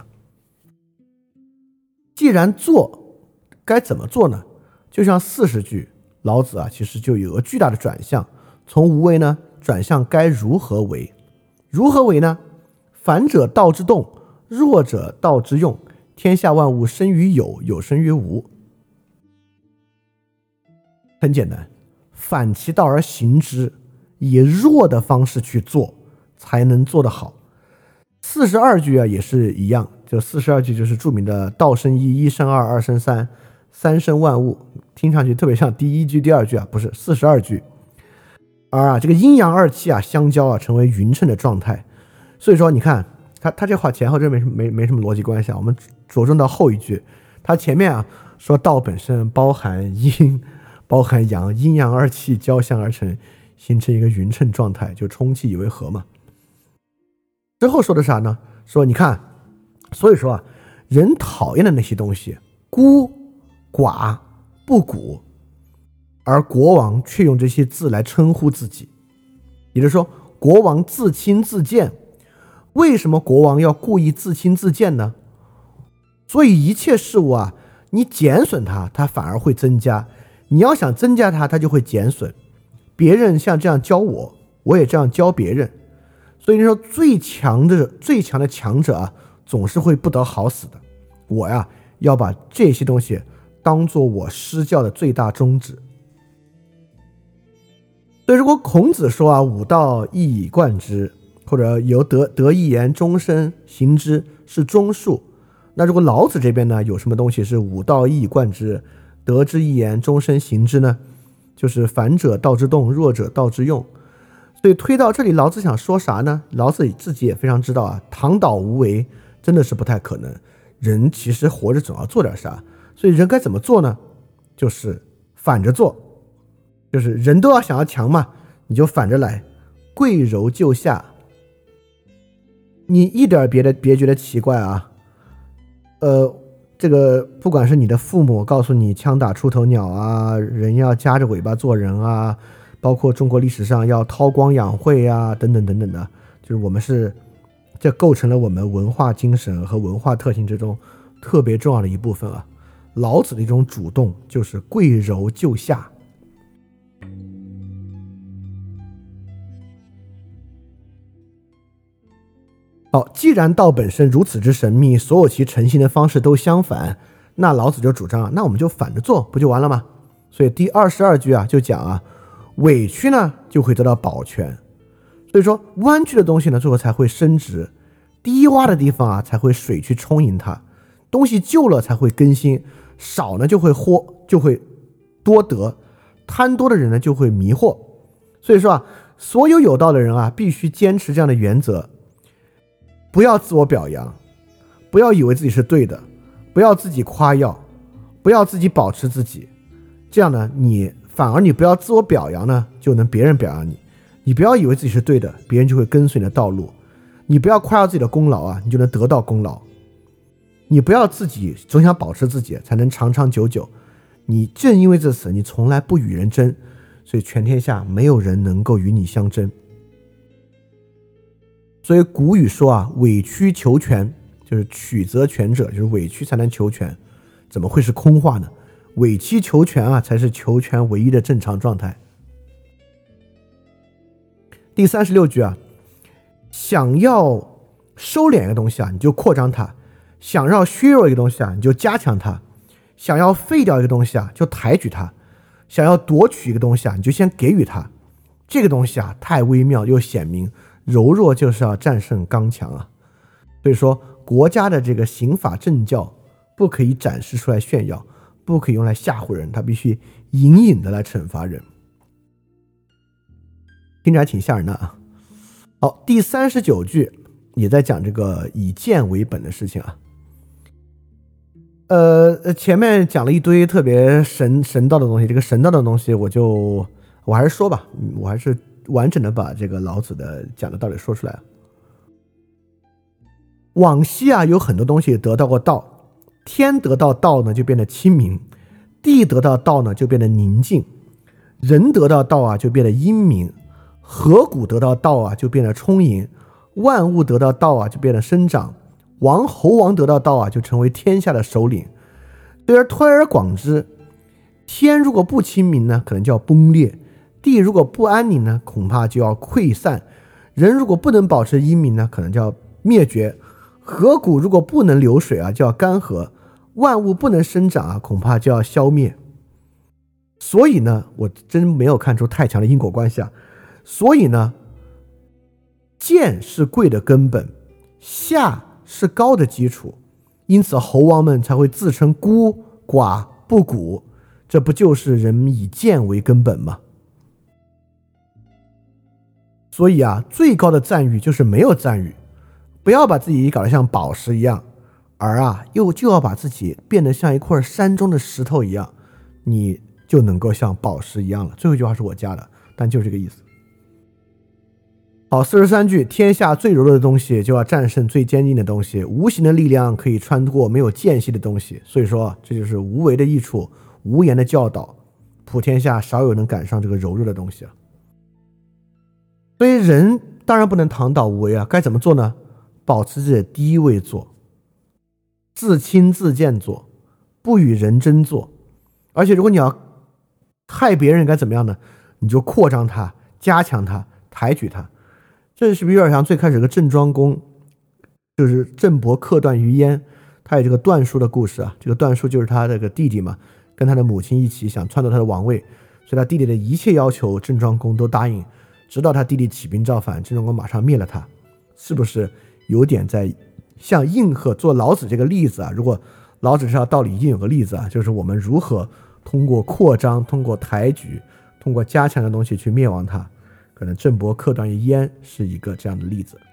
既然做，该怎么做呢？就像40句，老子啊其实就有个巨大的转向，从无为呢转向该如何为。如何为呢？反者道之动，弱者道之用，天下万物生于有，有生于无。很简单，反其道而行之，以弱的方式去做，才能做得好。42句啊也是一样，就42句就是著名的道生一，一生二，二生三，三生万物，听上去特别像第一句第二句啊，不是42句。而啊这个阴阳二气啊相交啊，成为匀称的状态。所以说你看他这话前后真没什么逻辑关系啊。我们着重到后一句，他前面啊说道本身包含阴包含阳，阴阳二气交相而成，形成一个匀称状态，就充气以为和嘛。之后说的啥呢？说你看，所以说啊，人讨厌的那些东西，孤、寡、不古，而国王却用这些字来称呼自己，也就是说，国王自轻自贱。为什么国王要故意自轻自贱呢？所以一切事物啊，你减损它，它反而会增加；你要想增加它，它就会减损。别人像这样教我，我也这样教别人。所以说最强的强者啊，总是会不得好死的。我呀，要把这些东西当做我施教的最大宗旨。所以如果孔子说啊，吾道一以贯之，或者由得一言终身行之，是忠恕。那如果老子这边呢，有什么东西是吾道一以贯之，得之一言终身行之呢？就是反者道之动，弱者道之用。所以推到这里，老子想说啥呢？老子自己也非常知道啊，躺倒无为真的是不太可能。人其实活着总要做点啥，所以人该怎么做呢？就是反着做，就是人都要想要强嘛，你就反着来，贵柔就下。你一点别觉得奇怪啊，这个不管是你的父母告诉你枪打出头鸟啊，人要夹着尾巴做人啊，包括中国历史上要韬光养晦啊，等等等等的，就是我们这构成了我们文化精神和文化特性之中特别重要的一部分啊。老子的一种主动就是贵柔就下。好，既然道本身如此之神秘，所有其成形的方式都相反，那老子就主张啊，那我们就反着做，不就完了吗？所以第22句啊就讲啊，委屈呢就会得到保全，所以说弯曲的东西呢最后才会伸直，低洼的地方啊才会水去充盈它，东西旧了才会更新，少呢就会多得，贪多的人呢就会迷惑。所以说啊，所有有道的人啊必须坚持这样的原则，不要自我表扬，不要以为自己是对的，不要自己夸耀，不要自己保持自己，这样呢反而你不要自我表扬呢，就能别人表扬你。你不要以为自己是对的，别人就会跟随你的道路。你不要夸耀自己的功劳啊，你就能得到功劳。你不要自己总想保持自己才能长长久久。你正因为这次你从来不与人争，所以全天下没有人能够与你相争。所以古语说啊，委曲求全，就是曲则全者，就是委屈才能求全。怎么会是空话呢？委曲求全啊，才是求全唯一的正常状态。第36句啊，想要收敛一个东西啊，你就扩张它；想要削弱一个东西啊，你就加强它；想要废掉一个东西啊，就抬举它；想要夺取一个东西啊，你就先给予它。这个东西啊，太微妙又显明， 柔弱就是要战胜刚强啊。所以说国家的这个刑法政教不可以展示出来炫耀，不可以用来吓唬人，它必须隐隐的来惩罚人。听着还挺吓人的啊。好，第39句也在讲这个以剑为本的事情啊。前面讲了一堆特别神道的东西，这个神道的东西我还是说吧，我还是完整的把这个老子的讲的道理说出来。往昔啊，有很多东西得到过道，天得到道呢就变得清明，地得到道呢就变得宁静，人得到道啊就变得英明，河谷得到道啊就变得充盈，万物得到道啊就变得生长，猴王得到道啊就成为天下的首领。对而推而广之，天如果不清明呢，可能就要崩裂；地如果不安宁呢，恐怕就要溃散；人如果不能保持英明呢，可能就要灭绝；河谷如果不能流水啊，就要干涸；万物不能生长啊，恐怕就要消灭。所以呢，我真没有看出太强的因果关系啊。所以呢，贱是贵的根本，下是高的基础，因此猴王们才会自称孤寡不古，这不就是人以贱为根本吗？所以啊，最高的赞誉就是没有赞誉，不要把自己搞得像宝石一样，而就要把自己变得像一块山中的石头一样，你就能够像宝石一样了。最后一句话是我加的，但就是这个意思。好，43句，天下最柔弱的东西就要战胜最坚硬的东西，无形的力量可以穿过没有间隙的东西。所以说这就是无为的益处，无言的教导，普天下少有能赶上这个柔弱的东西啊。所以人当然不能躺倒无为啊，该怎么做呢？保持自己的低位做，自轻自贱做，不与人争做。而且如果你要害别人该怎么样呢？你就扩张它，加强它，抬举它。这是不是有点像最开始的郑庄公，就是郑伯克段于鄢，他有这个段叔的故事啊。这个段叔就是他这个弟弟嘛，跟他的母亲一起想篡夺他的王位，所以他弟弟的一切要求郑庄公都答应，直到他弟弟起兵造反，郑庄公马上灭了他。是不是有点在像应和做老子这个例子啊？如果老子这条道理一定有个例子啊，就是我们如何通过扩张，通过抬举，通过加强的东西去灭亡它。可能郑伯克段于鄢是一个这样的例子。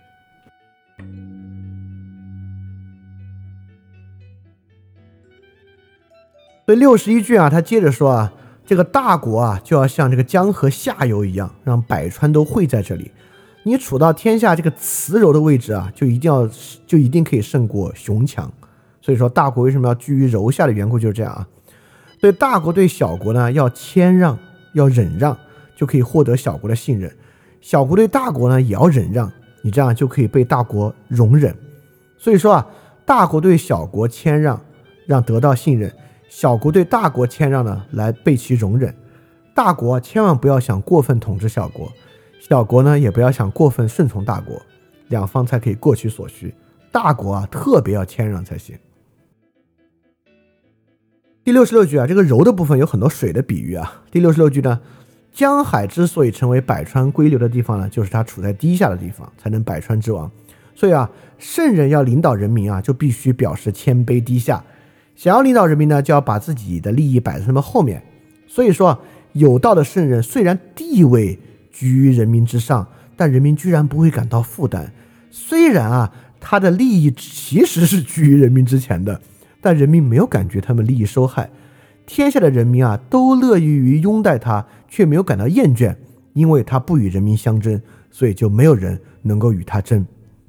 所以61句啊，他接着说啊，这个大国啊就要像这个江河下游一样，让百川都汇在这里。你处到天下这个慈柔的位置啊，就一定可以胜过雄强。所以说大国为什么要居于柔下的缘故就是这样啊。所以大国对小国呢要谦让，要忍让，就可以获得小国的信任。小国对大国呢也要忍让，你这样就可以被大国容忍。所以说啊，大国对小国谦让，让得到信任；小国对大国谦让呢，来被其容忍。大国千万不要想过分统治小国，小国呢也不要想过分顺从大国，两方才可以各取所需。大国啊特别要谦让才行。第66句啊，这个柔的部分有很多水的比喻啊。第66句呢，江海之所以成为百川归流的地方呢，就是它处在低下的地方，才能百川之王。所以啊，圣人要领导人民啊，就必须表示谦卑低下。想要领导人民呢，就要把自己的利益摆在他们后面。所以说，有道的圣人虽然地位居于人民之上，但人民居然不会感到负担。虽然啊，他的利益其实是居于人民之前的，但人民没有感觉他们利益受害。天下的人民啊，都乐于拥戴他，却没有感到厌倦，因为他不与人民相争，所以就没有人能够与他争。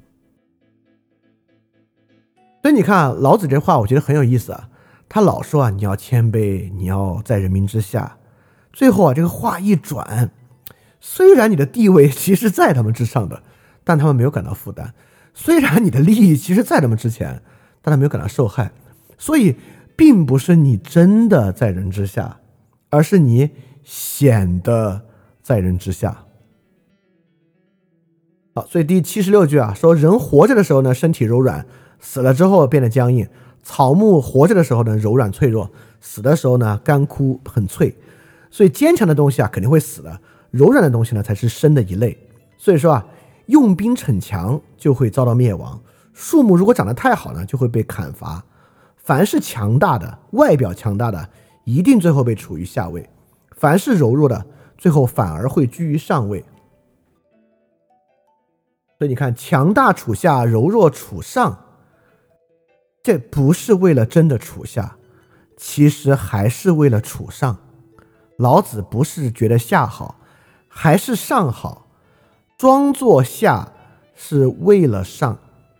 所以你看老子这话我觉得很有意思啊，他老说啊，你要谦卑，你要在人民之下，最后啊这个话一转，虽然你的地位其实在他们之上的，但他们没有感到负担；虽然你的利益其实在他们之前，但他们没有感到受害。所以并不是你真的在人之下，而是你显得在人之下。好，所以第76句啊，说人活着的时候呢，身体柔软，死了之后变得僵硬；草木活着的时候呢，柔软脆弱，死的时候呢，干枯很脆。所以坚强的东西啊，肯定会死的；柔软的东西呢，才是生的一类。所以说啊， 用兵逞强就会遭到灭亡，树木如果长得太好呢，就会被砍伐。凡是强大的，外表强大的，一定最后被处于下位；凡是柔弱的，最后反而会居于上位。所以你看，强大处下，柔弱处上，这不是为了真的处下，其实还是为了处上。老子不是觉得下好，还是上好，装作下是为了上。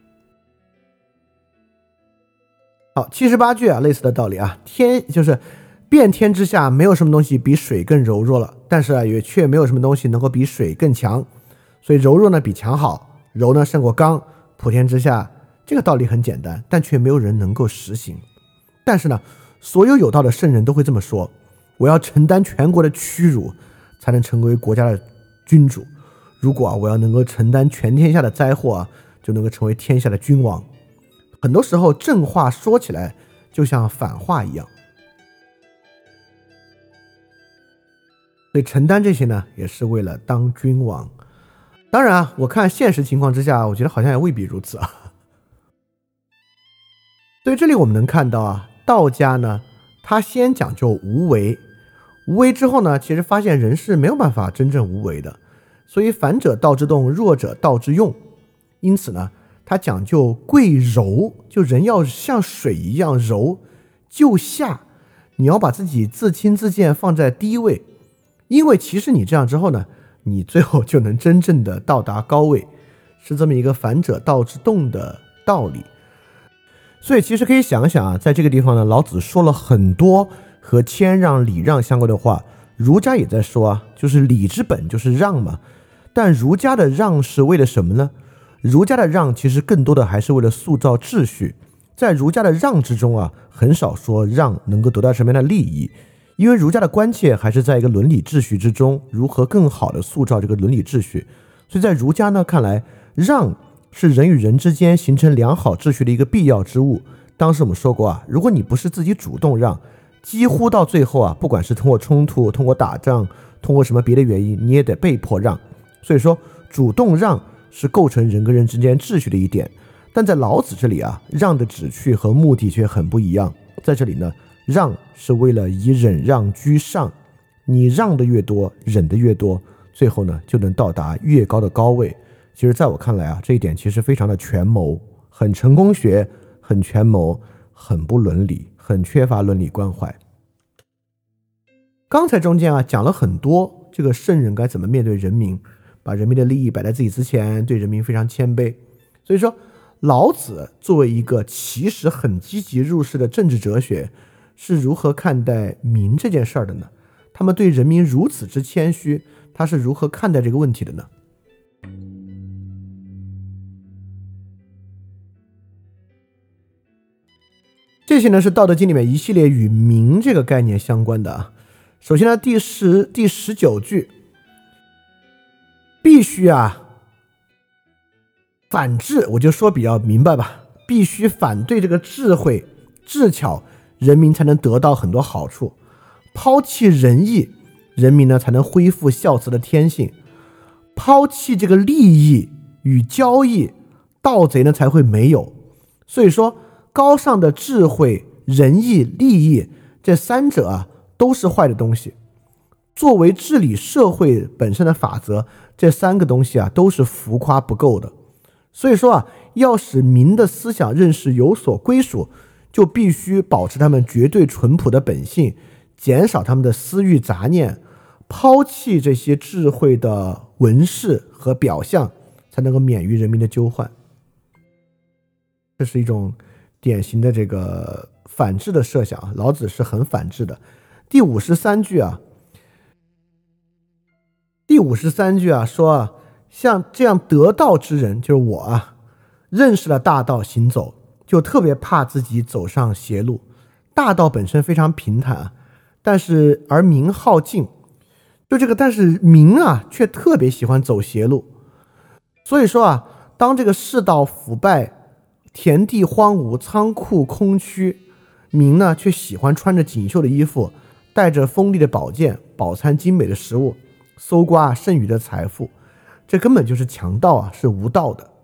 好，78句啊，类似的道理啊，天就是遍天之下没有什么东西比水更柔弱了，但是啊也却没有什么东西能够比水更强，所以柔弱呢比强好，柔呢胜过刚，普天之下，这个道理很简单，但却没有人能够实行。但是呢，所有有道的圣人都会这么说，我要承担全国的屈辱才能成为国家的君主，如果我要能够承担全天下的灾祸啊，就能够成为天下的君王。很多时候正话说起来就像反话一样，所以承担这些呢也是为了当君王。当然啊，我看现实情况之下，我觉得好像也未必如此啊。所以这里我们能看到啊，道家呢他先讲究无为，无为之后呢，其实发现人是没有办法真正无为的，所以反者道之动，弱者道之用。因此呢，他讲究贵柔，就人要像水一样柔，就下，你要把自己自轻自贱放在低位，因为其实你这样之后呢，你最后就能真正的到达高位，是这么一个反者道之动的道理。所以其实可以想想啊，在这个地方呢，老子说了很多和谦让礼让相关的话，儒家也在说啊，就是礼之本就是让嘛，但儒家的让是为了什么呢？儒家的让其实更多的还是为了塑造秩序，在儒家的让之中啊，很少说让能够得到什么样的利益，因为儒家的关切还是在一个伦理秩序之中，如何更好的塑造这个伦理秩序。所以在儒家呢看来，让是人与人之间形成良好秩序的一个必要之物。当时我们说过啊，如果你不是自己主动让，几乎到最后啊，不管是通过冲突，通过打仗，通过什么别的原因，你也得被迫让。所以说主动让是构成人跟人之间秩序的一点，但在老子这里啊，让的旨趣和目的却很不一样。在这里呢，让是为了以忍让居上，你让的越多，忍的越多，最后呢就能到达越高的高位。其实在我看来啊，这一点其实非常的权谋，很成功学，很权谋，很不伦理，很缺乏伦理关怀。刚才中间啊讲了很多这个圣人该怎么面对人民，把人民的利益摆在自己之前，对人民非常谦卑。所以说老子作为一个其实很积极入世的政治哲学，是如何看待民这件事儿的呢？他们对人民如此之谦虚，他是如何看待这个问题的呢？这些呢是《道德经》里面一系列与民这个概念相关的啊。首先呢，第19句，必须啊反智，我就说比较明白吧，必须反对这个智慧智巧，人民才能得到很多好处；抛弃仁义，人民呢才能恢复孝慈的天性；抛弃这个利益与交易，盗贼呢才会没有。所以说高尚的智慧、仁义、利益这三者啊都是坏的东西。作为治理社会本身的法则，这三个东西啊都是浮夸不够的。所以说啊，要使民的思想认识有所归属，就必须保持他们绝对淳朴的本性，减少他们的私欲杂念，抛弃这些智慧的文饰和表象，才能够免于人民的忧患。这是一种典型的这个反智的设想啊，老子是很反智的。第53句啊说啊，像这样得道之人，就是我啊，认识了大道行走，就特别怕自己走上邪路。大道本身非常平坦啊，但是而民好径，就这个，但是民啊却特别喜欢走邪路。所以说啊，当这个世道腐败，田地荒芜，仓库空虚，民呢却喜欢穿着锦绣的衣服，带着锋利的宝剑，饱餐精美的食物，搜刮剩余的财富。 这根本就是强盗啊，是无道的。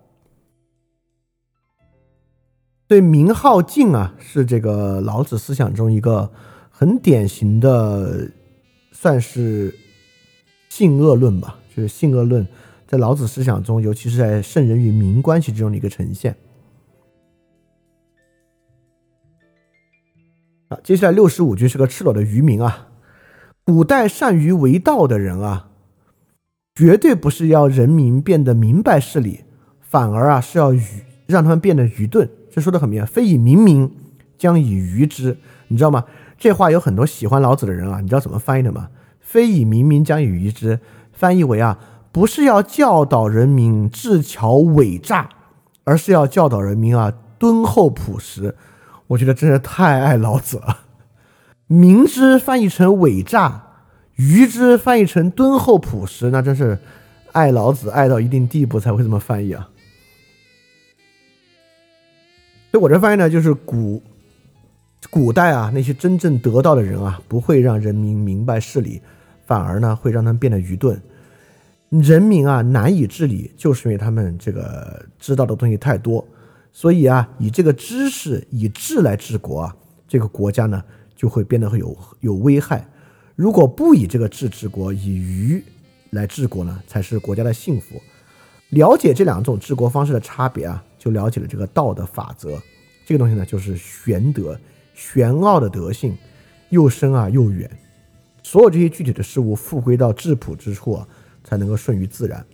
对，名号敬啊，是这个老子思想中一个很典型的，算是性恶论吧，就是性恶论在老子思想中，尤其是在圣人与民关系之中的一个呈现。接下来65句是个赤裸的愚民啊。古代善于为道的人啊，绝对不是要人民变得明白事理，反而啊是要让他们变得愚钝。这说的很明白，非以明民，将以愚之。你知道吗？这话有很多喜欢老子的人啊，你知道怎么翻译的吗？非以明民，将以愚之，翻译为啊，不是要教导人民智巧伪诈，而是要教导人民啊敦厚朴实。我觉得真是太爱老子了。明之翻译成伪诈，愚之翻译成敦厚朴实，那真是爱老子爱到一定地步才会这么翻译啊。所以我这翻译呢，就是古代啊，那些真正得道的人啊，不会让人民明白事理，反而呢会让他们变得愚钝。人民啊难以治理，就是因为他们这个知道的东西太多。所以啊，以这个知识以智来治国啊，这个国家呢就会变得会有危害。如果不以这个智治国，以愚来治国呢，才是国家的幸福。了解这两种治国方式的差别啊，就了解了这个道的法则。这个东西呢，就是玄德，玄奥的德性，又深啊又远。所有这些具体的事物复归到质朴之处啊，才能够顺于自然。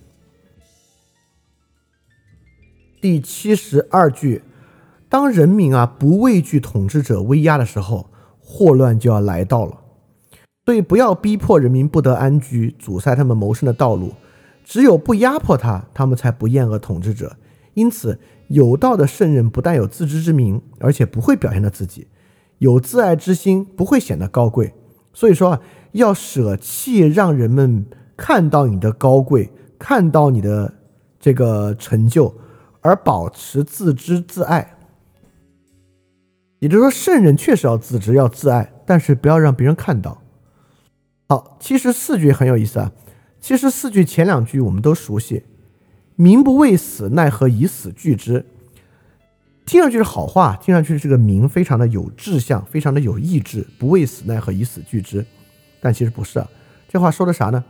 第72句，当人民啊不畏惧统治者威压的时候，祸乱就要来到了。所以不要逼迫人民不得安居，阻塞他们谋生的道路。只有不压迫他们才不厌恶统治者。因此，有道的圣人不但有自知之明，而且不会表现他自己，有自爱之心，不会显得高贵。所以说啊，要舍弃让人们看到你的高贵，看到你的这个成就，而保持自知自爱。也就是说，圣人确实要自知要自爱，但是不要让别人看到。好，74句很有意思啊。74句前两句我们都熟悉，民不畏死，奈何以死惧之。听上去是好话，听上去这个民非常的有志向，非常的有意志，不畏死，奈何以死惧之。但其实不是啊，这话说的啥呢？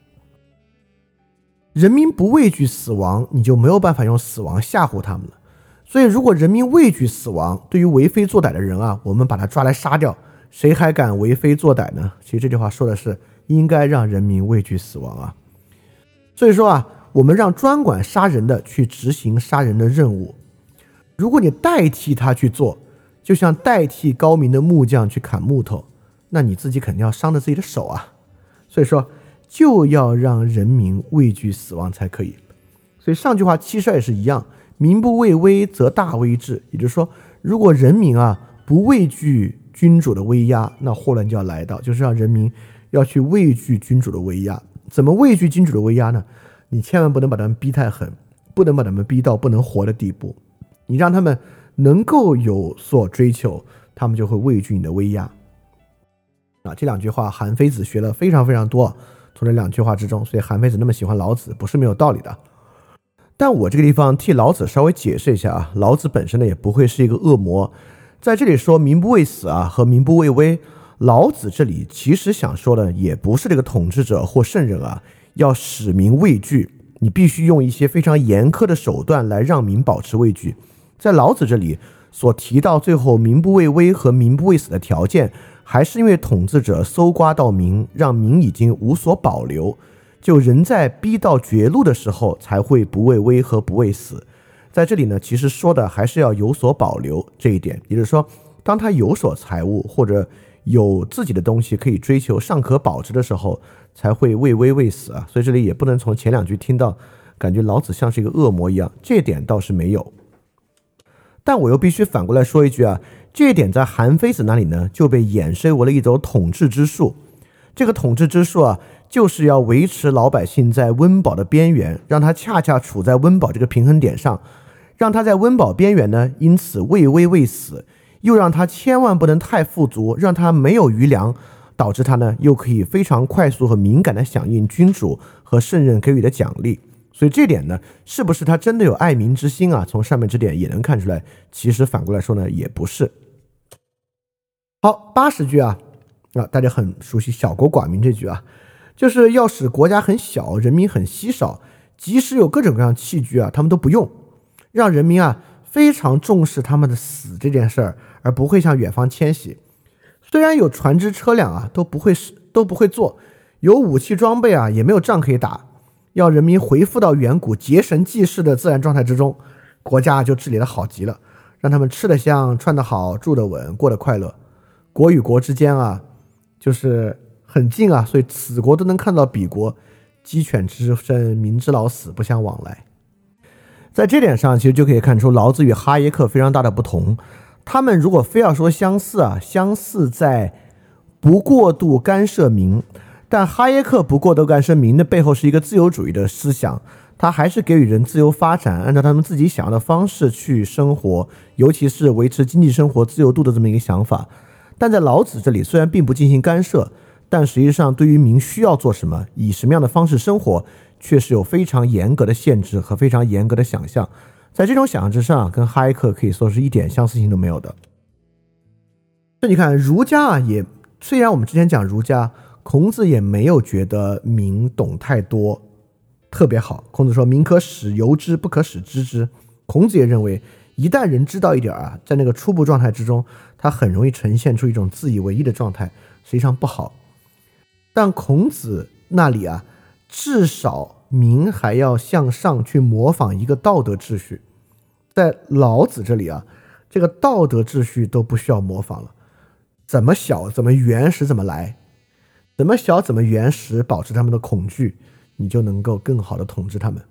人民不畏惧死亡，你就没有办法用死亡吓唬他们了。所以如果人民畏惧死亡，对于为非作歹的人啊，我们把他抓来杀掉，谁还敢为非作歹呢？其实这句话说的是应该让人民畏惧死亡啊。所以说啊，我们让专管杀人的去执行杀人的任务。如果你代替他去做，就像代替高明的木匠去砍木头，那你自己肯定要伤着自己的手啊。所以说就要让人民畏惧死亡才可以。所以上句话72也是一样，民不畏威则大威至。也就是说，如果人民啊不畏惧君主的威压，那祸乱就要来到，就是让人民要去畏惧君主的威压。怎么畏惧君主的威压呢？你千万不能把他们逼太狠，不能把他们逼到不能活的地步。你让他们能够有所追求，他们就会畏惧你的威压。这两句话韩非子学了非常非常多，从这两句话之中，所以韩非子那么喜欢老子不是没有道理的。但我这个地方替老子稍微解释一下啊，老子本身呢也不会是一个恶魔。在这里说民不畏死啊和民不畏威，老子这里其实想说的也不是这个统治者或圣人啊要使民畏惧，你必须用一些非常严苛的手段来让民保持畏惧。在老子这里所提到最后民不畏威和民不畏死的条件，还是因为统治者搜刮到民，让民已经无所保留，就人在逼到绝路的时候才会不畏威和不畏死。在这里呢，其实说的还是要有所保留这一点，也就是说当他有所财物或者有自己的东西可以追求尚可保值的时候，才会畏威畏死啊。所以这里也不能从前两句听到感觉老子像是一个恶魔一样，这点倒是没有。但我又必须反过来说一句啊，这一点在韩非子那里呢就被衍生为了一种统治之术。这个统治之术啊，就是要维持老百姓在温饱的边缘，让他恰恰处在温饱这个平衡点上，让他在温饱边缘呢，因此畏威畏死，又让他千万不能太富足，让他没有余粮，导致他呢又可以非常快速和敏感地响应君主和圣人给予的奖励。 所以这点呢，是不是他真的有爱民之心啊？从上面这点也能看出来，其实反过来说呢，也不是。好，80句啊，大家很熟悉小国寡民这句啊，就是要使国家很小，人民很稀少，即使有各种各样器具啊，他们都不用，让人民啊非常重视他们的死这件事儿，而不会向远方迁徙。虽然有船只车辆啊，都不会做，有武器装备啊，也没有仗可以打，要人民回复到远古结绳记事的自然状态之中，国家就治理得好极了，让他们吃得香，穿得好，住得稳，过得快乐。国与国之间啊，就是很近啊，所以此国都能看到彼国，鸡犬之声，民之老死，不相往来。在这点上，其实就可以看出老子与哈耶克非常大的不同。他们如果非要说相似啊，相似在不过度干涉民，但哈耶克不过度干涉民的背后是一个自由主义的思想，他还是给予人自由发展，按照他们自己想要的方式去生活，尤其是维持经济生活自由度的这么一个想法。但在老子这里虽然并不进行干涉，但实际上对于民需要做什么，以什么样的方式生活，却是有非常严格的限制和非常严格的想象。在这种想象之上，跟哈耶克可以说是一点相似性都没有的。所以你看儒家啊，也虽然我们之前讲儒家，孔子也没有觉得民懂太多特别好。孔子说民可使由之，不可使知之。孔子也认为一旦人知道一点啊，在那个初步状态之中，他很容易呈现出一种自以为意的状态，实际上不好。但孔子那里啊，至少民还要向上去模仿一个道德秩序。在老子这里啊，这个道德秩序都不需要模仿了，怎么小怎么原始怎么来，怎么小怎么原始，保持他们的恐惧，你就能够更好的统治他们。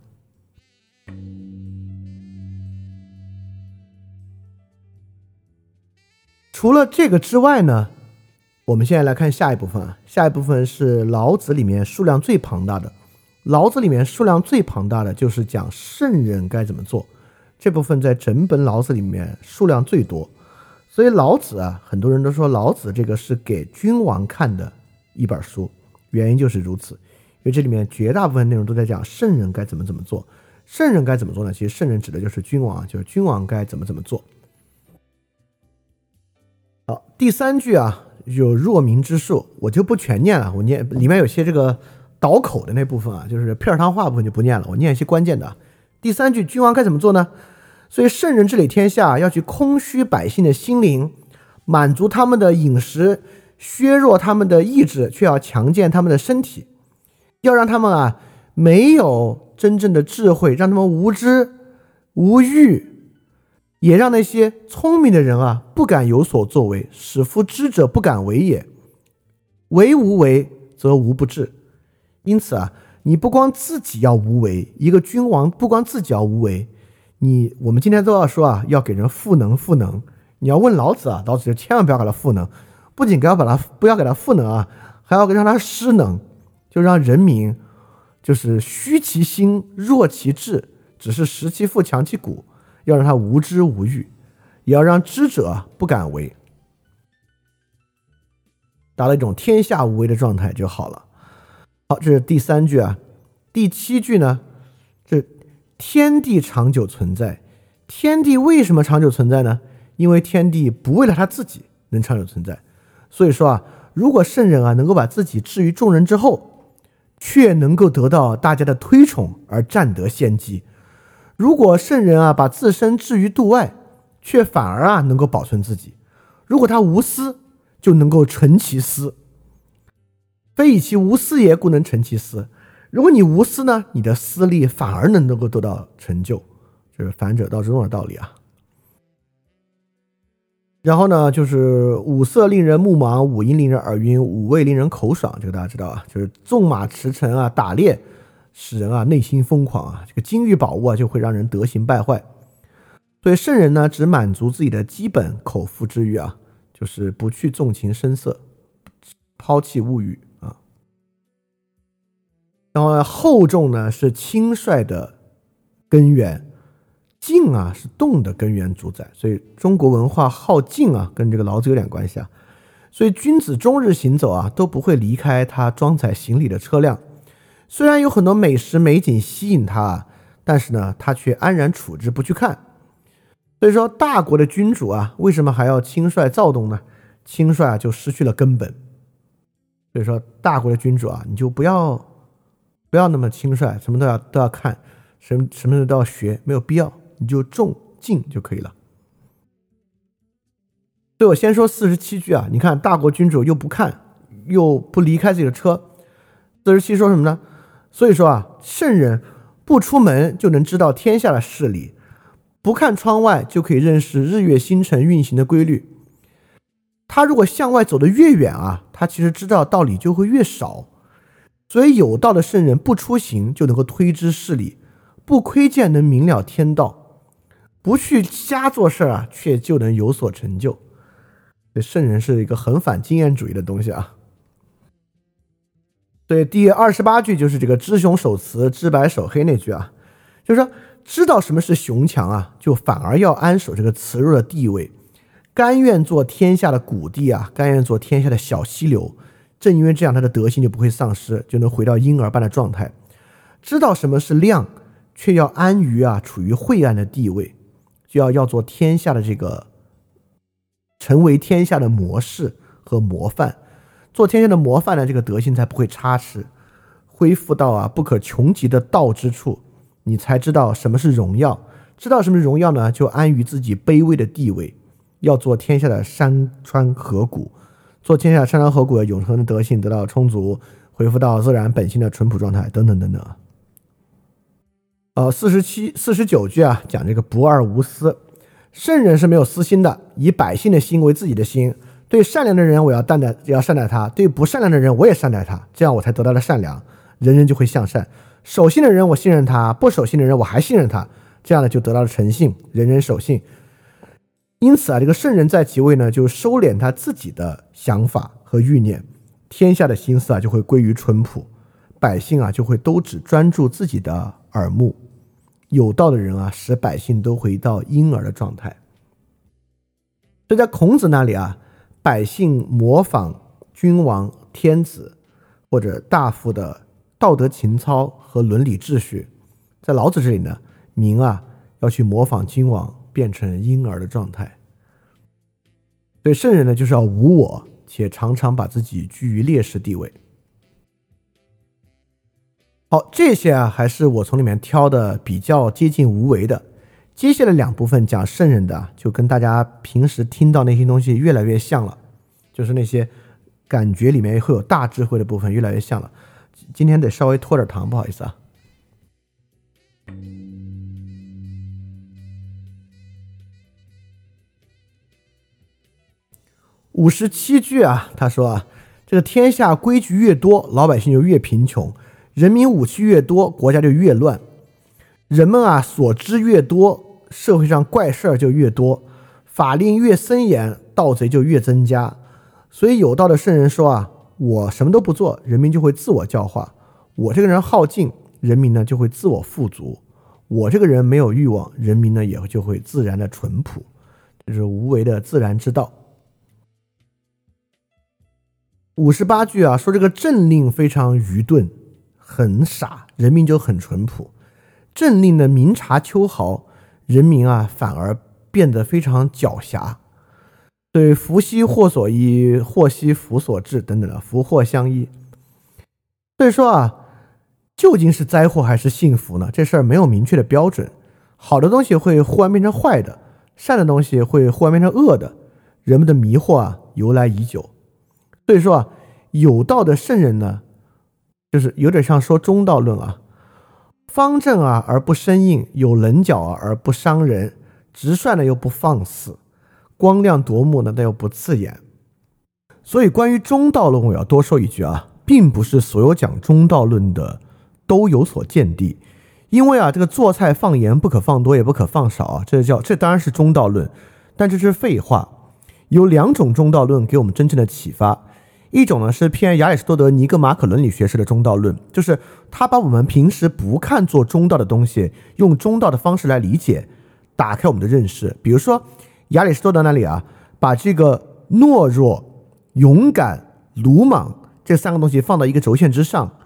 除了这个之外呢，我们现在来看下一部分啊，下一部分是老子里面数量最庞大的。老子里面数量最庞大的就是讲圣人该怎么做，这部分在整本老子里面数量最多。所以老子啊，很多人都说老子这个是给君王看的一本书，原因就是如此，因为这里面绝大部分内容都在讲圣人该怎么做。圣人该怎么做呢？其实圣人指的就是君王，就是君王该怎么做。好，第3句啊，有弱民之术，我就不全念了，我念里面有些这个倒口的那部分啊，就是片儿汤话部分就不念了，我念一些关键的。第3句，君王该怎么做呢？所以圣人治理天下，要去空虚百姓的心灵，满足他们的饮食，削弱他们的意志，却要强健他们的身体，要让他们啊没有真正的智慧，让他们无知无欲，也让那些聪明的人啊不敢有所作为，使夫知者不敢为也，为无为则无不治。因此啊，你不光自己要无为，一个君王不光自己要无为，我们今天都要说啊，要给人赋能。你要问老子啊，老子就千万不要给他赋能，不仅不要给他赋能啊，还要让他失能，就让人民就是虚其心，弱其志，只是食其腹，强其骨，要让他无知无欲，也要让知者不敢为，达到一种天下无为的状态就好了。好，这是第3句啊。第7句呢，这天地长久存在。天地为什么长久存在呢？因为天地不为了他自己能长久存在。所以说啊，如果圣人啊能够把自己置于众人之后，却能够得到大家的推崇而占得先机；如果圣人啊把自身置于度外，却反而啊能够保存自己；如果他无私，就能够成其私。非以其无私也，故能成其私。如果你无私呢，你的私利反而能够得到成就，这是反者道之中的道理啊。然后呢，就是五色令人目盲，五音令人耳晕，五味令人口爽，这个大家知道啊，就是纵马驰骋啊，打猎使人啊内心疯狂啊，这个金玉宝物啊就会让人德行败坏。所以圣人呢，只满足自己的基本口腹之欲啊，就是不去纵情声色，抛弃物欲啊。然后呢，厚重呢是轻率的根源，静啊是动的根源主宰，所以中国文化好静啊，跟这个老子有点关系啊。所以君子终日行走啊，都不会离开他装载行李的车辆。 虽然有很多美食美景吸引他，但是呢，他却安然处之不去看。所以说，大国的君主啊，为什么还要轻率躁动呢？轻率啊，就失去了根本。所以说，大国的君主啊，你就不要那么轻率，什么都要看，什么都要学，没有必要，你就重静就可以了。所以我先说47句啊，你看大国君主又不看，又不离开自己的车。47说什么呢？所以说啊，圣人不出门就能知道天下的事理，不看窗外就可以认识日月星辰运行的规律。他如果向外走得越远啊，他其实知道道理就会越少。所以有道的圣人不出行就能够推知事理，不窥见能明了天道，不去瞎做事啊，却就能有所成就。圣人是一个很反经验主义的东西啊。所以第28句就是这个知雄守雌，知白守黑那句啊，就是说知道什么是雄强啊，就反而要安守这个雌弱的地位，甘愿做天下的谷地啊，甘愿做天下的小溪流。正因为这样，他的德性就不会丧失，就能回到婴儿般的状态。知道什么是亮，却要安于啊处于晦暗的地位，就要做天下的这个成为天下的模式和模范。做天下的模范呢，这个德性才不会差池，恢复到啊不可穷极的道之处，你才知道什么是荣耀。知道什么是荣耀呢，就安于自己卑微的地位，要做天下的山川河谷，做天下山川河谷的永恒的德性得到充足，恢复到自然本性的淳朴状态，等等等等。49句啊，讲这个不二无私。圣人是没有私心的，以百姓的心为自己的心。对善良的人我要善待他，对不善良的人我也善待他，这样我才得到了善良，人人就会向善。守信的人我信任他，不守信的人我还信任他，这样呢就得到了诚信，人人守信。因此啊，这个圣人在即位呢，就收敛他自己的想法和欲念，天下的心思啊就会归于淳朴，百姓啊就会都只专注自己的耳目。有道的人啊，使百姓都回到婴儿的状态。所以在孔子那里啊，百姓模仿君王、天子或者大夫的道德情操和伦理秩序，在老子这里呢，民啊要去模仿君王，变成婴儿的状态。所以圣人呢，就是要无我，且常常把自己居于劣势地位。好，这些啊还是我从里面挑的比较接近无为的。接下来2部分讲圣人的，就跟大家平时听到那些东西越来越像了，就是那些感觉里面会有大智慧的部分越来越像了。今天得稍微拖点糖，不好意思啊。57句啊，他说啊，这个天下规矩越多，老百姓就越贫穷；人民武器越多，国家就越乱。人们啊所知越多，社会上怪事儿就越多，法令越森严，盗贼就越增加。所以有道的圣人说啊，我什么都不做，人民就会自我教化；我这个人好静，人民呢就会自我富足；我这个人没有欲望，人民呢也就会自然的淳朴。这是无为的自然之道。58句啊，说这个政令非常愚钝，很傻，人民就很淳朴。政令的明察秋毫，人民啊反而变得非常狡黠。对，福兮祸所依，祸兮福所至等等的，福祸相依。所以说啊，究竟是灾祸还是幸福呢？这事儿没有明确的标准。好的东西会忽然变成坏的，善的东西会忽然变成恶的，人们的迷惑啊由来已久。所以说啊，有道的圣人呢，就是有点像说中道论啊，方正啊而不生硬，有棱角啊而不伤人，直率呢又不放肆，光亮夺目呢但又不刺眼。所以关于中道论我要多说一句啊，并不是所有讲中道论的都有所见地。因为啊这个做菜放盐不可放多也不可放少啊，这当然是中道论，但这是废话。有2种中道论给我们真正的启发。一种呢是偏亚里士多德尼格马可伦理学式的中道论，就是他把我们平时不看作中道的东西，用中道的方式来理解，打开我们的认识。比如说亚里士多德那里啊，把这个懦弱、勇敢、鲁莽这3个东西放到一个轴线之上，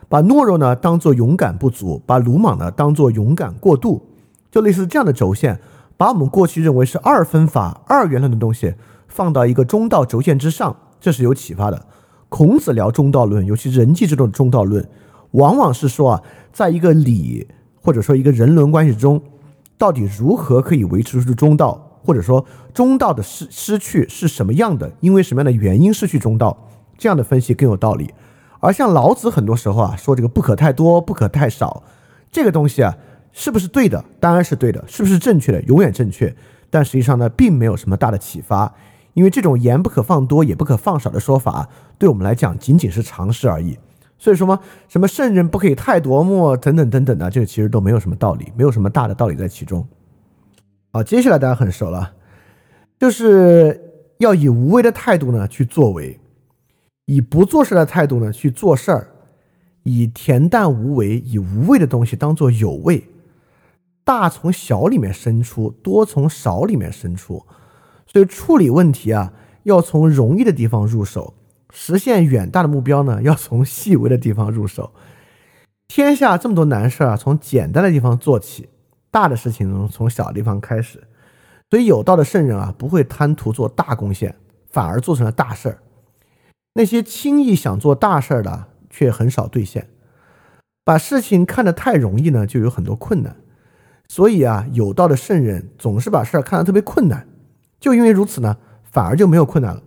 把懦弱呢当做勇敢不足，把鲁莽呢当做勇敢过度，就类似这样的轴线，把我们过去认为是二分法、二元论的东西放到一个中道轴线之上，这是有启发的。孔子聊中道论，尤其人际这种中道论，往往是说啊，在一个礼或者说一个人伦关系中，到底如何可以维持住中道，或者说中道的失去是什么样的，因为什么样的原因失去中道，这样的分析更有道理。而像老子很多时候啊说这个不可太多，不可太少，这个东西啊是不是对的？当然是对的。是不是正确的？永远正确。但实际上呢，并没有什么大的启发，因为这种言不可放多，也不可放少的说法，对我们来讲仅仅是常识而已。所以说嘛，什么圣人不可以太夺目等等等等的，这个其实都没有什么道理，没有什么大的道理在其中。好，接下来大家很熟了，就是要以无为的态度呢去作为，以不做事的态度呢去做事儿，以恬淡无为，以无为的东西当做有为。大从小里面生出，多从少里面生出。所以处理问题啊，要从容易的地方入手，实现远大的目标呢，要从细微的地方入手。天下这么多难事啊，从简单的地方做起，大的事情从小的地方开始。所以有道的圣人啊，不会贪图做大贡献，反而做成了大事儿。那些轻易想做大事儿的，却很少兑现。把事情看得太容易呢，就有很多困难。所以啊，有道的圣人总是把事儿看得特别困难，就因为如此呢，反而就没有困难了。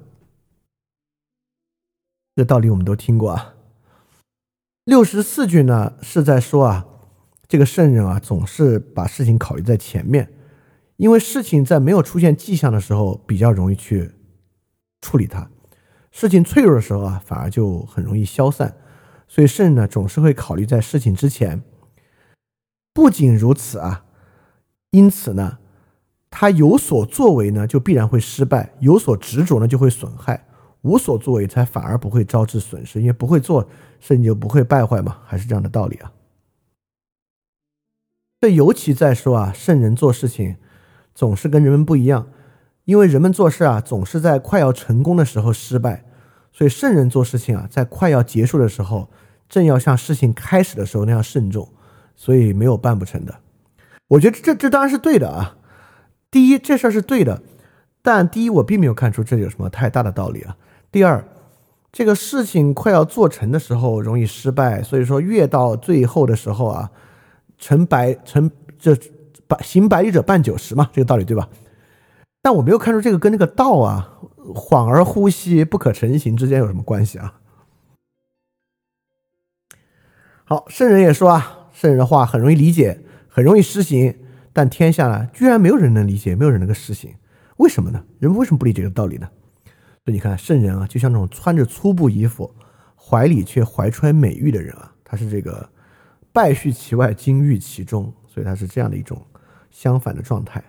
这个道理我们都听过啊。64句呢是在说啊，这个圣人啊总是把事情考虑在前面，因为事情在没有出现迹象的时候比较容易去处理它，事情脆弱的时候啊反而就很容易消散，所以圣人呢总是会考虑在事情之前。不仅如此啊，因此呢，他有所作为呢就必然会失败，有所执着呢就会损害，无所作为才反而不会招致损失，因为不会做事情就不会败坏嘛，还是这样的道理啊。这尤其在说啊，圣人做事情总是跟人们不一样，因为人们做事啊总是在快要成功的时候失败，所以圣人做事情啊在快要结束的时候，正要像事情开始的时候那样慎重，所以没有办不成的。我觉得这当然是对的啊。第一，这事儿是对的，但第一我并没有看出这有什么太大的道理啊。第二，这个事情快要做成的时候容易失败，所以说越到最后的时候啊，行百里者半九十嘛，这个道理对吧？但我没有看出这个跟那个道啊，恍而呼吸不可成形之间有什么关系啊。好，圣人也说啊，圣人的话很容易理解，很容易实行，但天下呢居然没有人能理解，没有人能够实行，为什么呢？人们为什么不理解这个道理呢？所以你看圣人啊，就像那种穿着粗布衣服，怀里却怀揣美玉的人啊，他是这个败絮其外，金玉其中，所以他是这样的一种相反的状态。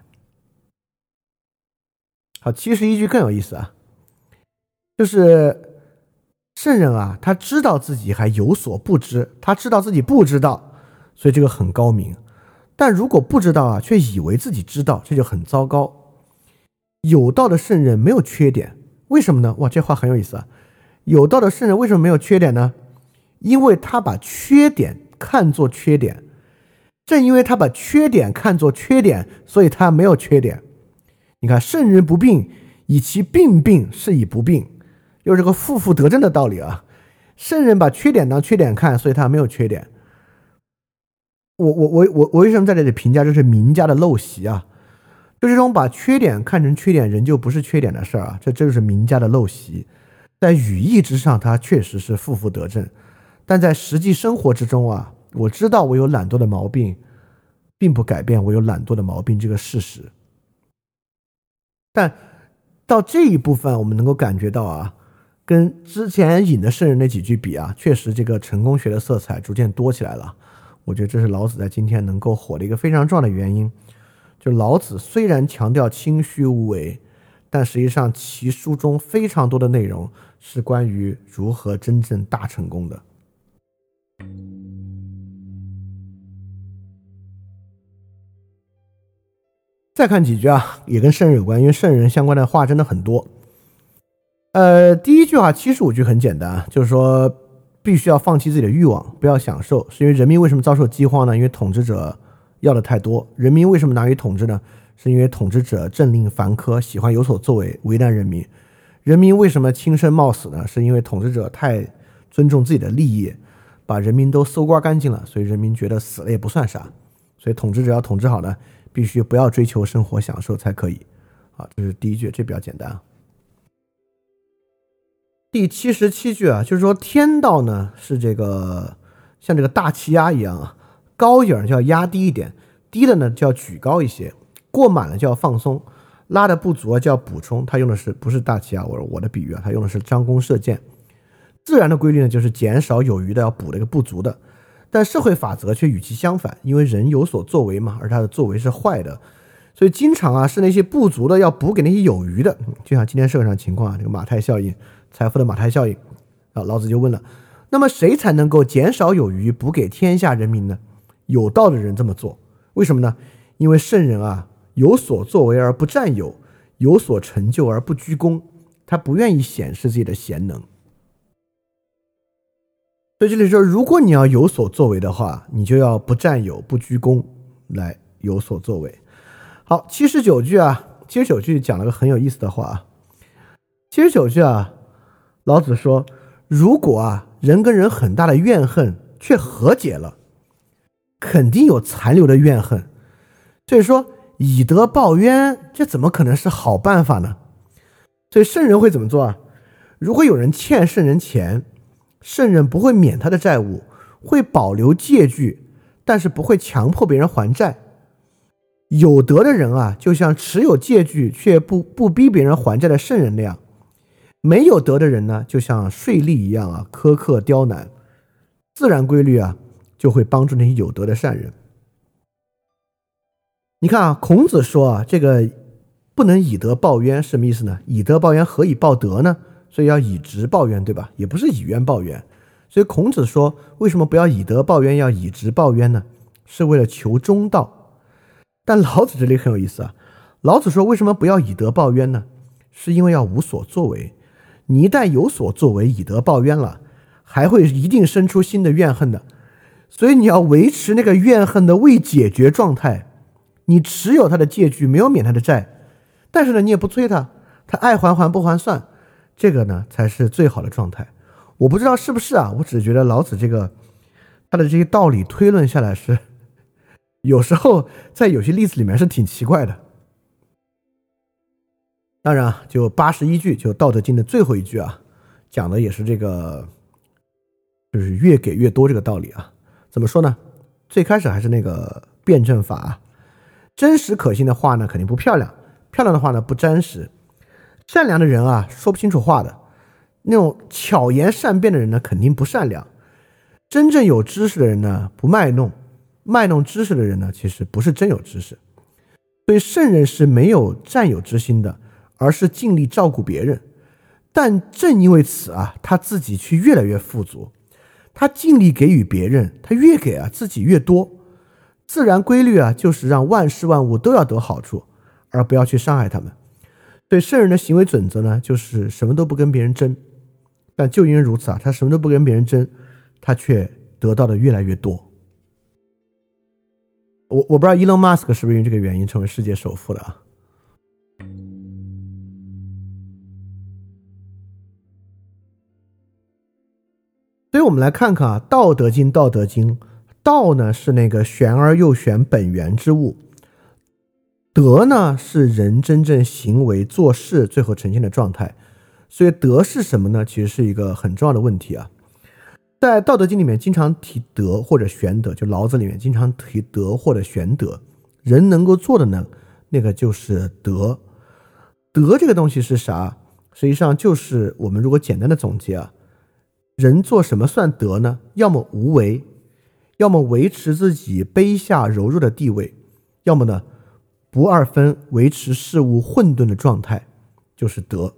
好，71句更有意思啊，就是圣人啊，他知道自己还有所不知，他知道自己不知道，所以这个很高明。但如果不知道啊，却以为自己知道，这就很糟糕。有道的圣人没有缺点，为什么呢？哇，这话很有意思啊。有道的圣人为什么没有缺点呢？因为他把缺点看作缺点，正因为他把缺点看作缺点，所以他没有缺点。你看，圣人不病，以其病病是以不病，又是个负负得正的道理啊。圣人把缺点当缺点看，所以他没有缺点。我为什么在这里评价这是名家的陋习啊？就这种把缺点看成缺点，人就不是缺点的事儿啊，这就是名家的陋习。在语义之上，它确实是负负得正，但在实际生活之中啊，我知道我有懒惰的毛病，并不改变我有懒惰的毛病这个事实。但到这一部分，我们能够感觉到啊，跟之前引的圣人那几句比啊，确实这个成功学的色彩逐渐多起来了。我觉得这是老子在今天能够火的一个非常重要的原因。就老子虽然强调清虚无为，但实际上其书中非常多的内容是关于如何真正大成功的。再看几句啊，也跟圣人有关，因为圣人相关的话真的很多。第一句话75句很简单，就是说必须要放弃自己的欲望，不要享受，是因为人民为什么遭受饥荒呢？因为统治者要的太多。人民为什么难于统治呢？是因为统治者政令繁苛，喜欢有所作为，为难人民。人民为什么轻生冒死呢？是因为统治者太尊重自己的利益，把人民都搜刮干净了，所以人民觉得死了也不算啥。所以统治者要统治好呢，必须不要追求生活享受才可以。好，这是第一句，这比较简单啊。第77句啊，就是说天道呢是这个像这个大气压一样啊，高一点就要压低一点，低的呢就要举高一些，过满了就要放松，拉的不足啊就要补充。他用的是不是大气压？我的比喻啊，他用的是张弓射箭。自然的规律呢就是减少有余的，要补那个不足的。但社会法则却与其相反，因为人有所作为嘛，而他的作为是坏的，所以经常啊是那些不足的要补给那些有余的。就像今天社会上情况啊，这个马太效应，财富的马太效应啊，老子就问了，那么谁才能够减少有余补给天下人民呢？有道的人这么做，为什么呢？因为圣人啊有所作为而不占有，有所成就而不居功，他不愿意显示自己的贤能。所以这里说，如果你要有所作为的话，你就要不占有不居功来有所作为。好，79句啊，79句讲了个很有意思的话啊。79句啊，老子说，如果啊人跟人很大的怨恨却和解了，肯定有残留的怨恨。所以说以德报冤，这怎么可能是好办法呢？所以圣人会怎么做啊？如果有人欠圣人钱，圣人不会免他的债务，会保留借据，但是不会强迫别人还债。有德的人啊，就像持有借据却不逼别人还债的圣人那样；没有德的人呢，就像税吏一样啊，苛刻刁难。自然规律啊，就会帮助那些有德的善人。你看啊，孔子说啊，这个不能以德报冤，什么意思呢？以德报冤，何以报德呢？所以要以直报冤，对吧？也不是以冤报冤。所以孔子说，为什么不要以德报冤，要以直报冤呢？是为了求中道。但老子这里很有意思啊，老子说为什么不要以德报冤呢？是因为要无所作为。你一旦有所作为，以德报冤了，还会一定生出新的怨恨的。所以你要维持那个怨恨的未解决状态，你持有他的借据，没有免他的债，但是呢，你也不催他，他爱还还不还算，这个呢才是最好的状态。我不知道是不是啊，我只是觉得老子这个他的这些道理推论下来是有时候在有些例子里面是挺奇怪的。当然啊，就81句，就《道德经》的最后一句啊，讲的也是这个，就是越给越多这个道理啊。怎么说呢？最开始还是那个辩证法啊，真实可信的话呢肯定不漂亮，漂亮的话呢不真实。善良的人啊说不清楚话的，那种巧言善辩的人呢肯定不善良。真正有知识的人呢不卖弄，卖弄知识的人呢其实不是真有知识。所以圣人是没有占有之心的，而是尽力照顾别人。但正因为此啊，他自己却越来越富足。他尽力给予别人，他越给啊自己越多。自然规律啊就是让万事万物都要得好处，而不要去伤害他们。所以圣人的行为准则呢，就是什么都不跟别人争。但就因为如此啊，他什么都不跟别人争，他却得到的越来越多。我不知道 Elon Musk 是不是因为这个原因成为世界首富的啊？所以我们来看看啊，《道德经》，《道德经》，道呢是那个玄而又玄本源之物，德呢是人真正行为做事最后呈现的状态。所以德是什么呢？其实是一个很重要的问题啊。在《道德经》里面经常提德或者玄德，就老子里面经常提德或者玄德。人能够做的呢，那个就是德。德这个东西是啥？实际上就是我们如果简单的总结啊，人做什么算德呢？要么无为，要么维持自己卑下柔弱的地位，要么呢不二分维持事物混沌的状态，就是德。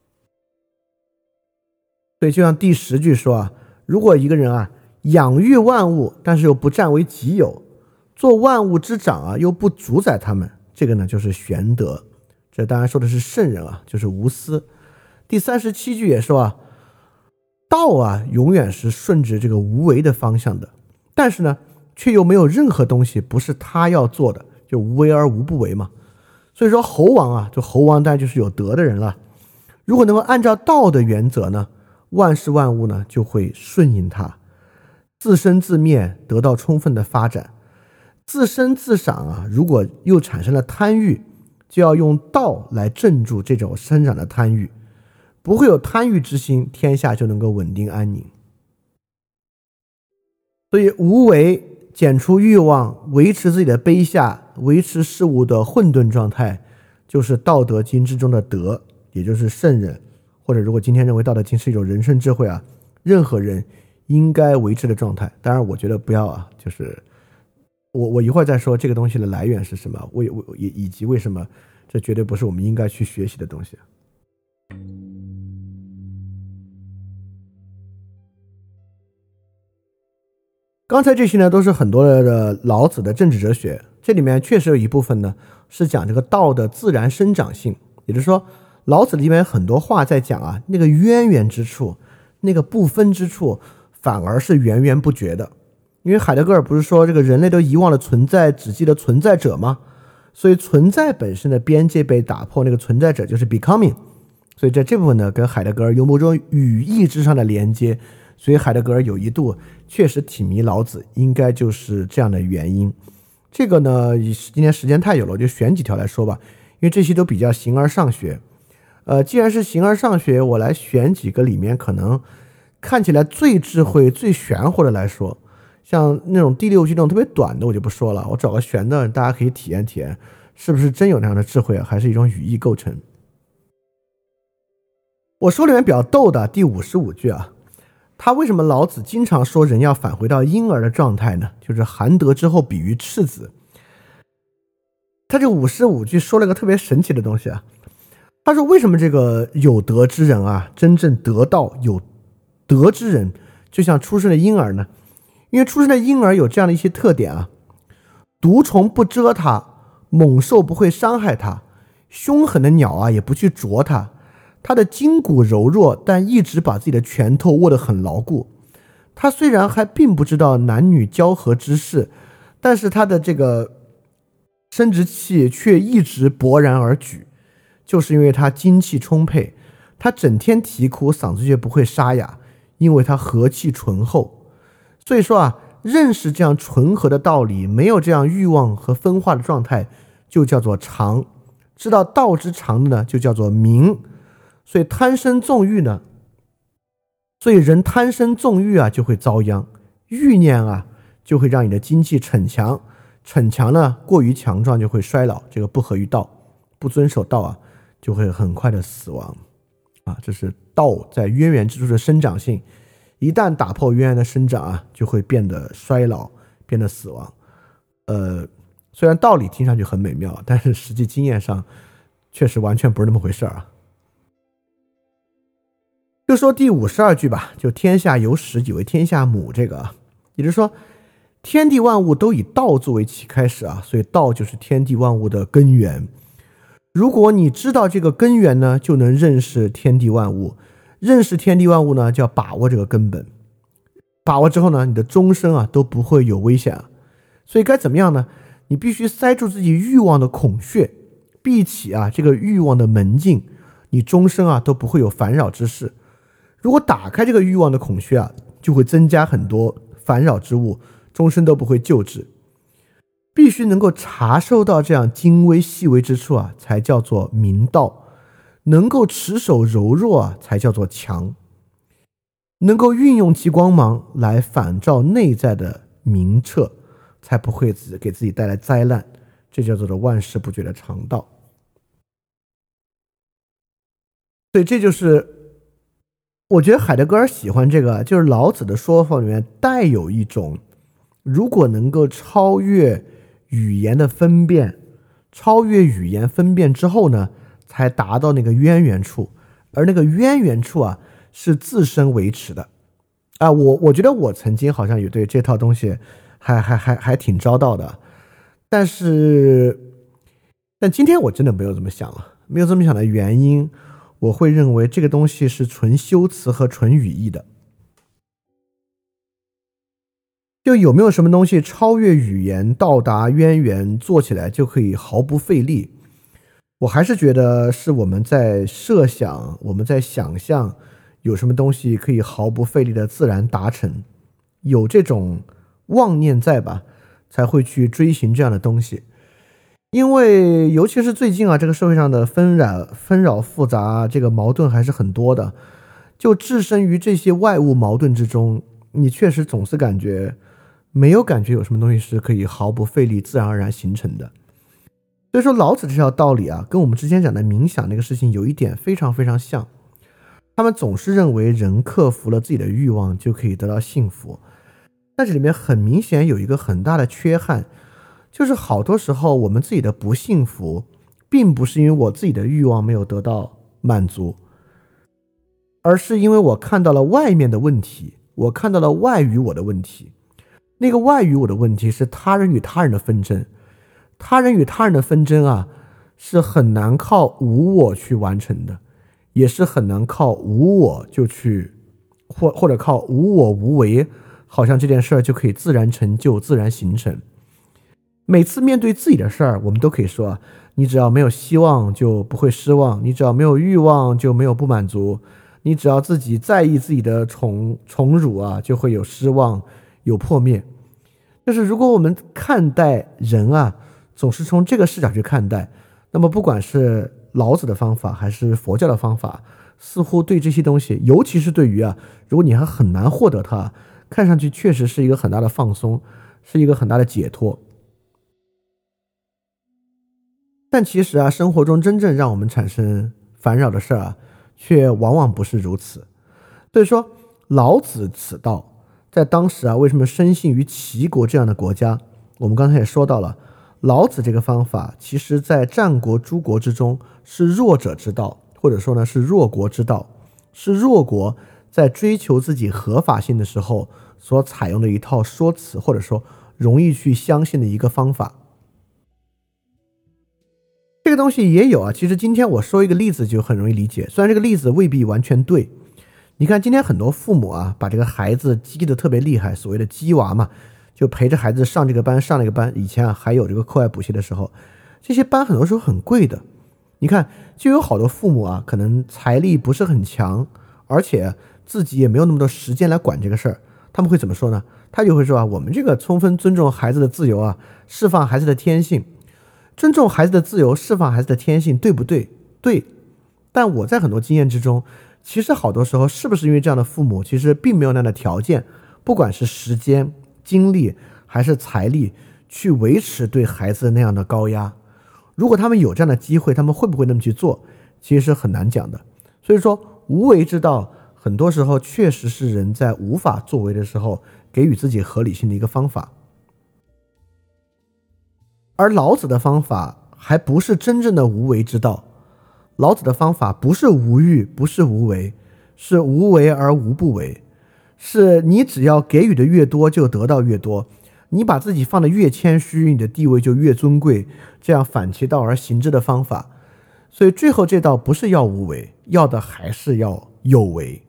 所以就像第10句说啊，如果一个人啊养育万物，但是又不占为己有，做万物之长啊，又不主宰他们，这个呢就是玄德。这当然说的是圣人啊，就是无私。第37句也说啊， 道啊永远是顺着这个无为的方向的，但是呢却又没有任何东西不是他要做的，就无为而无不为嘛。所以说猴王啊，就猴王当然就是有德的人了，如果能够按照道的原则呢，万事万物呢就会顺应他，自生自灭，得到充分的发展。自生自长啊，如果又产生了贪欲，就要用道来镇住这种生长的贪欲，不会有贪欲之心，天下就能够稳定安宁。所以无为，减除欲望，维持自己的卑下，维持事物的混沌状态，就是道德经之中的德，也就是圣人，或者如果今天认为道德经是一种人生智慧啊，任何人应该维持的状态。当然我觉得不要啊，就是我一会儿再说这个东西的来源是什么，以及为什么这绝对不是我们应该去学习的东西。刚才这些呢都是很多的老子的政治哲学，这里面确实有一部分呢是讲这个道的自然生长性，也就是说老子里面很多话在讲啊，那个渊源之处，那个不分之处反而是源源不绝的。因为海德格尔不是说这个人类都遗忘了存在，只记得存在者吗？所以存在本身的边界被打破，那个存在者就是 becoming。 所以在这部分呢跟海德格尔有某种语义之上的连接，所以海德格尔有一度确实挺迷老子，应该就是这样的原因。这个呢今天时间太有了，我就选几条来说吧，因为这些都比较形而上学。既然是形而上学，我来选几个里面可能看起来最智慧最玄乎的来说。像那种第六句那种特别短的我就不说了，我找个玄的大家可以体验体验是不是真有那样的智慧，还是一种语义构成。我说里面比较逗的第55句啊，他为什么老子经常说人要返回到婴儿的状态呢？就是含德之后比喻赤子。他这55句说了个特别神奇的东西啊，他说为什么这个有德之人啊，真正得道有德之人就像出生的婴儿呢？因为出生的婴儿有这样的一些特点啊，毒虫不蛰它，猛兽不会伤害它，凶狠的鸟啊也不去啄它，它的筋骨柔弱，但一直把自己的拳头握得很牢固。它虽然还并不知道男女交合之事，但是它的这个生殖器却一直勃然而举，就是因为它精气充沛，它整天啼哭，嗓子却不会沙哑，因为它和气醇厚。所以说啊，认识这样纯和的道理，没有这样欲望和分化的状态，就叫做常；知道道之常的呢，就叫做明。所以贪生纵欲呢，所以人贪生纵欲啊，就会遭殃；欲念啊，就会让你的精气逞强，逞强呢，过于强壮就会衰老，这个不合于道，不遵守道啊，就会很快的死亡啊。这是道在渊源之处的生长性。一旦打破渊源的生长啊，就会变得衰老，变得死亡。虽然道理听上去很美妙，但是实际经验上确实完全不是那么回事啊。就说第52句吧，就天下有始以为天下母这个啊，也就是说天地万物都以道作为其开始啊，所以道就是天地万物的根源。如果你知道这个根源呢，就能认识天地万物。认识天地万物呢，就要把握这个根本。把握之后呢，你的终生啊都不会有危险啊。所以该怎么样呢？你必须塞住自己欲望的孔穴，闭起啊这个欲望的门径，你终生啊都不会有烦扰之事。如果打开这个欲望的孔穴啊，就会增加很多烦扰之物，终身都不会救治。必须能够察受到这样精微细微之处啊，才叫做明道。能够持守柔弱啊，才叫做强。能够运用其光芒来反照内在的明澈，才不会给自己带来灾难，这叫做万事不绝的常道。所以这就是我觉得海德格尔喜欢这个，就是老子的说法里面带有一种，如果能够超越语言的分辨，超越语言分辨之后呢，才达到那个渊源处，而那个渊源处啊，是自身维持的啊。我觉得我曾经好像也对这套东西还挺招到的，但今天我真的没有这么想了。没有这么想的原因，我会认为这个东西是纯修辞和纯语义的， 就有没有什么东西超越语言到达渊源，做起来就可以毫不费力？我还是觉得是我们在设想，我们在想象有什么东西可以毫不费力的自然达成，有这种妄念在吧，才会去追寻这样的东西。因为尤其是最近啊，这个社会上的纷扰复杂，这个矛盾还是很多的。就置身于这些外物矛盾之中，你确实总是没有感觉有什么东西是可以毫不费力自然而然形成的。所以说老子这条道理啊，跟我们之前讲的冥想那个事情有一点非常非常像。他们总是认为人克服了自己的欲望就可以得到幸福，但这里面很明显有一个很大的缺憾，就是好多时候我们自己的不幸福并不是因为我自己的欲望没有得到满足，而是因为我看到了外面的问题，我看到了外于我的问题。那个外于我的问题是他人与他人的纷争，他人与他人的纷争啊，是很难靠无我去完成的，也是很难靠无我就去或者靠无我无为，好像这件事儿就可以自然成就自然形成。每次面对自己的事儿，我们都可以说，你只要没有希望就不会失望，你只要没有欲望就没有不满足，你只要自己在意自己的宠辱啊，就会有失望有破灭。就是如果我们看待人啊，总是从这个视角去看待，那么不管是老子的方法还是佛教的方法，似乎对这些东西，尤其是对于如果你还很难获得它，看上去确实是一个很大的放松，是一个很大的解脱。但其实生活中真正让我们产生烦扰的事儿却往往不是如此。所以说，老子此道在当时为什么深信于齐国这样的国家？我们刚才也说到了，老子这个方法，其实在战国诸国之中是弱者之道，或者说呢是弱国之道，是弱国在追求自己合法性的时候所采用的一套说辞，或者说容易去相信的一个方法。这个东西也有其实今天我说一个例子就很容易理解，虽然这个例子未必完全对。你看今天很多父母把这个孩子激得特别厉害，所谓的激娃嘛，就陪着孩子上这个班上那个班。以前还有这个课外补习的时候，这些班很多时候很贵的。你看就有好多父母可能财力不是很强，而且自己也没有那么多时间来管这个事儿，他们会怎么说呢？他就会说我们这个充分尊重孩子的自由释放孩子的天性。尊重孩子的自由，释放孩子的天性，对不对？对。但我在很多经验之中，其实好多时候是不是因为这样的父母其实并没有那样的条件，不管是时间精力还是财力，去维持对孩子那样的高压。如果他们有这样的机会，他们会不会那么去做，其实是很难讲的。所以说无为之道很多时候确实是人在无法作为的时候给予自己合理性的一个方法。而老子的方法还不是真正的无为之道，老子的方法不是无欲，不是无为，是无为而无不为，是你只要给予的越多就得到越多，你把自己放得越谦虚，你的地位就越尊贵，这样反其道而行之的方法。所以最后这道不是要无为，要的还是要有为。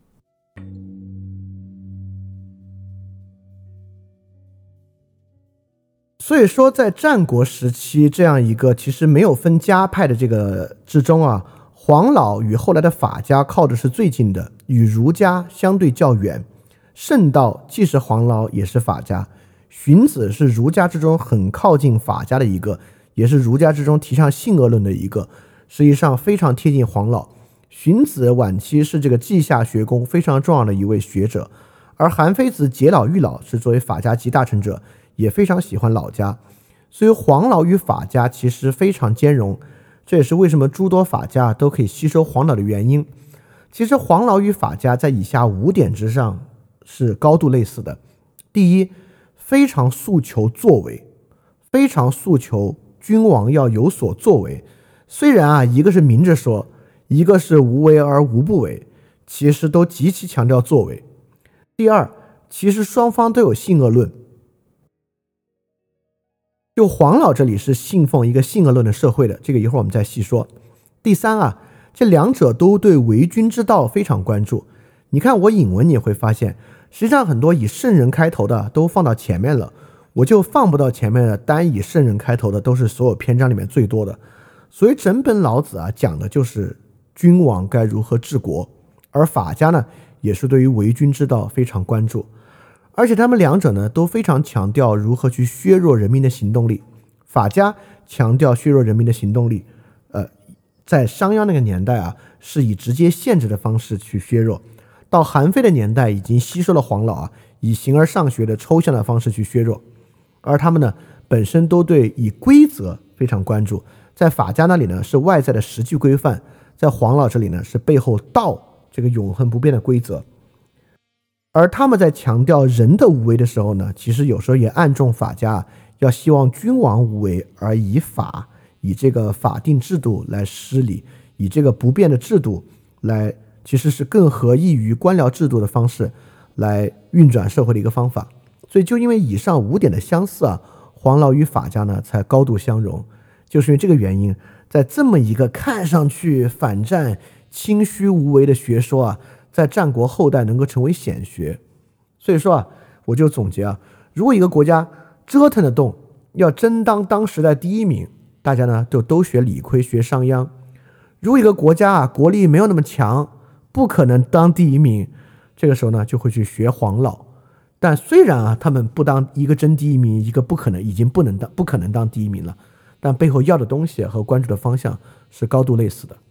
所以说在战国时期这样一个其实没有分家派的这个之中黄老与后来的法家靠的是最近的，与儒家相对较远。圣道既是黄老也是法家，荀子是儒家之中很靠近法家的一个，也是儒家之中提倡性恶论的一个，实际上非常贴近黄老。荀子晚期是这个稷下学宫非常重要的一位学者，而韩非子解老育老是作为法家集大成者，也非常喜欢老家。所以黄老与法家其实非常兼容，这也是为什么诸多法家都可以吸收黄老的原因。其实黄老与法家在以下5点之上是高度类似的。第一，非常诉求作为，非常诉求君王要有所作为。虽然一个是明着说，一个是无为而无不为，其实都极其强调作为。第二，其实双方都有性恶论，就黄老这里是信奉一个性恶论的社会的，这个一会儿我们再细说。第三这两者都对为君之道非常关注。你看我引文你也会发现， 实际上很多以圣人开头的都放到前面了，我就放不到前面的单以圣人开头的都是所有篇章里面最多的。所以整本老子啊讲的就是君王该如何治国，而法家呢也是对于为君之道非常关注，而且他们两者呢都非常强调如何去削弱人民的行动力。法家强调削弱人民的行动力，在商鞅那个年代啊，是以直接限制的方式去削弱；到韩非的年代，已经吸收了黄老啊，以形而上学的抽象的方式去削弱。而他们呢，本身都对以规则非常关注，在法家那里呢是外在的实际规范，在黄老这里呢是背后道这个永恒不变的规则。而他们在强调人的无为的时候呢，其实有时候也暗中法家要希望君王无为，而以这个法定制度来施礼，以这个不变的制度来，其实是更合意于官僚制度的方式来运转社会的一个方法。所以就因为以上5点的相似啊，黄老与法家呢才高度相融。就是因为这个原因，在这么一个看上去反战清虚无为的学说啊，在战国后代能够成为显学。所以说啊，我就总结啊，如果一个国家折腾得动，要争当时代第一名，大家呢就都学李悝学商鞅。如果一个国家啊国力没有那么强，不可能当第一名，这个时候呢就会去学黄老。但虽然啊他们不当一个争第一名，一个不可能当第一名了，但背后要的东西和关注的方向是高度类似的。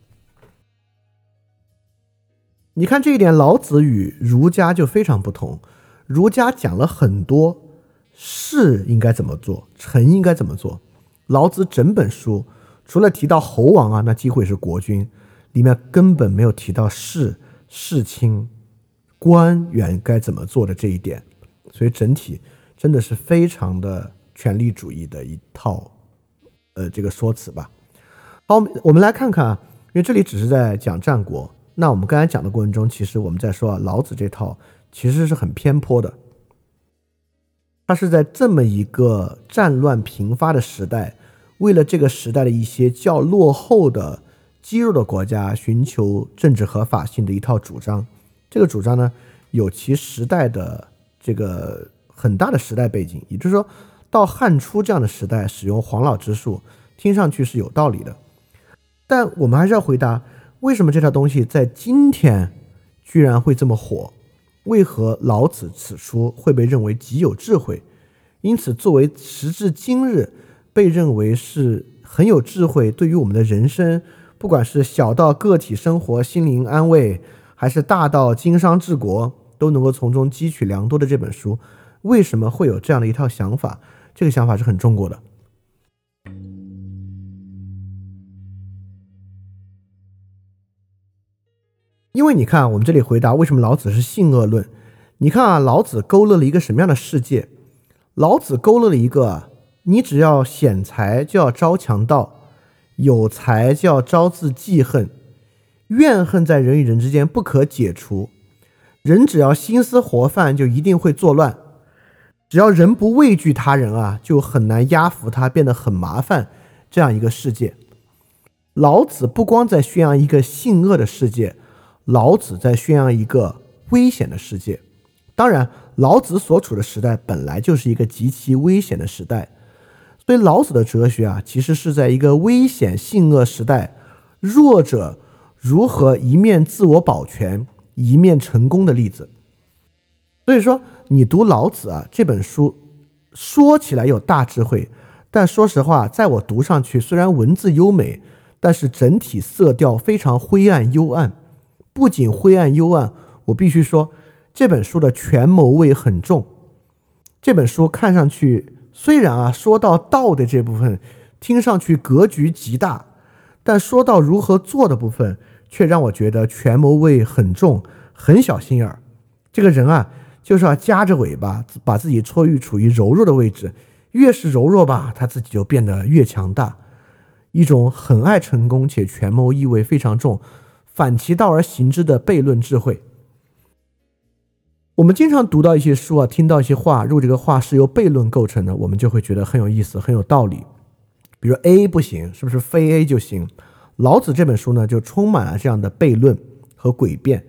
你看这一点，老子与儒家就非常不同。儒家讲了很多士应该怎么做，臣应该怎么做。老子整本书除了提到侯王啊，那几乎也是国君，里面根本没有提到士卿官员该怎么做的这一点。所以整体真的是非常的权力主义的一套这个说辞吧。好，我们来看看啊，因为这里只是在讲战国，那我们刚才讲的过程中，其实我们在说啊，老子这套其实是很偏颇的。他是在这么一个战乱频发的时代，为了这个时代的一些较落后的肌肉的国家寻求政治合法性的一套主张。这个主张呢，有其时代的这个很大的时代背景，也就是说到汉初这样的时代使用黄老之术听上去是有道理的。但我们还是要回答，为什么这套东西在今天居然会这么火？为何老子此书会被认为极有智慧？因此作为时至今日被认为是很有智慧，对于我们的人生，不管是小到个体生活心灵安慰，还是大到经商治国，都能够从中汲取良多的这本书，为什么会有这样的一套想法？这个想法是很中国的。因为你看，我们这里回答为什么老子是性恶论。你看啊，老子勾勒了一个什么样的世界？老子勾勒了一个，你只要显才就要招强盗，有才就要招致记恨，怨恨在人与人之间不可解除，人只要心思活泛就一定会作乱，只要人不畏惧他人啊，就很难压服他，变得很麻烦，这样一个世界。老子不光在宣扬一个性恶的世界，老子在宣扬一个危险的世界。当然，老子所处的时代本来就是一个极其危险的时代，所以老子的哲学啊，其实是在一个危险性恶时代，弱者如何一面自我保全，一面成功的例子。所以说，你读老子啊这本书，说起来有大智慧，但说实话，在我读上去，虽然文字优美，但是整体色调非常灰暗幽暗。不仅灰暗幽暗，我必须说这本书的权谋味很重。这本书看上去虽然啊说到道的这部分听上去格局极大，但说到如何做的部分却让我觉得权谋味很重，很小心眼儿。这个人啊就是要夹着尾巴把自己处于柔弱的位置，越是柔弱吧，他自己就变得越强大。一种很爱成功且权谋意味非常重，反其道而行之的悖论智慧。我们经常读到一些书啊，听到一些话，如果这个话是由悖论构成的，我们就会觉得很有意思，很有道理。比如 A 不行，是不是非 A 就行？老子这本书呢，就充满了这样的悖论和诡辩。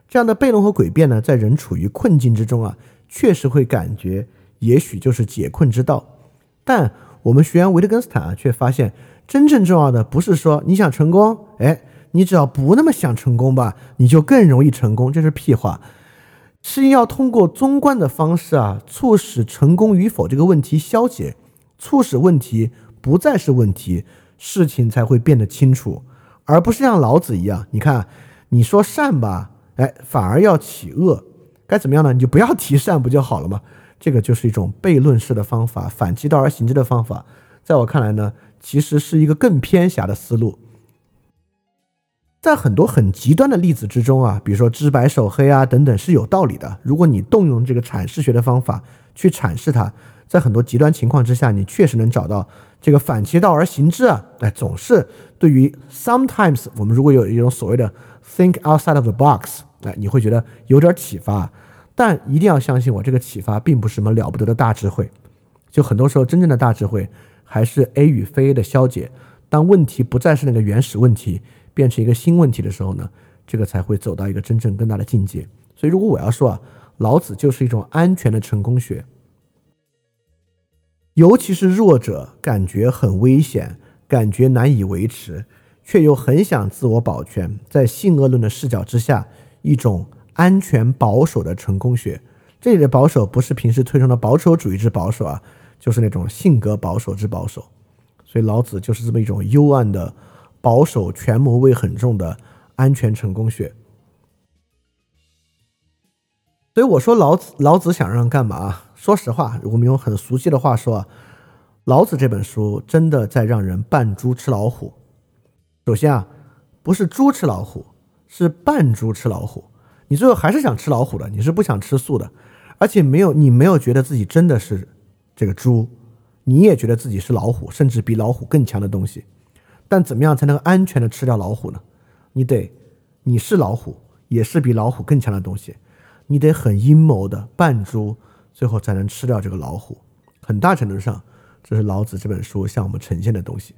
这样的悖论和诡辩呢，在人处于困境之中啊，确实会感觉也许就是解困之道。但我们学员维特根斯坦啊，却发现真正重要的不是说你想成功，你只要不那么想成功吧，你就更容易成功，这是屁话。是要通过综观的方式啊，促使成功与否这个问题消解，促使问题不再是问题，事情才会变得清楚，而不是像老子一样，你看你说善吧，反而要起恶，该怎么样呢？你就不要提善不就好了吗？这个就是一种悖论式的方法，反其道而行之的方法，在我看来呢，其实是一个更偏狭的思路。在很多很极端的例子之中啊，比如说知白守黑啊等等是有道理的，如果你动用这个阐释学的方法去阐释它，在很多极端情况之下，你确实能找到这个反其道而行之啊，总是对于 sometimes 我们如果有一种所谓的 think outside of the box，你会觉得有点启发，但一定要相信我，这个启发并不是什么了不得的大智慧，就很多时候真正的大智慧还是 A 与非 A 的消解，当问题不再是那个原始问题，变成一个新问题的时候呢，这个才会走到一个真正更大的境界。所以如果我要说啊，老子就是一种安全的成功学，尤其是弱者感觉很危险，感觉难以维持，却又很想自我保全，在性恶论的视角之下，一种安全保守的成功学。这里的保守不是平时推崇的保守主义之保守啊，就是那种性格保守之保守。所以老子就是这么一种幽暗的保守权谋味很重的安全成功学。所以我说老子想让干嘛？说实话，我们用很俗气的话说啊，老子这本书真的在让人扮猪吃老虎。首先啊，不是猪吃老虎，是扮猪吃老虎。你最后还是想吃老虎的，你是不想吃素的，而且你没有觉得自己真的是这个猪，你也觉得自己是老虎，甚至比老虎更强的东西。但怎么样才能安全的吃掉老虎呢？你是老虎，也是比老虎更强的东西，你得很阴谋的扮猪，最后才能吃掉这个老虎。很大程度上，这是老子这本书向我们呈现的东西。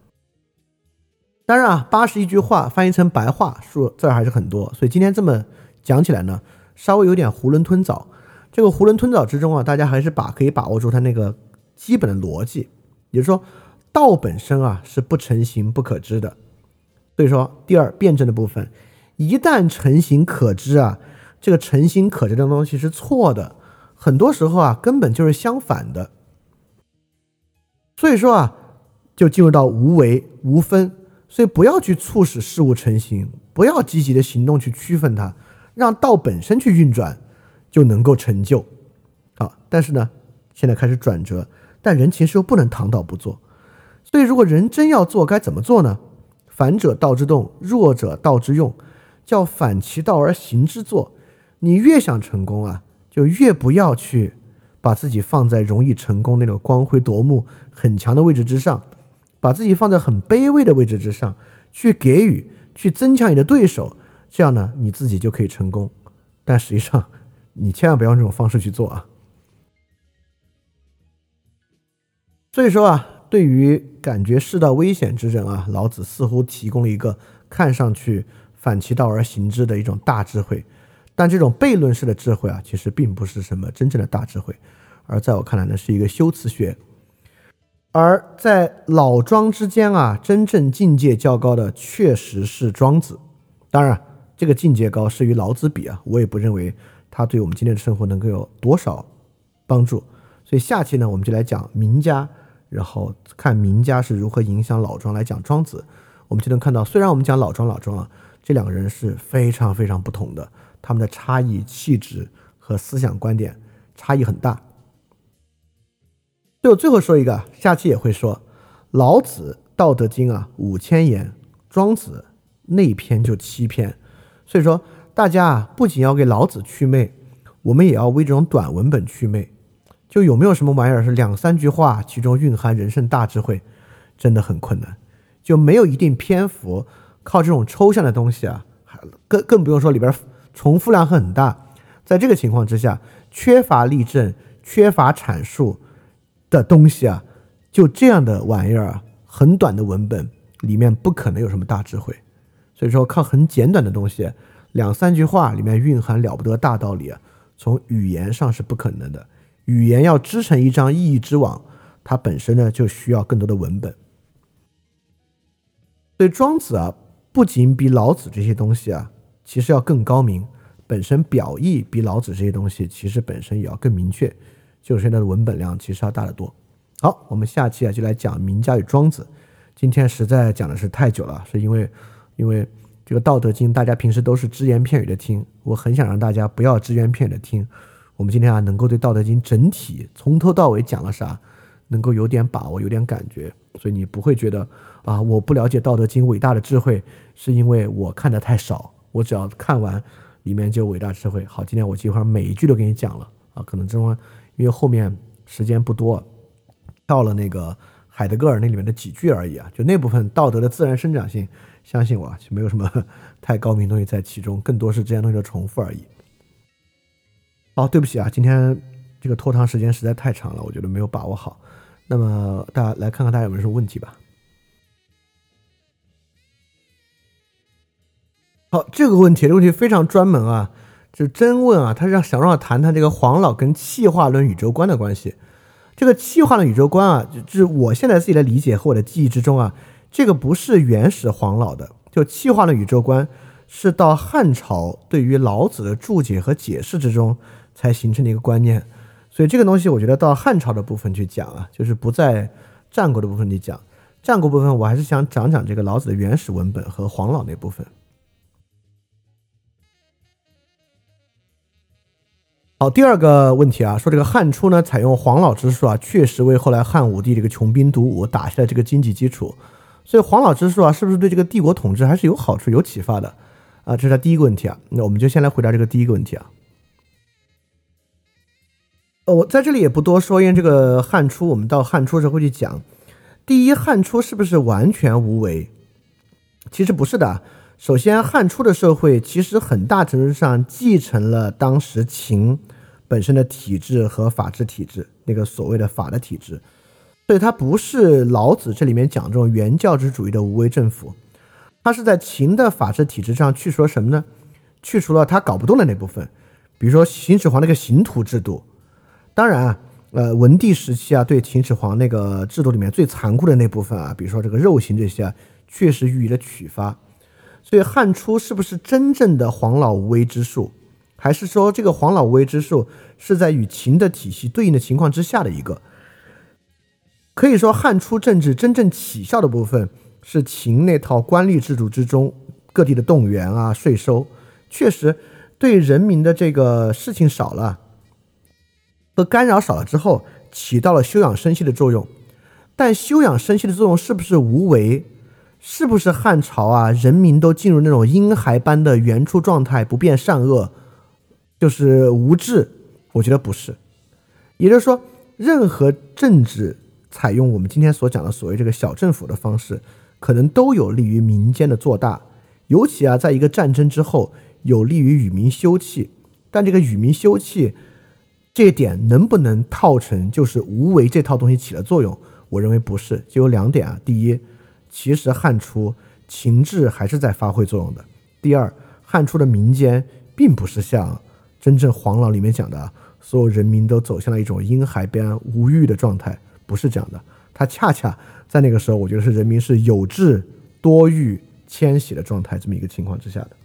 当然啊，81句话翻译成白话数字还是很多，所以今天这么讲起来呢，稍微有点囫囵吞枣。这个囫囵吞枣之中啊，大家还是可以把握住它那个基本的逻辑，也就是说道本身啊是不成形不可知的。所以说第二辩证的部分，一旦成形可知啊，这个成形可知的东西是错的，很多时候啊根本就是相反的。所以说啊，就进入到无为无分，所以不要去促使事物成形，不要积极的行动去区分它，让道本身去运转就能够成就。好，但是呢现在开始转折，但人其实又不能躺倒不做。所以如果人真要做，该怎么做呢？反者道之动，弱者道之用，叫反其道而行之做。你越想成功啊，就越不要去把自己放在容易成功那种光辉夺目很强的位置之上，把自己放在很卑微的位置之上，去给予，去增强你的对手，这样呢你自己就可以成功。但实际上你千万不要用这种方式去做啊。所以说啊，对于感觉世道危险之人啊，老子似乎提供了一个看上去反其道而行之的一种大智慧。但这种悖论式的智慧啊，其实并不是什么真正的大智慧，而在我看来呢，是一个修辞学。而在老庄之间啊，真正境界较高的确实是庄子。当然这个境界高是与老子比啊，我也不认为他对我们今天的生活能够有多少帮助。所以下期呢，我们就来讲名家，然后看名家是如何影响老庄来讲庄子。我们就能看到，虽然我们讲老庄啊，这两个人是非常非常不同的，他们的差异、气质和思想观点差异很大。最后说一个，下期也会说，老子道德经啊5000言，庄子内篇就7篇。所以说大家啊不仅要给老子祛魅，我们也要为这种短文本祛魅。就有没有什么玩意儿是2-3句话其中蕴含人生大智慧，真的很困难。就没有一定篇幅，靠这种抽象的东西啊，更不用说里边重复量很大。在这个情况之下，缺乏例证、缺乏阐述的东西啊，就这样的玩意儿啊，很短的文本里面不可能有什么大智慧。所以说靠很简短的东西两三句话里面蕴含了不得大道理啊，从语言上是不可能的。语言要织成一张意义之网，它本身呢就需要更多的文本。所以庄子啊，不仅比老子这些东西啊，其实要更高明，本身表意比老子这些东西其实本身也要更明确，就是现在的文本量其实要大得多。好，我们下期啊就来讲名家与庄子。今天实在讲的是太久了，是因为这个《道德经》大家平时都是只言片语的听，我很想让大家不要只言片语的听。我们今天啊能够对《道德经》整体从头到尾讲了啥，能够有点把握，有点感觉，所以你不会觉得啊我不了解《道德经》伟大的智慧，是因为我看的太少，我只要看完里面就有伟大智慧。好，今天我几乎每一句都给你讲了啊，可能因为后面时间不多，到了那个海德格尔那里面的几句而已啊，就那部分道德的自然生长性，相信我就没有什么太高明东西在其中，更多是这样东西的重复而已。好，对不起啊，今天这个拖堂时间实在太长了，我觉得没有把握好。那么大家来看看大家有没有什么问题吧。好，这个问题非常专门啊，就是真问啊，他想让我谈谈这个黄老跟气化论宇宙观的关系。这个气化论宇宙观啊，就是我现在自己的理解和我的记忆之中啊，这个不是原始黄老的，就气化论宇宙观是到汉朝对于老子的注解和解释之中才形成的一个观念。所以这个东西我觉得到汉朝的部分去讲啊，就是不在战国的部分去讲。战国部分我还是想讲讲这个老子的原始文本和黄老那部分。好，第二个问题啊，说这个汉初呢采用黄老之术啊，确实为后来汉武帝这个穷兵黩武打下了这个经济基础。所以黄老之术啊，是不是对这个帝国统治还是有好处、有启发的啊？这是他第一个问题啊。那我们就先来回答这个第一个问题啊。我在这里也不多说，因为这个汉初，我们到汉初时候会去讲。第一，汉初是不是完全无为？其实不是的。首先，汉初的社会其实很大程度上继承了当时秦本身的体制和法治体制，那个所谓的法的体制，所以它不是老子这里面讲这种原教旨主义的无为政府，它是在秦的法治体制上去除了什么呢？去除了他搞不动的那部分，比如说秦始皇那个刑徒制度。当然啊，文帝时期啊，对秦始皇那个制度里面最残酷的那部分啊，比如说这个肉刑这些啊，确实予以了启发。所以汉初是不是真正的黄老无为之术，还是说这个黄老无为之术是在与秦的体系对应的情况之下的一个？可以说汉初政治真正起效的部分是秦那套官吏制度之中各地的动员啊、税收，确实对人民的这个事情少了和干扰少了之后，起到了休养生息的作用。但休养生息的作用是不是无为？是不是汉朝啊，人民都进入那种婴孩般的原初状态，不辨善恶，就是无治？我觉得不是。也就是说，任何政治采用我们今天所讲的所谓这个小政府的方式，可能都有利于民间的做大，尤其啊，在一个战争之后，有利于与民休戚。但这个与民休戚这一点能不能套成就是无为这套东西起了作用？我认为不是，就有两点啊。第一，其实汉初秦制还是在发挥作用的。第二，汉初的民间并不是像真正黄老里面讲的所有人民都走向了一种婴孩般无欲的状态，不是这样的。它恰恰在那个时候，我觉得是人民是有志多欲迁徙的状态，这么一个情况之下的。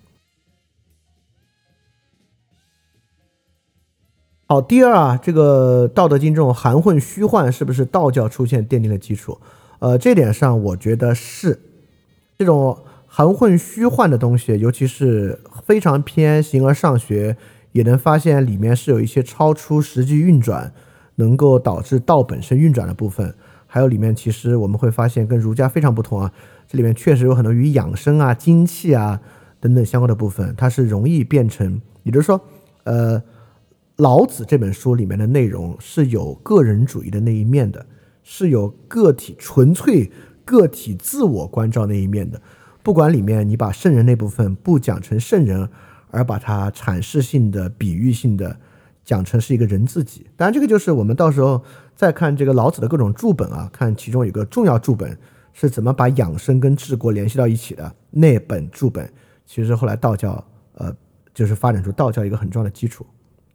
好，第二啊，这个《道德经》这种含混虚幻是不是道教出现奠定了基础？这点上我觉得是。这种含混虚幻的东西，尤其是非常偏形而上学，也能发现里面是有一些超出实际运转，能够导致道本身运转的部分。还有里面其实我们会发现跟儒家非常不同啊，这里面确实有很多与养生啊、精气啊等等相关的部分，它是容易变成，也就是说老子这本书里面的内容是有个人主义的那一面的，是有个体纯粹个体自我关照那一面的。不管里面你把圣人那部分不讲成圣人，而把它阐释性的比喻性的讲成是一个人自己。当然这个就是我们到时候再看这个老子的各种注本啊，看其中有个重要注本是怎么把养生跟治国联系到一起的，那本注本其实后来道教就是发展出道教一个很重要的基础。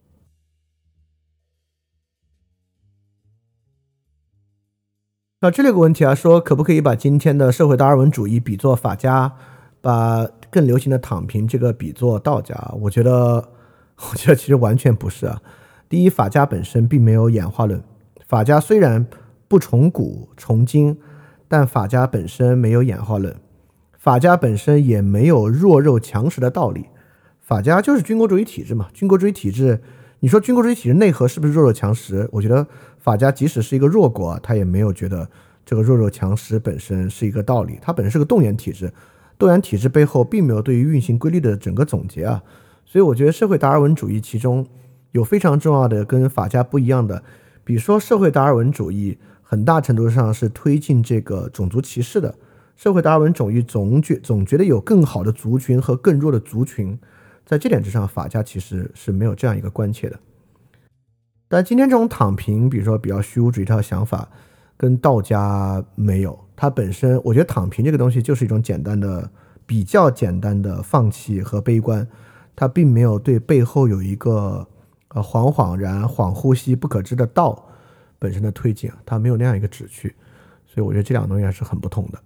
那这里有个问题啊，说可不可以把今天的社会达尔文主义比作法家，把更流行的躺平这个比作道家？我觉得其实完全不是啊。第一，法家本身并没有演化论，法家虽然不崇古崇今，但法家本身没有演化论，法家本身也没有弱肉强食的道理。法家就是军国主义体制嘛，军国主义体制，你说军国主义体制内核是不是弱肉强食？我觉得法家即使是一个弱国，他也没有觉得这个弱肉强食本身是一个道理，它本身是个动员体制，动员体制背后并没有对于运行规律的整个总结啊。所以我觉得社会达尔文主义其中有非常重要的跟法家不一样的，比如说社会达尔文主义很大程度上是推进这个种族歧视的，社会达尔文主义总觉得有更好的族群和更弱的族群，在这点之上法家其实是没有这样一个关切的。但今天这种躺平，比如说比较虚无主义这套想法，跟道家没有，它本身我觉得躺平这个东西就是一种比较简单的放弃和悲观，它并没有对背后有一个恍恍然恍惚兮不可知的道本身的推进，它没有那样一个旨趣，所以我觉得这两个东西还是很不同的。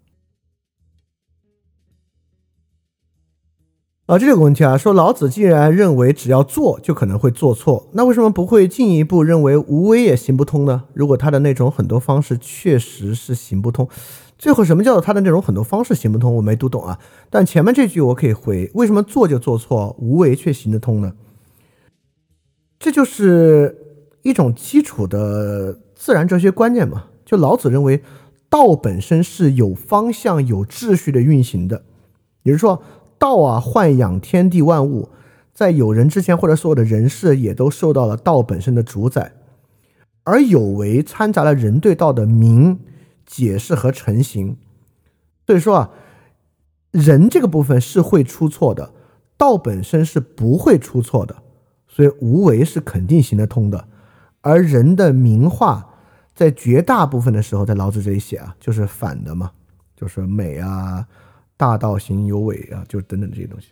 这里有个问题啊，说老子既然认为只要做就可能会做错，那为什么不会进一步认为无为也行不通呢？如果他的那种很多方式确实是行不通，最后什么叫做他的那种很多方式行不通，我没读懂啊。但前面这句我可以回，为什么做就做错，无为却行得通呢？这就是一种基础的自然哲学观念嘛。就老子认为道本身是有方向有秩序的运行的，也就是说道啊，豢养天地万物，在有人之前或者所有的人事也都受到了道本身的主宰，而有为掺杂了人对道的明、解释和成型。所以说啊，人这个部分是会出错的，道本身是不会出错的，所以无为是肯定行得通的。而人的明化在绝大部分的时候，在老子这里写啊，就是反的嘛，就是美啊，大道行有为啊，就等等这些东西。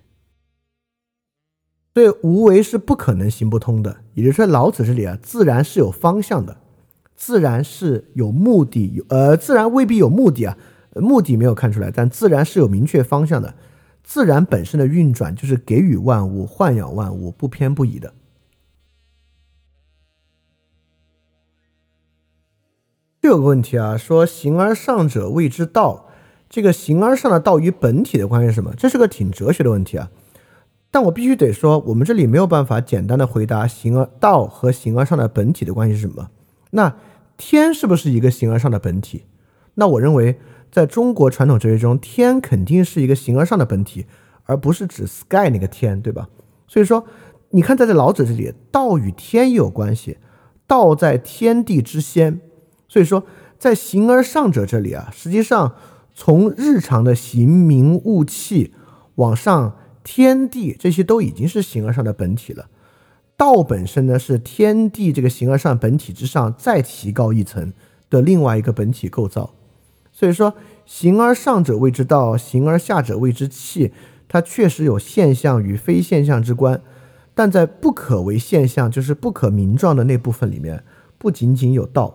所以无为是不可能行不通的，也就是说老子这里啊，自然是有方向的，自然是有目的，自然未必有目的啊，目的没有看出来，但自然是有明确方向的。自然本身的运转就是给予万物、豢养万物，不偏不倚的。这有个问题啊，说形而上者谓之道，这个形而上的道与本体的关系是什么？这是个挺哲学的问题啊。但我必须得说，我们这里没有办法简单的回答道和形而上的本体的关系是什么。那天是不是一个形而上的本体？那我认为在中国传统哲学中，天肯定是一个形而上的本体，而不是指 sky 那个天，对吧？所以说你看在这老子这里，道与天也有关系，道在天地之先。所以说在形而上者这里啊，实际上从日常的形名物气往上，天地这些都已经是形而上的本体了。道本身呢，是天地这个形而上本体之上再提高一层的另外一个本体构造。所以说形而上者谓之道，形而下者谓之器，它确实有现象与非现象之观，但在不可为现象，就是不可名状的那部分里面，不仅仅有道，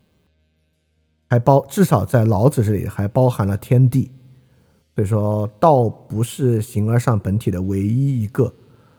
至少在老子这里还包含了天地。所以说道不是形而上本体的唯一一个。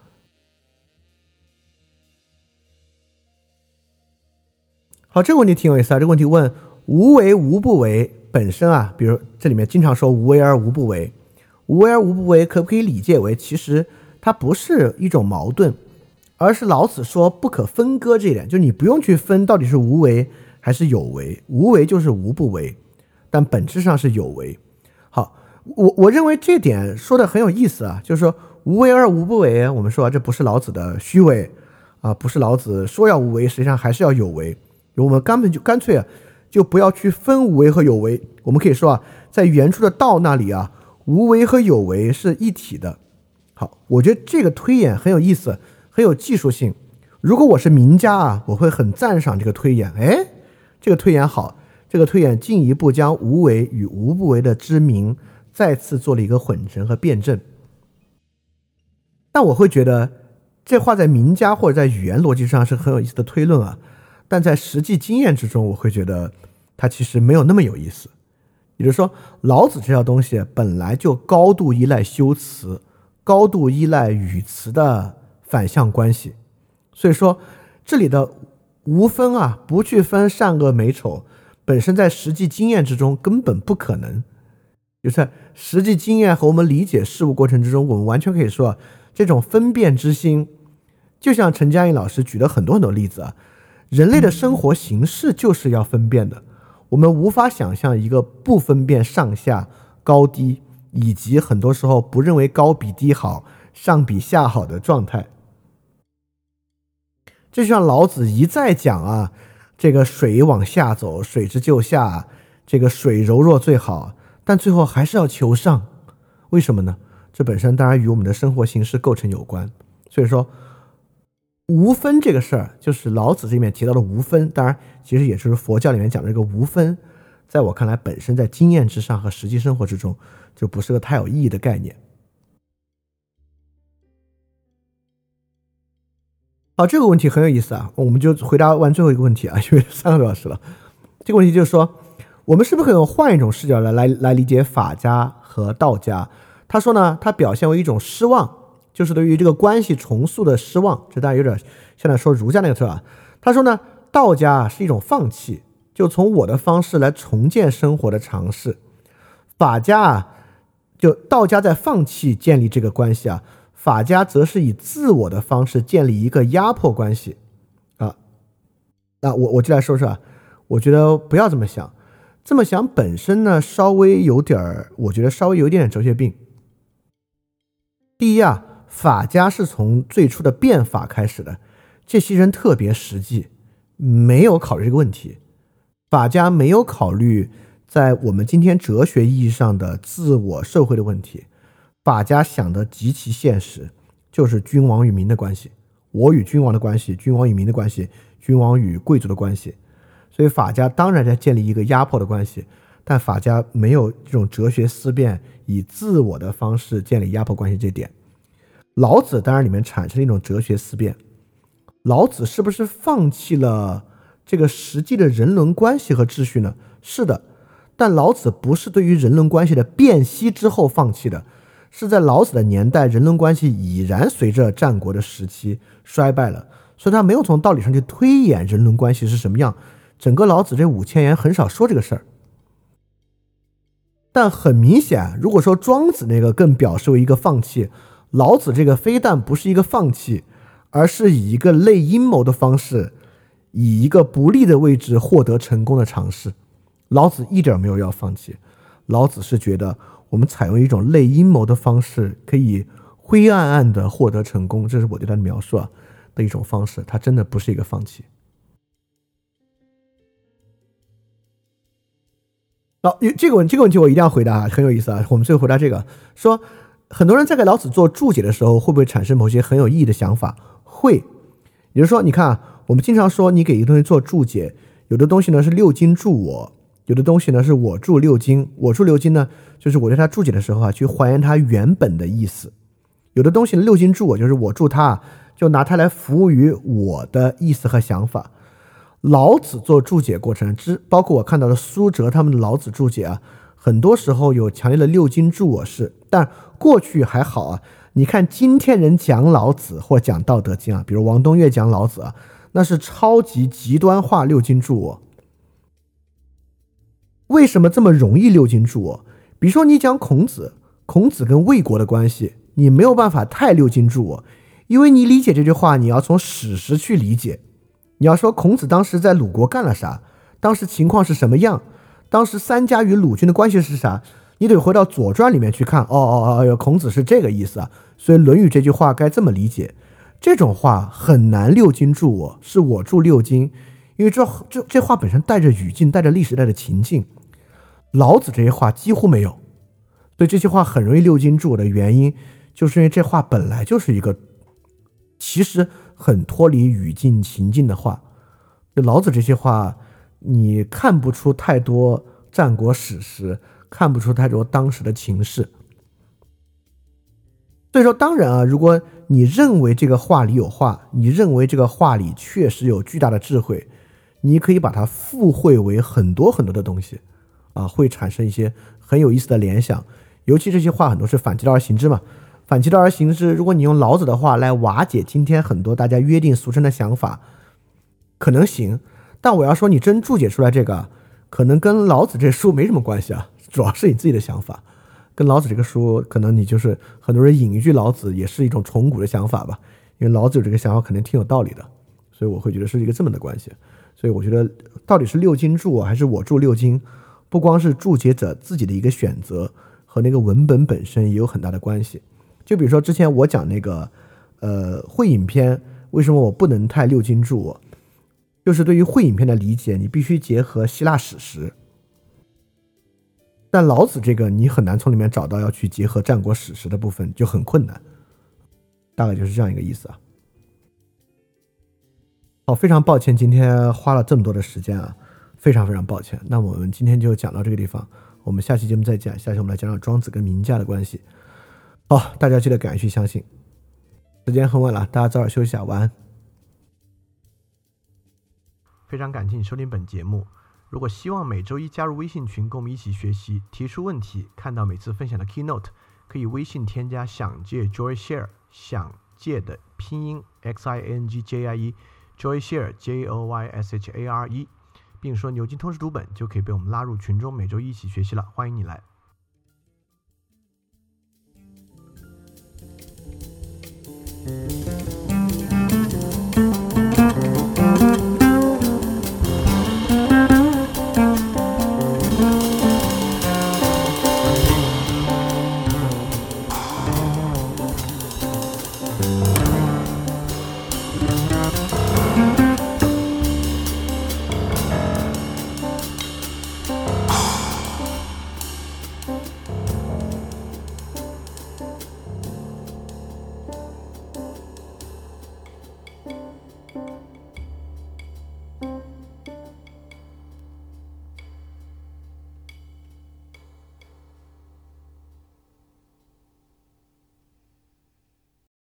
好，这个问题挺有意思啊。这个问题问无为无不为本身啊，比如这里面经常说无为而无不为，无为而无不为可不可以理解为其实它不是一种矛盾，而是老子说不可分割这一点，就是你不用去分到底是无为还是有为，无为就是无不为，但本质上是有为。好，我认为这点说的很有意思啊，就是说无为而无不为，我们说这不是老子的虚伪啊，不是老子说要无为，实际上还是要有为。我们干脆啊，就不要去分无为和有为。我们可以说啊，在原初的道那里啊，无为和有为是一体的。好，我觉得这个推演很有意思，很有技术性。如果我是名家啊，我会很赞赏这个推演。这个推演好，这个推演进一步将无为与无不为的之名再次做了一个混成和辩证。 但我会觉得这话在名家或者在语言逻辑上是很有意思的推论啊，但在实际经验之中，我会觉得它其实没有那么有意思。也就是说，老子这套东西本来就高度依赖修辞，高度依赖语词的反向关系，所以说这里的无分啊，不去分善恶美丑，本身在实际经验之中根本不可能。就是在实际经验和我们理解事物过程之中，我们完全可以说这种分辨之心，就像陈嘉映老师举了很多很多例子啊，人类的生活形式就是要分辨的。我们无法想象一个不分辨上下高低，以及很多时候不认为高比低好，上比下好的状态。这就像老子一再讲啊，这个水往下走，水之就下，这个水柔弱最好，但最后还是要求上。为什么呢？这本身当然与我们的生活形式构成有关。所以说无分这个事儿，就是老子这里面提到的无分，当然其实也就是佛教里面讲的这个无分，在我看来本身在经验之上和实际生活之中就不是个太有意义的概念。好，这个问题很有意思啊，我们就回答完最后一个问题啊，因为3个多小时了。这个问题就是说，我们是不是可以用换一种视角来理解法家和道家？他说呢，他表现为一种失望，就是对于这个关系重塑的失望，这当然有点现在说儒家那个词啊。他说呢，道家是一种放弃，就从我的方式来重建生活的尝试。法家啊，就道家在放弃建立这个关系啊，法家则是以自我的方式建立一个压迫关系啊。那我就来说说啊，我觉得不要这么想，这么想本身呢，我觉得稍微有一点哲学病。第一啊，法家是从最初的变法开始的，这些人特别实际，没有考虑这个问题。法家没有考虑在我们今天哲学意义上的自我社会的问题，法家想的极其现实，就是君王与民的关系，我与君王的关系，君王与民的关系，君王与贵族的关系。所以法家当然在建立一个压迫的关系，但法家没有这种哲学思辨以自我的方式建立压迫关系这点。老子当然里面产生了一种哲学思辨，老子是不是放弃了这个实际的人伦关系和秩序呢？是的，但老子不是对于人伦关系的辨析之后放弃的，是在老子的年代，人伦关系已然随着战国的时期衰败了，所以他没有从道理上去推演人伦关系是什么样。整个老子这5000言很少说这个事儿。但很明显，如果说庄子那个更表示为一个放弃，老子这个非但不是一个放弃，而是以一个类阴谋的方式，以一个不利的位置获得成功的尝试。老子一点没有要放弃，老子是觉得我们采用一种类阴谋的方式，可以灰暗暗的获得成功，这是我对他的描述啊的一种方式，他真的不是一个放弃。这个问题我一定要回答，很有意思啊。我们最后回答这个，说很多人在给老子做注解的时候，会不会产生某些很有意义的想法？会。也就是说，你看啊，我们经常说你给一个东西做注解，有的东西呢是六经注我，有的东西呢是我注六经。我注六经呢，就是我对它注解的时候啊，去还原它原本的意思。有的东西呢，六经注我，就是我注它，就拿它来服务于我的意思和想法。老子做注解过程包括我看到的苏辙他们的老子注解啊，很多时候有强烈的六经注我式，但过去还好啊。你看今天人讲老子或讲道德经啊，比如王东岳讲老子啊，那是超级极端化六经注我。为什么这么容易六经注我？比如说你讲孔子，孔子跟魏国的关系，你没有办法太六经注我，因为你理解这句话，你要从史实去理解。你要说孔子当时在鲁国干了啥，当时情况是什么样，当时三家与鲁军的关系是啥，你得回到左传里面去看。孔子是这个意思啊，所以论语这句话该这么理解。这种话很难六经注我，是我注六经，因为这话本身带着语境，带着历史，带着情境。老子这些话几乎没有，所以这些话很容易六经注我的原因，就是因为这话本来就是一个其实很脱离语境情境的话。老子这些话你看不出太多战国史实，看不出太多当时的情势。 所以说，当然啊，如果你认为这个话里有话，你认为这个话里确实有巨大的智慧，你可以把它附会为很多很多的东西啊，会产生一些很有意思的联想。尤其这些话很多是反其道而行之嘛，反其道而行之，如果你用老子的话来瓦解今天很多大家约定俗成的想法，可能行。但我要说你真注解出来这个，可能跟老子这书没什么关系啊，主要是你自己的想法。跟老子这个书，可能你就是很多人引一句老子也是一种崇古的想法吧，因为老子有这个想法可能挺有道理的，所以我会觉得是一个这么的关系。所以我觉得到底是六经注还是我注六经，不光是注解者自己的一个选择，和那个文本本身也有很大的关系。就比如说之前我讲那个会影片，为什么我不能太六经注，就是对于会影片的理解，你必须结合希腊史实。但老子这个你很难从里面找到要去结合战国史实的部分，就很困难，大概就是这样一个意思啊。好，非常抱歉今天花了这么多的时间啊，非常非常抱歉。那我们今天就讲到这个地方，我们下期节目再见。下期我们来讲讲庄子跟名家的关系。好，大家记得敢于去相信。时间很晚了，大家早点休息啊，晚安。非常感谢你收听本节目。如果希望每周一加入微信群，跟我们一起学习，提出问题，看到每次分享的 keynote， 可以微信添加想借 JoyShare， 想借的拼音 XINGJIE， JoyShare JOYSHARE， 并说牛津通识读本，就可以被我们拉入群中，每周一起学习了。欢迎你来。